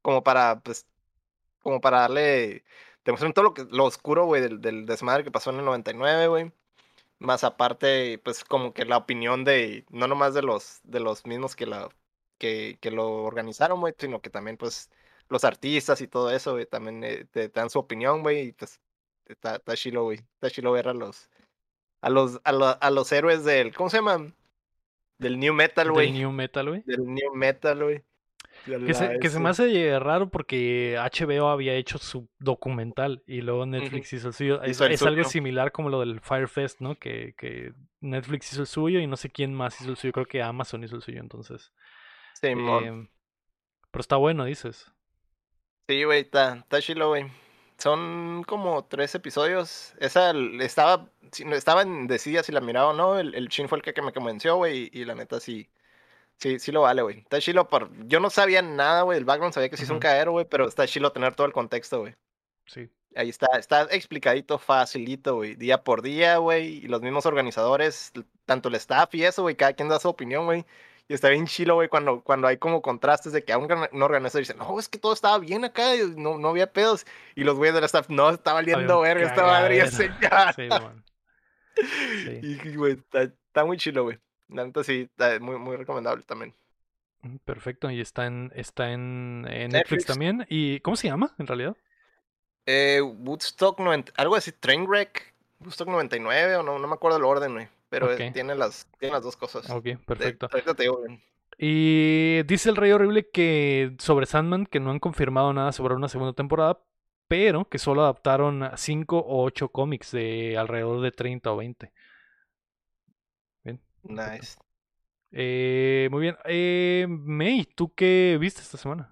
como para darle. Te muestran todo lo oscuro, güey, del desmadre que pasó en el 99, güey. Más aparte, pues, como que la opinión de. No nomás de los mismos que lo organizaron, güey. Sino que también, pues, los artistas y todo eso, güey. También te dan su opinión, güey. Y pues, está chilo, güey. Está chilo ver a los héroes del. ¿Cómo se llaman? Del New Metal, Del güey. New Metal, güey. Del New Metal, güey. Que se me hace raro porque HBO había hecho su documental y luego Ujú. Netflix hizo el suyo. Es, Hizo el es algo suyo. similar como lo del Fire Fest, ¿no? Que Netflix hizo el suyo y no sé quién más hizo el suyo. Creo que Amazon hizo el suyo, entonces. Simón. em, pero está bueno, dices. Sí, güey, está chilo, güey. Son como 3 episodios. Estaba indecisa si la miraba o no. El Chin fue el que me convenció, güey. Y la neta sí lo vale, güey. Está chilo yo no sabía nada, güey, del background. Sabía que sí es un Ujú, cagadero, güey. Pero está chilo tener todo el contexto, güey. sí. Ahí está explicadito, facilito, güey. Día por día, güey. Y los mismos organizadores, tanto el staff y eso, güey. Cada quien da su opinión, güey. Y está bien chilo, güey, cuando hay como contrastes de que a un organizador dice, no, es que todo estaba bien acá, y no había pedos. Y los güeyes del staff, no, está Había un valiendo verga esta madre, ya cagadero. sé, ya. Sí, man. Sí. Y, güey, está muy chilo, güey. La neta sí, está muy, muy recomendable también. Perfecto. Y está en Netflix Netflix, también. ¿Y cómo se llama en realidad? Woodstock 90, algo así, Trainwreck, Woodstock 99, o no me acuerdo el orden, güey. Pero Ok, tiene las dos cosas. ok, perfecto. Ahorita te digo, güey. Y dice el Rey Horrible que sobre Sandman que no han confirmado nada sobre una segunda temporada, pero que solo adaptaron 5 o 8 cómics de alrededor de 30 o 20. Bien, perfecto. Nice. Muy bien. May, ¿tú qué viste esta semana?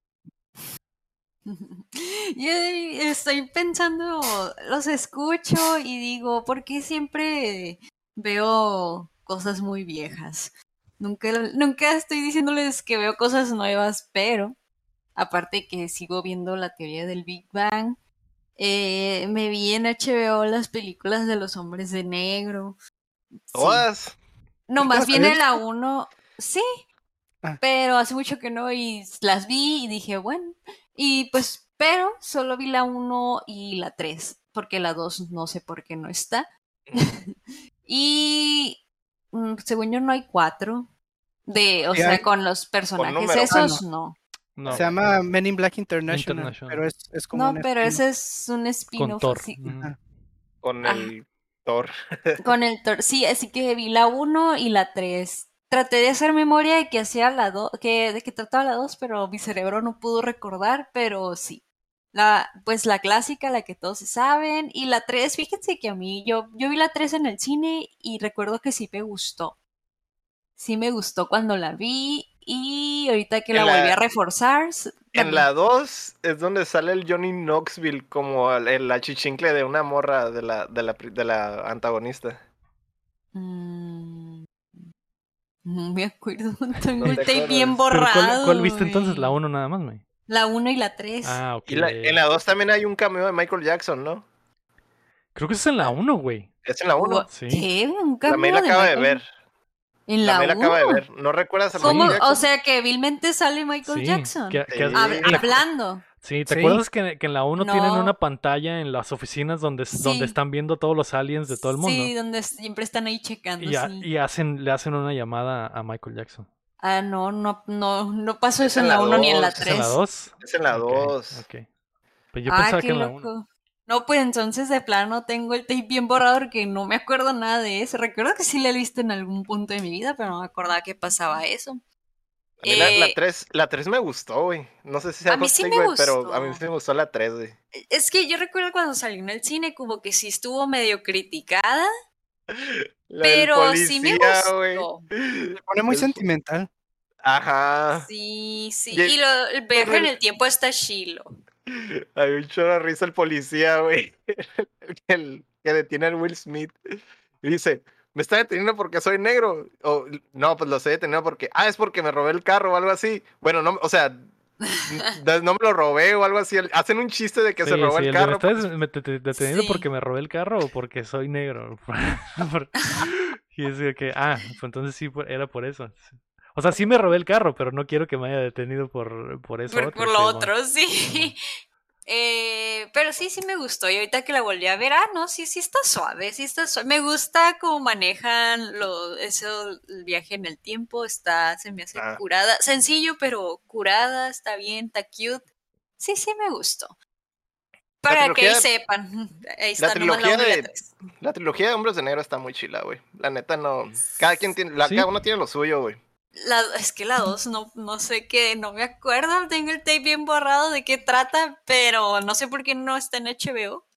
Yo estoy pensando, los escucho y digo, ¿por qué siempre veo cosas muy viejas? Nunca estoy diciéndoles que veo cosas nuevas, pero aparte que sigo viendo la teoría del Big Bang, me vi en HBO las películas de los hombres de negro. Sí. Todas. No, ¿Nunca más las bien había en la visto? uno sí, Ah, pero hace mucho que no y las vi y dije, bueno, y pues, pero solo vi la uno y la 3 porque la 2 no sé por qué no está. Y según yo no hay 4 o sí sea, hay. con los Con personajes número. Ah, no. esos, no. No, Se llama Men in Black International, International. pero es como un No, pero spin-off. ese es un Con spin-off Thor. así. Ajá. Con Ah, el Thor. con el sí, así que vi la uno y la 3. Traté de hacer memoria de que hacía la 2, de que trataba la 2, pero mi cerebro no pudo recordar, pero sí. Pues la clásica, la que todos se saben, y la 3, fíjense que a mí, yo vi la 3 en el cine y recuerdo que sí me gustó. Sí me gustó cuando la vi y ahorita que la En volví a la, reforzar, en la 2 es donde sale el Johnny Knoxville como el achichincle de una morra de la antagonista. mm, no me acuerdo, tengo ¿No el te tape bien acuerdas? ¿Pero cuál borrado, viste entonces? La güey. uno nada más, May. La uno y la 3. Ah, ok. Y en la 2 también hay un cameo de Michael Jackson, ¿no? Creo que es en la uno, güey. Es en la 1. Sí. ¿Qué? ¿Un La May la cambio de acaba de Michael? ver. ¿En La la May la uno? acaba de ver. ¿No recuerdas a ¿Cómo? Michael Sí, O Jackson? sea, que vilmente sale Michael sí. Jackson. Sí. Hablando. Sí, ¿te Sí, acuerdas que en la uno tienen una No, pantalla en las oficinas donde sí. están viendo todos los aliens de todo el mundo? Sí, donde siempre están ahí checando, Y, sí. le hacen una llamada a Michael Jackson. Ah, no pasó Es eso en en la la uno ni en la 2. ¿Es en la 3. 2? Es en la Ok, 2. ok. Pues yo Ah, pensaba que qué en la uno. loco. No, pues entonces de plano tengo el tape bien borrado porque no me acuerdo nada de eso. Recuerdo que sí lo he visto en algún punto de mi vida, pero no me acordaba que pasaba eso. A mí la 3 me gustó, güey. No sé si sea A mí hot sí take, me güey, pero a mí gustó. sí me gustó la 3, güey. Es que yo recuerdo cuando salió en el cine como que sí estuvo medio criticada, La del pero sí me policía, güey. gustó. Se pone muy sentimental. Ajá. Sí, sí. Y Y el viaje en el tiempo está chilo. hay un chorro de risa el policía, güey. El que detiene al Will Smith. Y dice, ¿me está deteniendo porque soy negro? O, no, pues lo estoy deteniendo porque, es porque me robé el carro o algo así. Bueno, no, o sea, no me lo robé o algo así. Hacen un chiste de que se robó Sí, el el de me carro. estás Pues, deteniendo Sí. porque me robé el carro o porque soy negro. Y es de que, pues entonces sí era por eso. O sea, sí me robé el carro, pero no quiero que me haya detenido por eso Por otro, lo Simón. otro, sí. Simón. Pero sí, sí me gustó. Y ahorita que la volví a ver, no, sí, sí está suave, sí está suave. Me gusta cómo manejan el viaje en el tiempo. Se me hace curada. Sencillo, pero curada, está bien, está cute. Sí, sí me gustó. Para que ahí sepan. Ahí la está nomás la 1 y la 3. trilogía de Hombres de Negro está muy chila, güey. La neta no. Cada quien tiene, Sí. cada uno tiene lo suyo, güey. Es que la 2 no sé qué, no me acuerdo, tengo el tape bien borrado de qué trata, pero no sé por qué no está en HBO.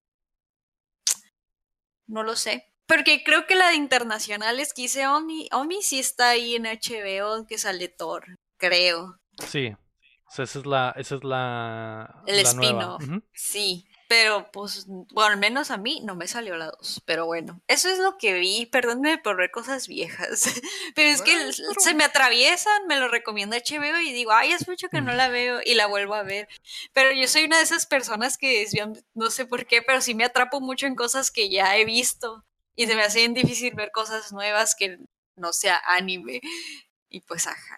No lo sé. Porque creo que la de internacionales que hice Omi sí está ahí en HBO, que sale Thor, creo. Sí. O sea, esa es la nueva. Spin-off, sí. Pero pues, bueno, al menos a mí no me salió la 2. Pero bueno, eso es lo que vi. Perdónme por ver cosas viejas. Pero es que se me atraviesan, me lo recomienda HBO y digo, es mucho que no la veo y la vuelvo a ver. Pero yo soy una de esas personas que no sé por qué, pero sí me atrapo mucho en cosas que ya he visto. Y se me hace bien difícil ver cosas nuevas que no sea anime. Y pues, ajá.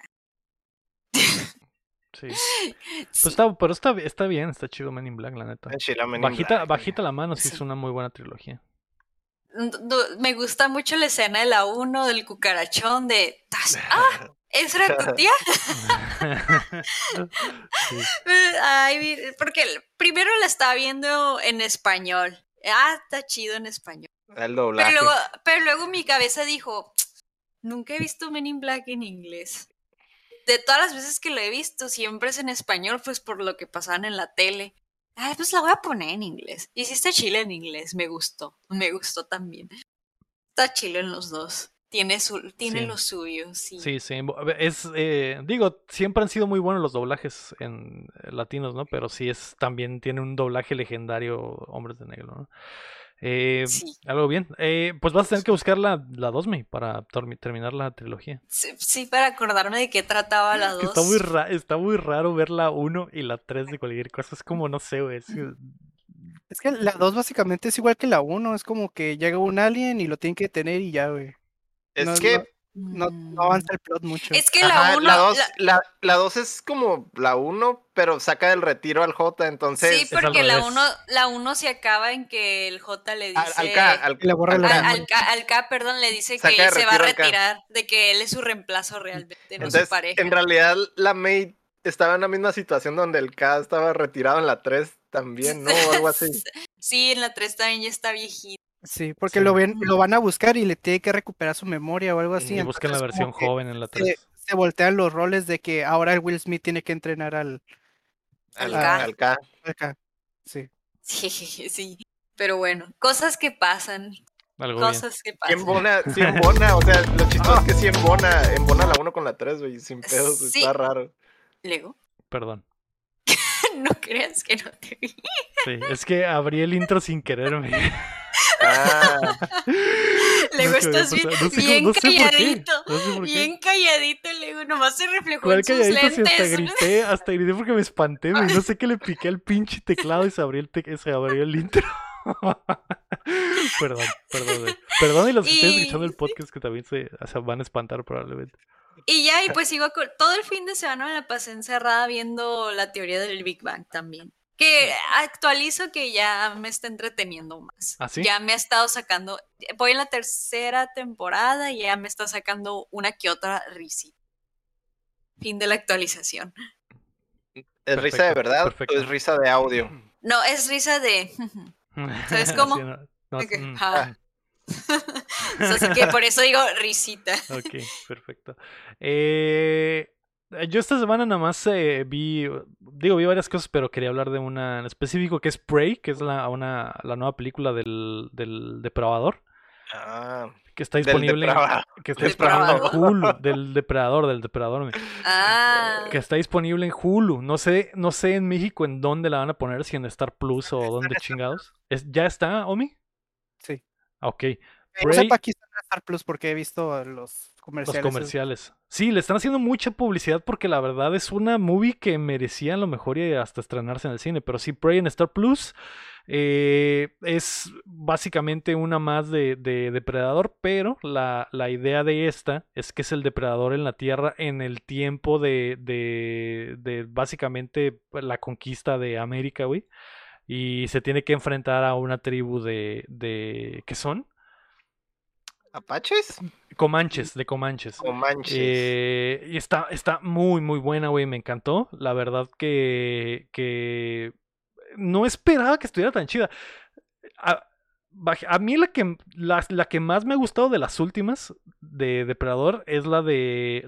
Sí. Sí. Pero está bien, está chido Men in Black, la neta. Bajita la mano, sí es una muy buena trilogía. Me gusta mucho la escena de la 1 del cucarachón de ¿esa era tu tía? Sí. Porque primero la estaba viendo en español. Está chido en español. El doblaje. Pero luego mi cabeza dijo, nunca he visto Men in Black en inglés. De todas las veces que lo he visto, siempre es en español, pues por lo que pasaban en la tele. Pues la voy a poner en inglés. Y sí está chile en inglés, me gustó también. Está chile en los dos. Tiene lo suyo, sí. Sí. Digo, siempre han sido muy buenos los doblajes en latinos, ¿no? Pero sí también tiene un doblaje legendario Hombres de Negro, ¿no? Sí. Algo bien. Pues vas a tener que buscar la 2, para terminar la trilogía. Sí, para acordarme de qué trataba la 2. Está muy raro ver la 1 y la 3 de cualquier cosa. Es como, no sé, güey. Es que la 2 básicamente es igual que la 1. Es como que llega un alien y lo tienen que detener y ya, güey. No avanza el plot mucho. Es que la 1... La 2 es como la 1, pero saca del retiro al J, entonces... Sí, porque la 1 se acaba en que el J le dice... Al K, perdón, le dice que se va a retirar, de que él es su reemplazo realmente, no entonces, su pareja. En realidad, la May estaba en la misma situación donde el K estaba retirado en la 3 también, ¿no? O algo así. Sí, en la 3 también ya está viejito. Sí, porque lo van a buscar y le tiene que recuperar su memoria o algo así. Y buscan la versión joven en la 3. Se voltean los roles de que ahora el Will Smith tiene que entrenar al K. Sí. Sí, pero bueno, cosas que pasan. Cosas que pasan. Sí embona, o sea, lo chistoso es que sí embona la 1 con la 3, güey, sin pedos, sí. Está raro. ¿Lego? Perdón. No creas que no te vi. Sí, es que abrí el intro sin quererme. Lego, estás bien calladito. Bien calladito, Lego. Nomás se reflejó en sus lentes. Y hasta grité porque me espanté, güey. No sé qué le piqué al pinche teclado y se abrió el intro. Perdón, güey. Perdón, y los que estén escuchando el podcast que también se van a espantar probablemente. Y pues todo el fin de semana me la pasé encerrada viendo la teoría del Big Bang también. Que actualizo que ya me está entreteniendo más. ¿Ah, sí? Ya me ha estado sacando, voy en la 3ª temporada y ya me está sacando una que otra risita. Fin de la actualización. ¿Es risa de verdad o es risa de audio? No, es risa de... ¿Sabes cómo? Sí, no, Así que por eso digo risita. Ok, perfecto. Yo esta semana nada más vi varias cosas, pero quería hablar de una en específico que es Prey, que es la nueva película del Depredador. Que está disponible en Hulu, del Depredador. Que está disponible en Hulu. No sé en México en dónde la van a poner, si en Star Plus o dónde chingados. ¿Ya está, Omi? Sí. Ok. Yo sepa aquí está en Star Plus porque he visto los comerciales. Sí, le están haciendo mucha publicidad porque la verdad es una movie que merecía a lo mejor y hasta estrenarse en el cine. Pero sí, Prey en Star Plus es básicamente una más de Depredador, pero la idea de esta es que es el Depredador en la Tierra en el tiempo de básicamente la conquista de América, güey. Y se tiene que enfrentar a una tribu ¿qué son? ¿Apaches? Comanches. Y está muy, muy buena, güey. Me encantó. La verdad que no esperaba que estuviera tan chida. A mí la que más me ha gustado de las últimas de Depredador es la de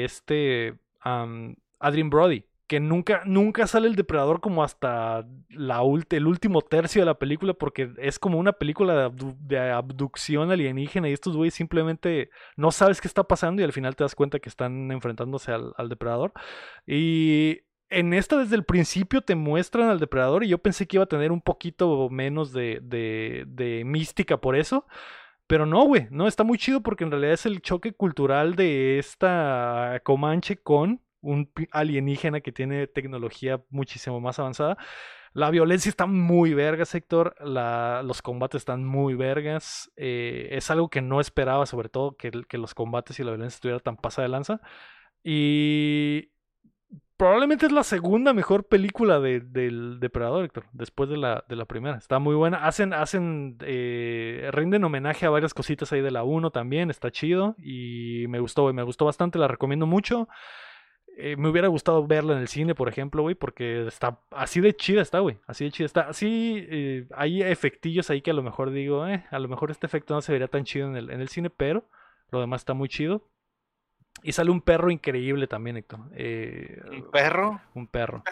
Adrien Brody. Que nunca sale el Depredador como hasta el último tercio de la película, porque es como una película de abducción alienígena y estos güeyes simplemente no sabes qué está pasando y al final te das cuenta que están enfrentándose al Depredador. Y en esta desde el principio te muestran al Depredador y yo pensé que iba a tener un poquito menos de mística por eso. Pero no, güey, no, está muy chido porque en realidad es el choque cultural de esta Comanche con un alienígena que tiene tecnología muchísimo más avanzada. La violencia está muy vergas, Héctor. Los combates están muy vergas. Es algo que no esperaba, sobre todo, que los combates y la violencia estuvieran tan pasada de lanza. Y probablemente es la segunda mejor película del Depredador, Héctor, después de la primera. Está muy buena. Rinden homenaje a varias cositas ahí de la 1 también. Está chido. Y me gustó, güey. Me gustó bastante. La recomiendo mucho. Me hubiera gustado verla en el cine, por ejemplo, güey, porque está así de chida está, güey. Así de chida está. Así hay efectillos ahí que a lo mejor digo, a lo mejor este efecto no se vería tan chido en el cine, pero lo demás está muy chido. Y sale un perro increíble también, Héctor. ¿Un perro? Un perro.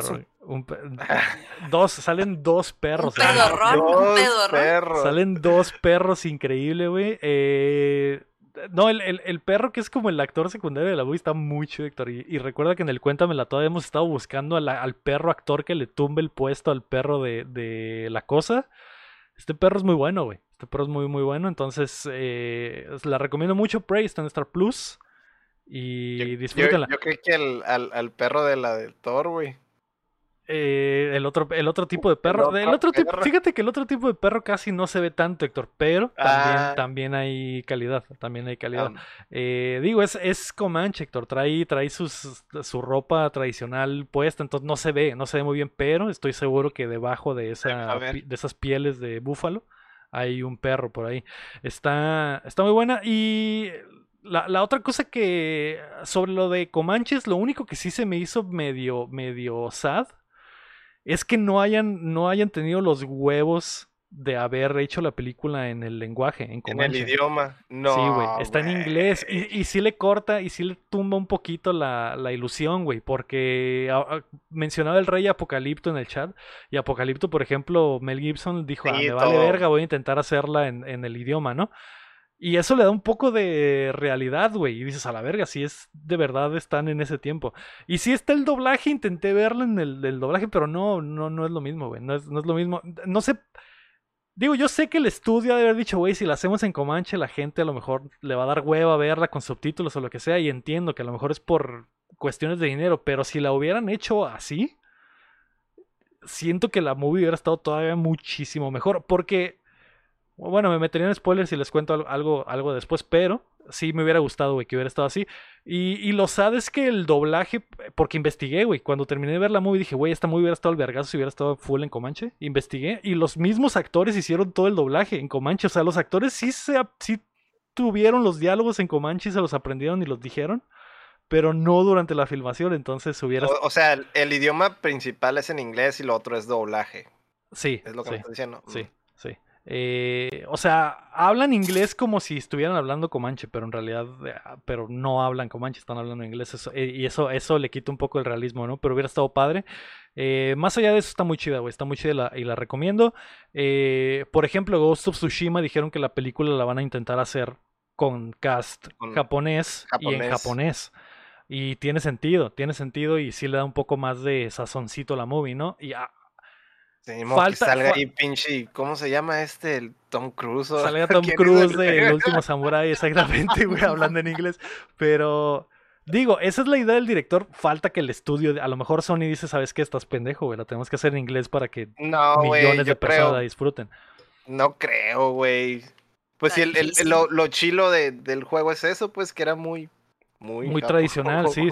Salen dos perros. Salen dos perros increíbles, güey. No, el perro que es como el actor secundario de la movie está muy chido, Héctor. Y recuerda que en el Cuéntamela Toda hemos estado buscando al perro actor que le tumbe el puesto al perro de La Cosa. Este perro es muy bueno, güey. Este perro es muy, muy bueno. Entonces, la recomiendo mucho. Prey está en Star Plus. Y disfrútenla. Yo creo que al perro de la del Thor, güey. El otro tipo de perro. Fíjate que el otro tipo de perro casi no se ve tanto, Héctor, pero también hay calidad. Digo, es Comanche, Héctor. Trae su ropa tradicional puesta, entonces no se ve muy bien, pero estoy seguro que debajo de esas pieles de búfalo hay un perro por ahí. Está muy buena. Y la otra cosa que sobre lo de Comanches, lo único que sí se me hizo medio sad es que no hayan tenido los huevos de haber hecho la película en el lenguaje, en Comanche. En el idioma. No, sí, güey, está en inglés y sí le corta y sí le tumba un poquito la ilusión, güey, porque mencionaba el rey Apocalipto en el chat y Apocalipto, por ejemplo, Mel Gibson dijo, sí, me vale verga, voy a intentar hacerla en el idioma, ¿no? Y eso le da un poco de realidad, güey. Y dices, a la verga, si es de verdad están en ese tiempo. Y si está el doblaje, intenté verlo en el doblaje, pero no es lo mismo, güey. No es lo mismo. No sé. Digo, yo sé que el estudio ha de haber dicho, güey, si la hacemos en Comanche, la gente a lo mejor le va a dar hueva a verla con subtítulos o lo que sea. Y entiendo que a lo mejor es por cuestiones de dinero. Pero si la hubieran hecho así, siento que la movie hubiera estado todavía muchísimo mejor. Porque bueno, me metería en spoilers y les cuento algo después, pero sí me hubiera gustado, güey, que hubiera estado así. Y lo sad es que el doblaje, porque investigué, güey, cuando terminé de ver la movie dije, güey, esta movie hubiera estado al vergazo si hubiera estado full en Comanche. Investigué y los mismos actores hicieron todo el doblaje en Comanche. O sea, los actores sí tuvieron los diálogos en Comanche y se los aprendieron y los dijeron, pero no durante la filmación, entonces hubiera... O sea, el idioma principal es en inglés y lo otro es doblaje. Sí, Es lo que me sí, estás diciendo. sí, sí. O sea, hablan inglés como si estuvieran hablando comanche, pero en realidad, pero no hablan comanche, están hablando inglés. Y eso le quita un poco el realismo, ¿no? Pero hubiera estado padre. Más allá de eso, está muy chida, güey. Está muy chida y la recomiendo. Por ejemplo, Ghost of Tsushima dijeron que la película la van a intentar hacer con cast Con japonés y en japonés. Y tiene sentido y sí le da un poco más de sazoncito a la movie, ¿no? Y Sí, que salga ahí pinche, ¿cómo se llama el Tom Cruise? Salga Tom Cruise del Último Samurai, exactamente, güey, hablando en inglés. Pero, digo, esa es la idea del director. Falta que el estudio, a lo mejor Sony dice, ¿sabes qué? Estás pendejo, güey, la tenemos que hacer en inglés para que millones de personas la disfruten. No creo, güey. Pues sí, lo chilo del juego es eso, pues que era muy tradicional, sí,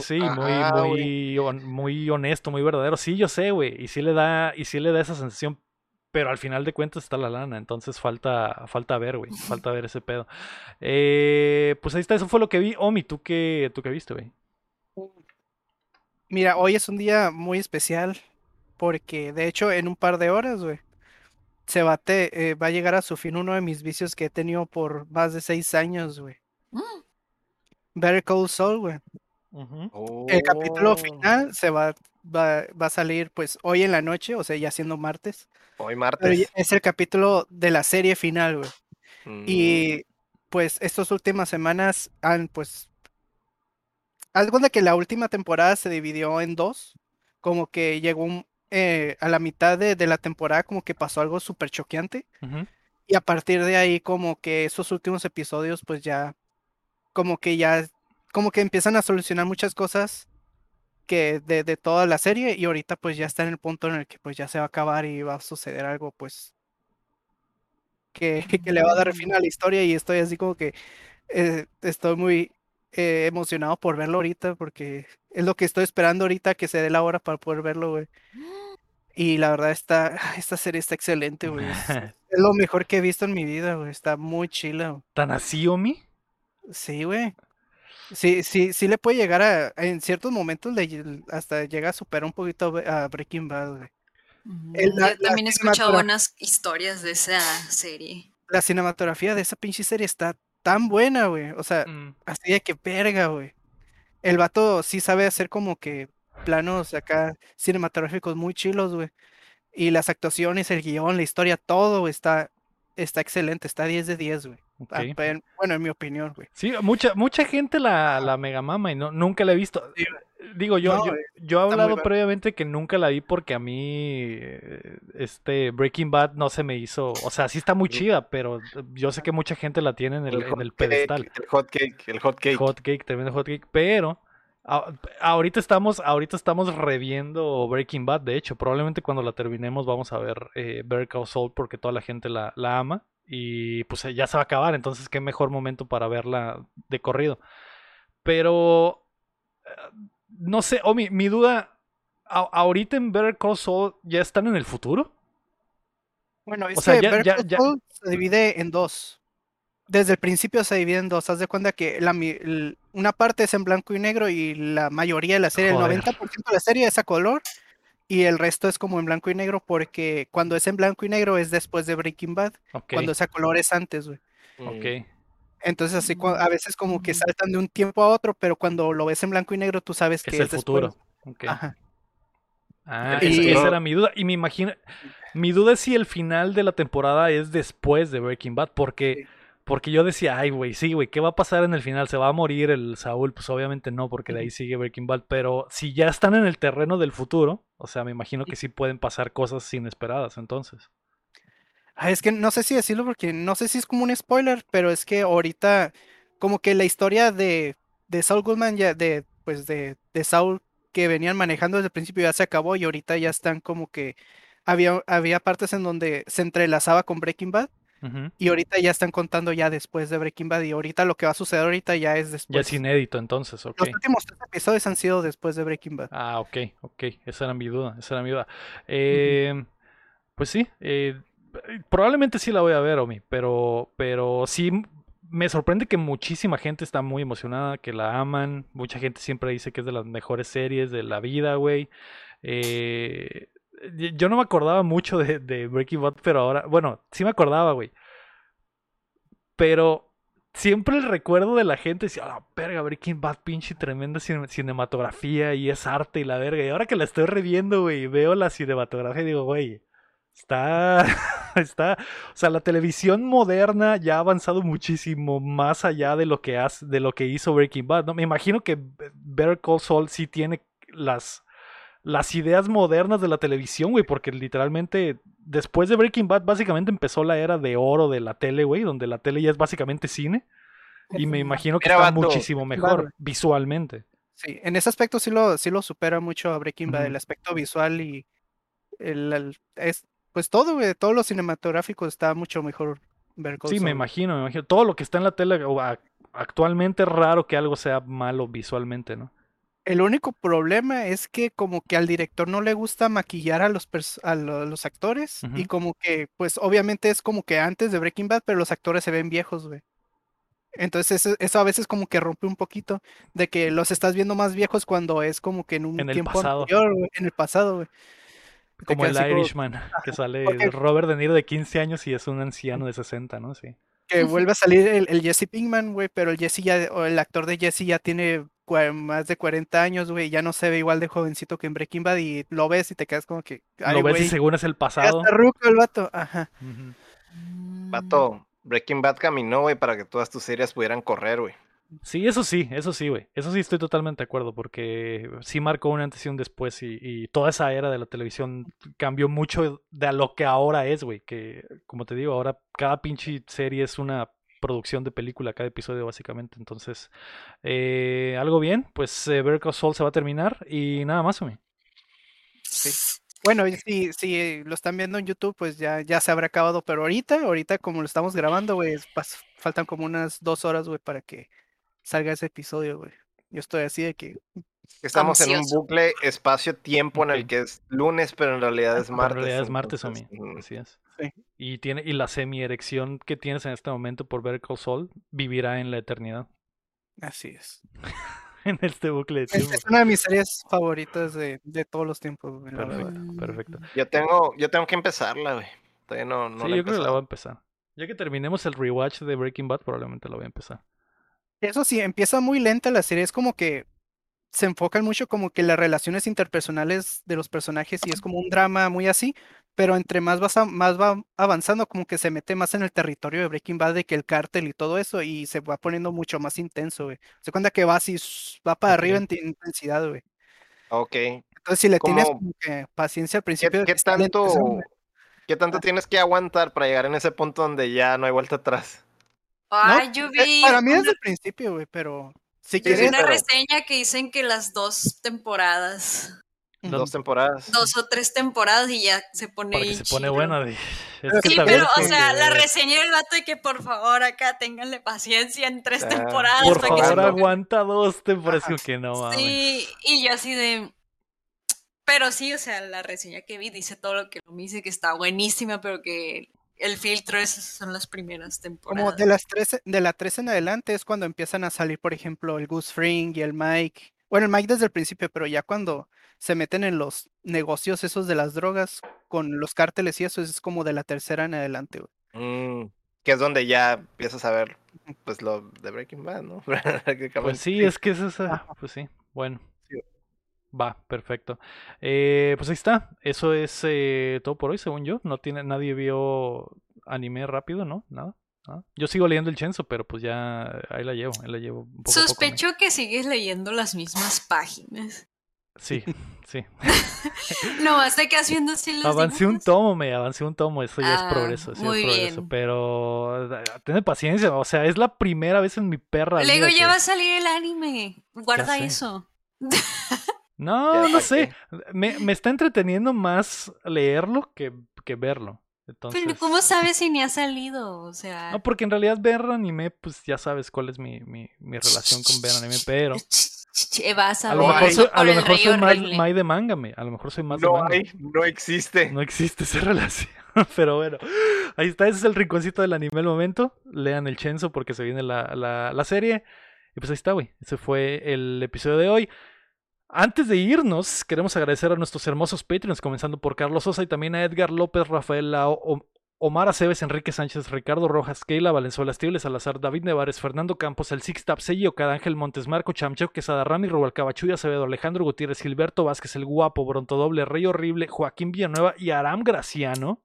muy honesto, muy verdadero. Sí, yo sé, güey, y sí le da esa sensación, pero al final de cuentas está la lana, entonces falta ver, güey, falta ver ese pedo. Pues ahí está, eso fue lo que vi. Omi, ¿tú qué viste, güey? Mira, hoy es un día muy especial porque de hecho en un par de horas, güey, va a llegar a su fin uno de mis vicios que he tenido por más de 6 años, güey. Better Call Saul, güey. El capítulo final va a salir pues hoy en la noche, o sea, ya siendo martes. Hoy martes. Es el capítulo de la serie final, güey. Y pues estas últimas semanas haz de cuenta que la última temporada se dividió en dos, como que llegó a la mitad de la temporada como que pasó algo súper choqueante. Y a partir de ahí como que esos últimos episodios pues como que empiezan a solucionar muchas cosas que de toda la serie y ahorita pues ya está en el punto en el que pues ya se va a acabar y va a suceder algo pues que le va a dar fin a la historia y estoy así como que estoy muy emocionado por verlo ahorita porque es lo que estoy esperando ahorita que se dé la hora para poder verlo, güey. Y la verdad esta serie está excelente, güey. Es lo mejor que he visto en mi vida, güey. Está muy chila, güey. ¿Tan así, Omi? Sí, güey. Sí le puede llegar en ciertos momentos hasta llega a superar un poquito a Breaking Bad, güey. Yo también he escuchado buenas historias de esa serie. La cinematografía de esa pinche serie está tan buena, güey. O sea, así de que verga, güey. El vato sí sabe hacer como que planos acá cinematográficos muy chilos, güey. Y las actuaciones, el guión, la historia, todo está excelente. Está 10 de 10, güey. Okay. Bueno, en mi opinión, güey. Sí, mucha gente la mega mama y nunca la he visto. Sí, digo, yo he hablado previamente que nunca la vi porque a mí Breaking Bad no se me hizo, o sea, sí está muy chida, pero yo sé que mucha gente la tiene en el pedestal. El hot cake. Tremendo hot cake, pero ahorita estamos reviendo Breaking Bad, de hecho, probablemente cuando la terminemos vamos a ver Better Call Saul porque toda la gente la ama. Y pues ya se va a acabar, entonces qué mejor momento para verla de corrido. Pero no sé, mi duda, ahorita en Better Call Saul ya están en el futuro. Bueno, es que Better Call Saul se divide en dos. Desde el principio se divide en dos. Haz de cuenta que una parte es en blanco y negro y la mayoría de la serie, el 90% de la serie es a color. Y el resto es como en blanco y negro porque cuando es en blanco y negro es después de Breaking Bad. Cuando es a color es antes, güey. Ok. Entonces así a veces como que saltan de un tiempo a otro, pero cuando lo ves en blanco y negro tú sabes que es el futuro. Okay. Ajá. Esa era mi duda. Y me imagino, mi duda es si el final de la temporada es después de Breaking Bad, porque yo decía, ay, güey, sí, güey, ¿qué va a pasar en el final? ¿Se va a morir el Saúl? Pues obviamente no, porque de ahí sigue Breaking Bad, pero si ya están en el terreno del futuro, o sea, me imagino que sí pueden pasar cosas inesperadas, entonces. Es que no sé si decirlo porque no sé si es como un spoiler, pero es que ahorita como que la historia de Saul Goodman de Saul que venían manejando desde el principio ya se acabó y ahorita ya están como que había partes en donde se entrelazaba con Breaking Bad. Y ahorita ya están contando ya después de Breaking Bad y ahorita lo que va a suceder ahorita ya es después. Ya es inédito entonces, ok. Los últimos 3 episodios han sido después de Breaking Bad. Ah, ok, esa era mi duda, Pues sí, probablemente sí la voy a ver, Omi, pero sí me sorprende que muchísima gente está muy emocionada, que la aman, mucha gente siempre dice que es de las mejores series de la vida, güey. yo no me acordaba mucho de Breaking Bad, pero ahora, bueno, sí me acordaba, güey. Pero siempre el recuerdo de la gente decía, ah, verga, Breaking Bad, pinche tremenda cinematografía y es arte y la verga. Y ahora que la estoy reviendo, güey, veo la cinematografía y digo, güey, está, o sea, la televisión moderna ya ha avanzado muchísimo más allá de lo que hizo Breaking Bad, ¿no? Me imagino que Better Call Saul sí tiene las ideas modernas de la televisión, güey, porque literalmente después de Breaking Bad básicamente empezó la era de oro de la tele, güey, donde la tele ya es básicamente cine. Y me imagino que está muchísimo mejor visualmente. Sí, en ese aspecto sí lo supera mucho a Breaking Bad, el aspecto visual y pues todo, güey, todo lo cinematográfico está mucho mejor. Sí, me imagino. Todo lo que está en la tele actualmente es raro que algo sea malo visualmente, ¿no? El único problema es que como que al director no le gusta maquillar a los actores y como que, pues obviamente es como que antes de Breaking Bad, pero los actores se ven viejos, güey. Entonces eso a veces como que rompe un poquito de que los estás viendo más viejos cuando es como que en un tiempo anterior, güey, en el pasado, güey. Como el Irishman, que sale Robert De Niro de 15 años y es un anciano de 60, ¿no? Sí. Que vuelve a salir el Jesse Pinkman, güey, pero el actor de Jesse ya tiene más de 40 años, güey, ya no se ve igual de jovencito que en Breaking Bad y lo ves y te quedas como que... Ay, lo ves y según es el pasado. Ya está ruco el vato, ajá. Vato, Breaking Bad caminó, güey, para que todas tus series pudieran correr, güey. Sí, güey. Eso sí estoy totalmente de acuerdo, porque sí marcó un antes y un después y toda esa era de la televisión cambió mucho de a lo que ahora es, güey. Que, como te digo, ahora cada pinche serie es una producción de película, cada episodio básicamente. Entonces, algo bien, pues Better Call Saul se va a terminar y nada más, güey. Sí. Bueno, si lo están viendo en YouTube, pues ya se habrá acabado, pero ahorita como lo estamos grabando, güey, faltan como unas 2 horas, güey, para que salga ese episodio, güey. Yo estoy así de que... Estamos en un bucle espacio-tiempo en el que es lunes, pero en realidad es martes. En realidad es martes, homie. Así es. Sí. Y la semi-erección que tienes en este momento por Better Call Saul vivirá en la eternidad. Así es. En este bucle de tiempo. Es una de mis series favoritas de todos los tiempos, güey. Perfecto. Yo tengo que empezarla, güey. Todavía no sí, yo creo que la voy a empezar. Ya que terminemos el rewatch de Breaking Bad, probablemente la voy a empezar. Eso sí, empieza muy lenta la serie, es como que se enfocan mucho como que las relaciones interpersonales de los personajes y es como un drama muy así, pero entre más va avanzando como que se mete más en el territorio de Breaking Bad de que el cártel y todo eso y se va poniendo mucho más intenso, güey. Se cuenta que va así, va para arriba en intensidad, güey. Ok. Entonces si le tienes como que paciencia al principio... ¿Qué tanto tienes que aguantar para llegar en ese punto donde ya no hay vuelta atrás? Ay, no, yo vi... Para mí desde el principio, güey, pero... Si quieres, una reseña que dicen que las 2 temporadas. 2 temporadas. 2 o 3 temporadas y ya se pone porque se pone buena. Sí, pero, o sea, la reseña del vato de que por favor acá ténganle paciencia en 3 temporadas. Por favor, aguanta 2 temporadas. Que no mames. Sí, y yo así de... Pero sí, o sea, la reseña que vi dice todo lo que me dice, que está buenísima, pero que... El filtro, esas son las primeras temporadas. Como de la 3 en adelante es cuando empiezan a salir, por ejemplo, el Gus Fring y el Mike. Bueno, el Mike desde el principio, pero ya cuando se meten en los negocios esos de las drogas con los cárteles y eso es como de la 3ª en adelante, güey. Que es donde ya empiezas a ver, pues, lo de Breaking Bad, ¿no? Pues sí, es que es esa. Pues sí, bueno. Va, perfecto. Pues ahí está. Eso es todo por hoy, según yo. Nadie vio anime rápido, ¿no? Nada. Yo sigo leyendo el Chainsaw, pero pues ya ahí la llevo un poco. Sospecho a poco, que sigues leyendo las mismas páginas. Sí. No, hasta que haciendo así los avancé un tomo, eso ya es progreso, muy bien. Pero ten paciencia, o sea, es la primera vez en mi perra Luego ya va a salir el anime. Guarda eso. No sé. Me está entreteniendo más leerlo que verlo. Entonces... Pero ¿cómo sabes si ni ha salido? O sea... No, porque en realidad ver anime, pues ya sabes cuál es mi relación con ver anime, pero... Vas a lo mejor soy más de manga, a lo mejor soy más de manga. No existe. No existe esa relación, pero bueno. Ahí está, ese es el rinconcito del anime al momento. Lean el Chainsaw porque se viene la serie. Y pues ahí está, güey. Ese fue el episodio de hoy. Antes de irnos, queremos agradecer a nuestros hermosos Patreons, comenzando por Carlos Sosa y también a Edgar López, Rafael Lao, Omar Aceves, Enrique Sánchez, Ricardo Rojas, Keila Valenzuela, Estible Salazar, David Nevares, Fernando Campos, el Sixtap, Selli Ocada, Ángel Montes, Marco Chamcheo, Quesada, Rami, Rubalcaba, Chuy Acevedo, Alejandro Gutiérrez, Gilberto Vázquez, El Guapo, Brontodoble, Rey Horrible, Joaquín Villanueva y Aram Graciano.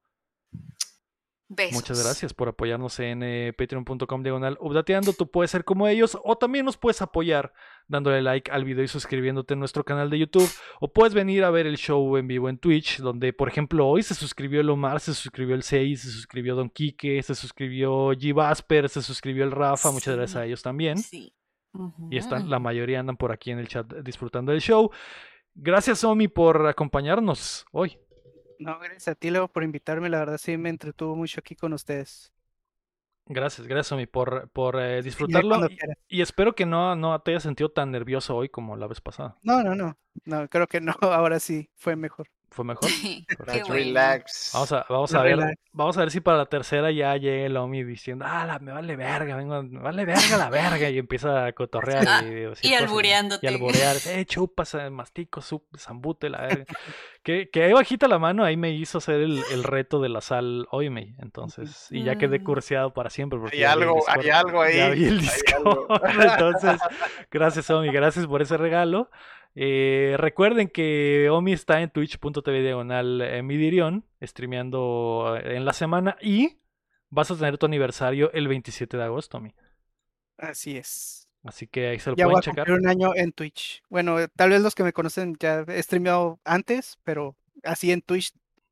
Besos. Muchas gracias por apoyarnos en patreon.com/updateando. Tú puedes ser como ellos o también nos puedes apoyar dándole like al video y suscribiéndote a nuestro canal de YouTube, o puedes venir a ver el show en vivo en Twitch, donde por ejemplo hoy se suscribió el Omar, se suscribió el 6, se suscribió Don Quique, se suscribió G. Vasper, se suscribió el Rafa. Muchas gracias a ellos también. Sí. Y la mayoría andan por aquí en el chat disfrutando del show. Gracias, Omi, por acompañarnos hoy. No, gracias a ti, Leo, por invitarme. La verdad sí me entretuvo mucho aquí con ustedes. Gracias, Omi, por disfrutarlo. Y espero que no te hayas sentido tan nervioso hoy como la vez pasada. No, creo que no. Ahora sí fue mejor. ¿Fue mejor? Relax. Vamos a ver si para la tercera ya llega el Omi diciendo, me vale verga, me vale verga la verga, y empieza a cotorrear y albureándote. Y alburear, chupas, mastico, zambute, la verga. que ahí bajita la mano, ahí me hizo hacer el reto de la sal Oime, entonces, y ya quedé curseado para siempre. Porque hay algo ahí. Ya vi el Discord. Entonces, gracias, Omi, gracias por ese regalo. Recuerden que Omi está en twitch.tv/Midirion streameando en la semana, y vas a tener tu aniversario el 27 de agosto, Omi. Así es. Así que ahí se lo ya pueden voy a checar. cumplir un año en Twitch. Bueno, tal vez los que me conocen ya he streameado antes, pero así en Twitch,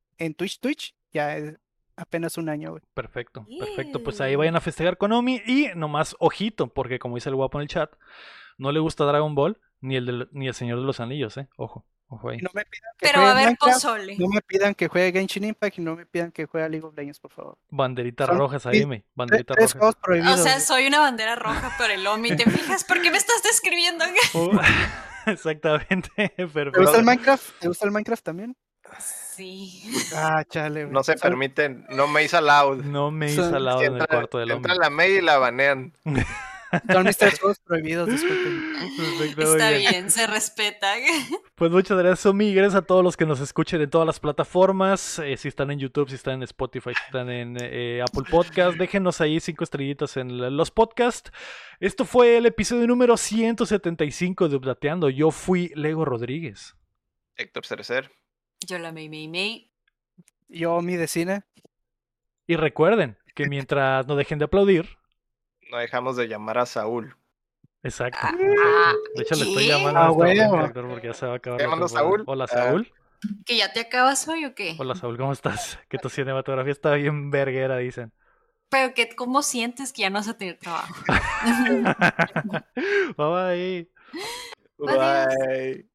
ya es apenas un año, güey. Perfecto. Pues ahí vayan a festejar con Omi, y nomás ojito, porque como dice el guapo en el chat, no le gusta Dragon Ball ni el Señor de los Anillos, ojo ahí. No me pidan que pero va a haber pozole. No me pidan que juegue Genshin Impact y no me pidan que juegue League of Legends, por favor. Banderitas rojas ahí, banderitas rojas. O sea, soy una bandera roja por el Omi. ¿Te fijas? ¿Por qué me estás describiendo? Exactamente. Perfecto. ¿Te gusta el Minecraft? ¿Te gusta el Minecraft también? Sí. Chale. No se permiten, no me hizo loud. No me hizo loud en el cuarto del Omi. Entra la May y la banean. Son mis juegos prohibidos, disculpen. Está bien, se respeta. Pues muchas gracias, Omi. Gracias a todos los que nos escuchen en todas las plataformas. Si están en YouTube, si están en Spotify, si están en Apple Podcast, déjenos ahí 5 estrellitas en los podcasts. Esto fue el episodio número 175 de Updateando. Yo fui Lego Rodríguez. Héctor Cerecer. Yo la May. Yo mi vecina. Y recuerden que mientras no dejen de aplaudir, no dejamos de llamar a Saúl. Exacto. De hecho, le estoy llamando a Héctor porque ya se va a acabar. ¿Llamando a Saúl? Hola, Saúl. ¿Que ya te acabas hoy o qué? Hola, Saúl, ¿cómo estás? Que tu cinematografía está bien verguera, dicen. Pero que, ¿cómo sientes que ya no vas a tener trabajo? Bye. Bye.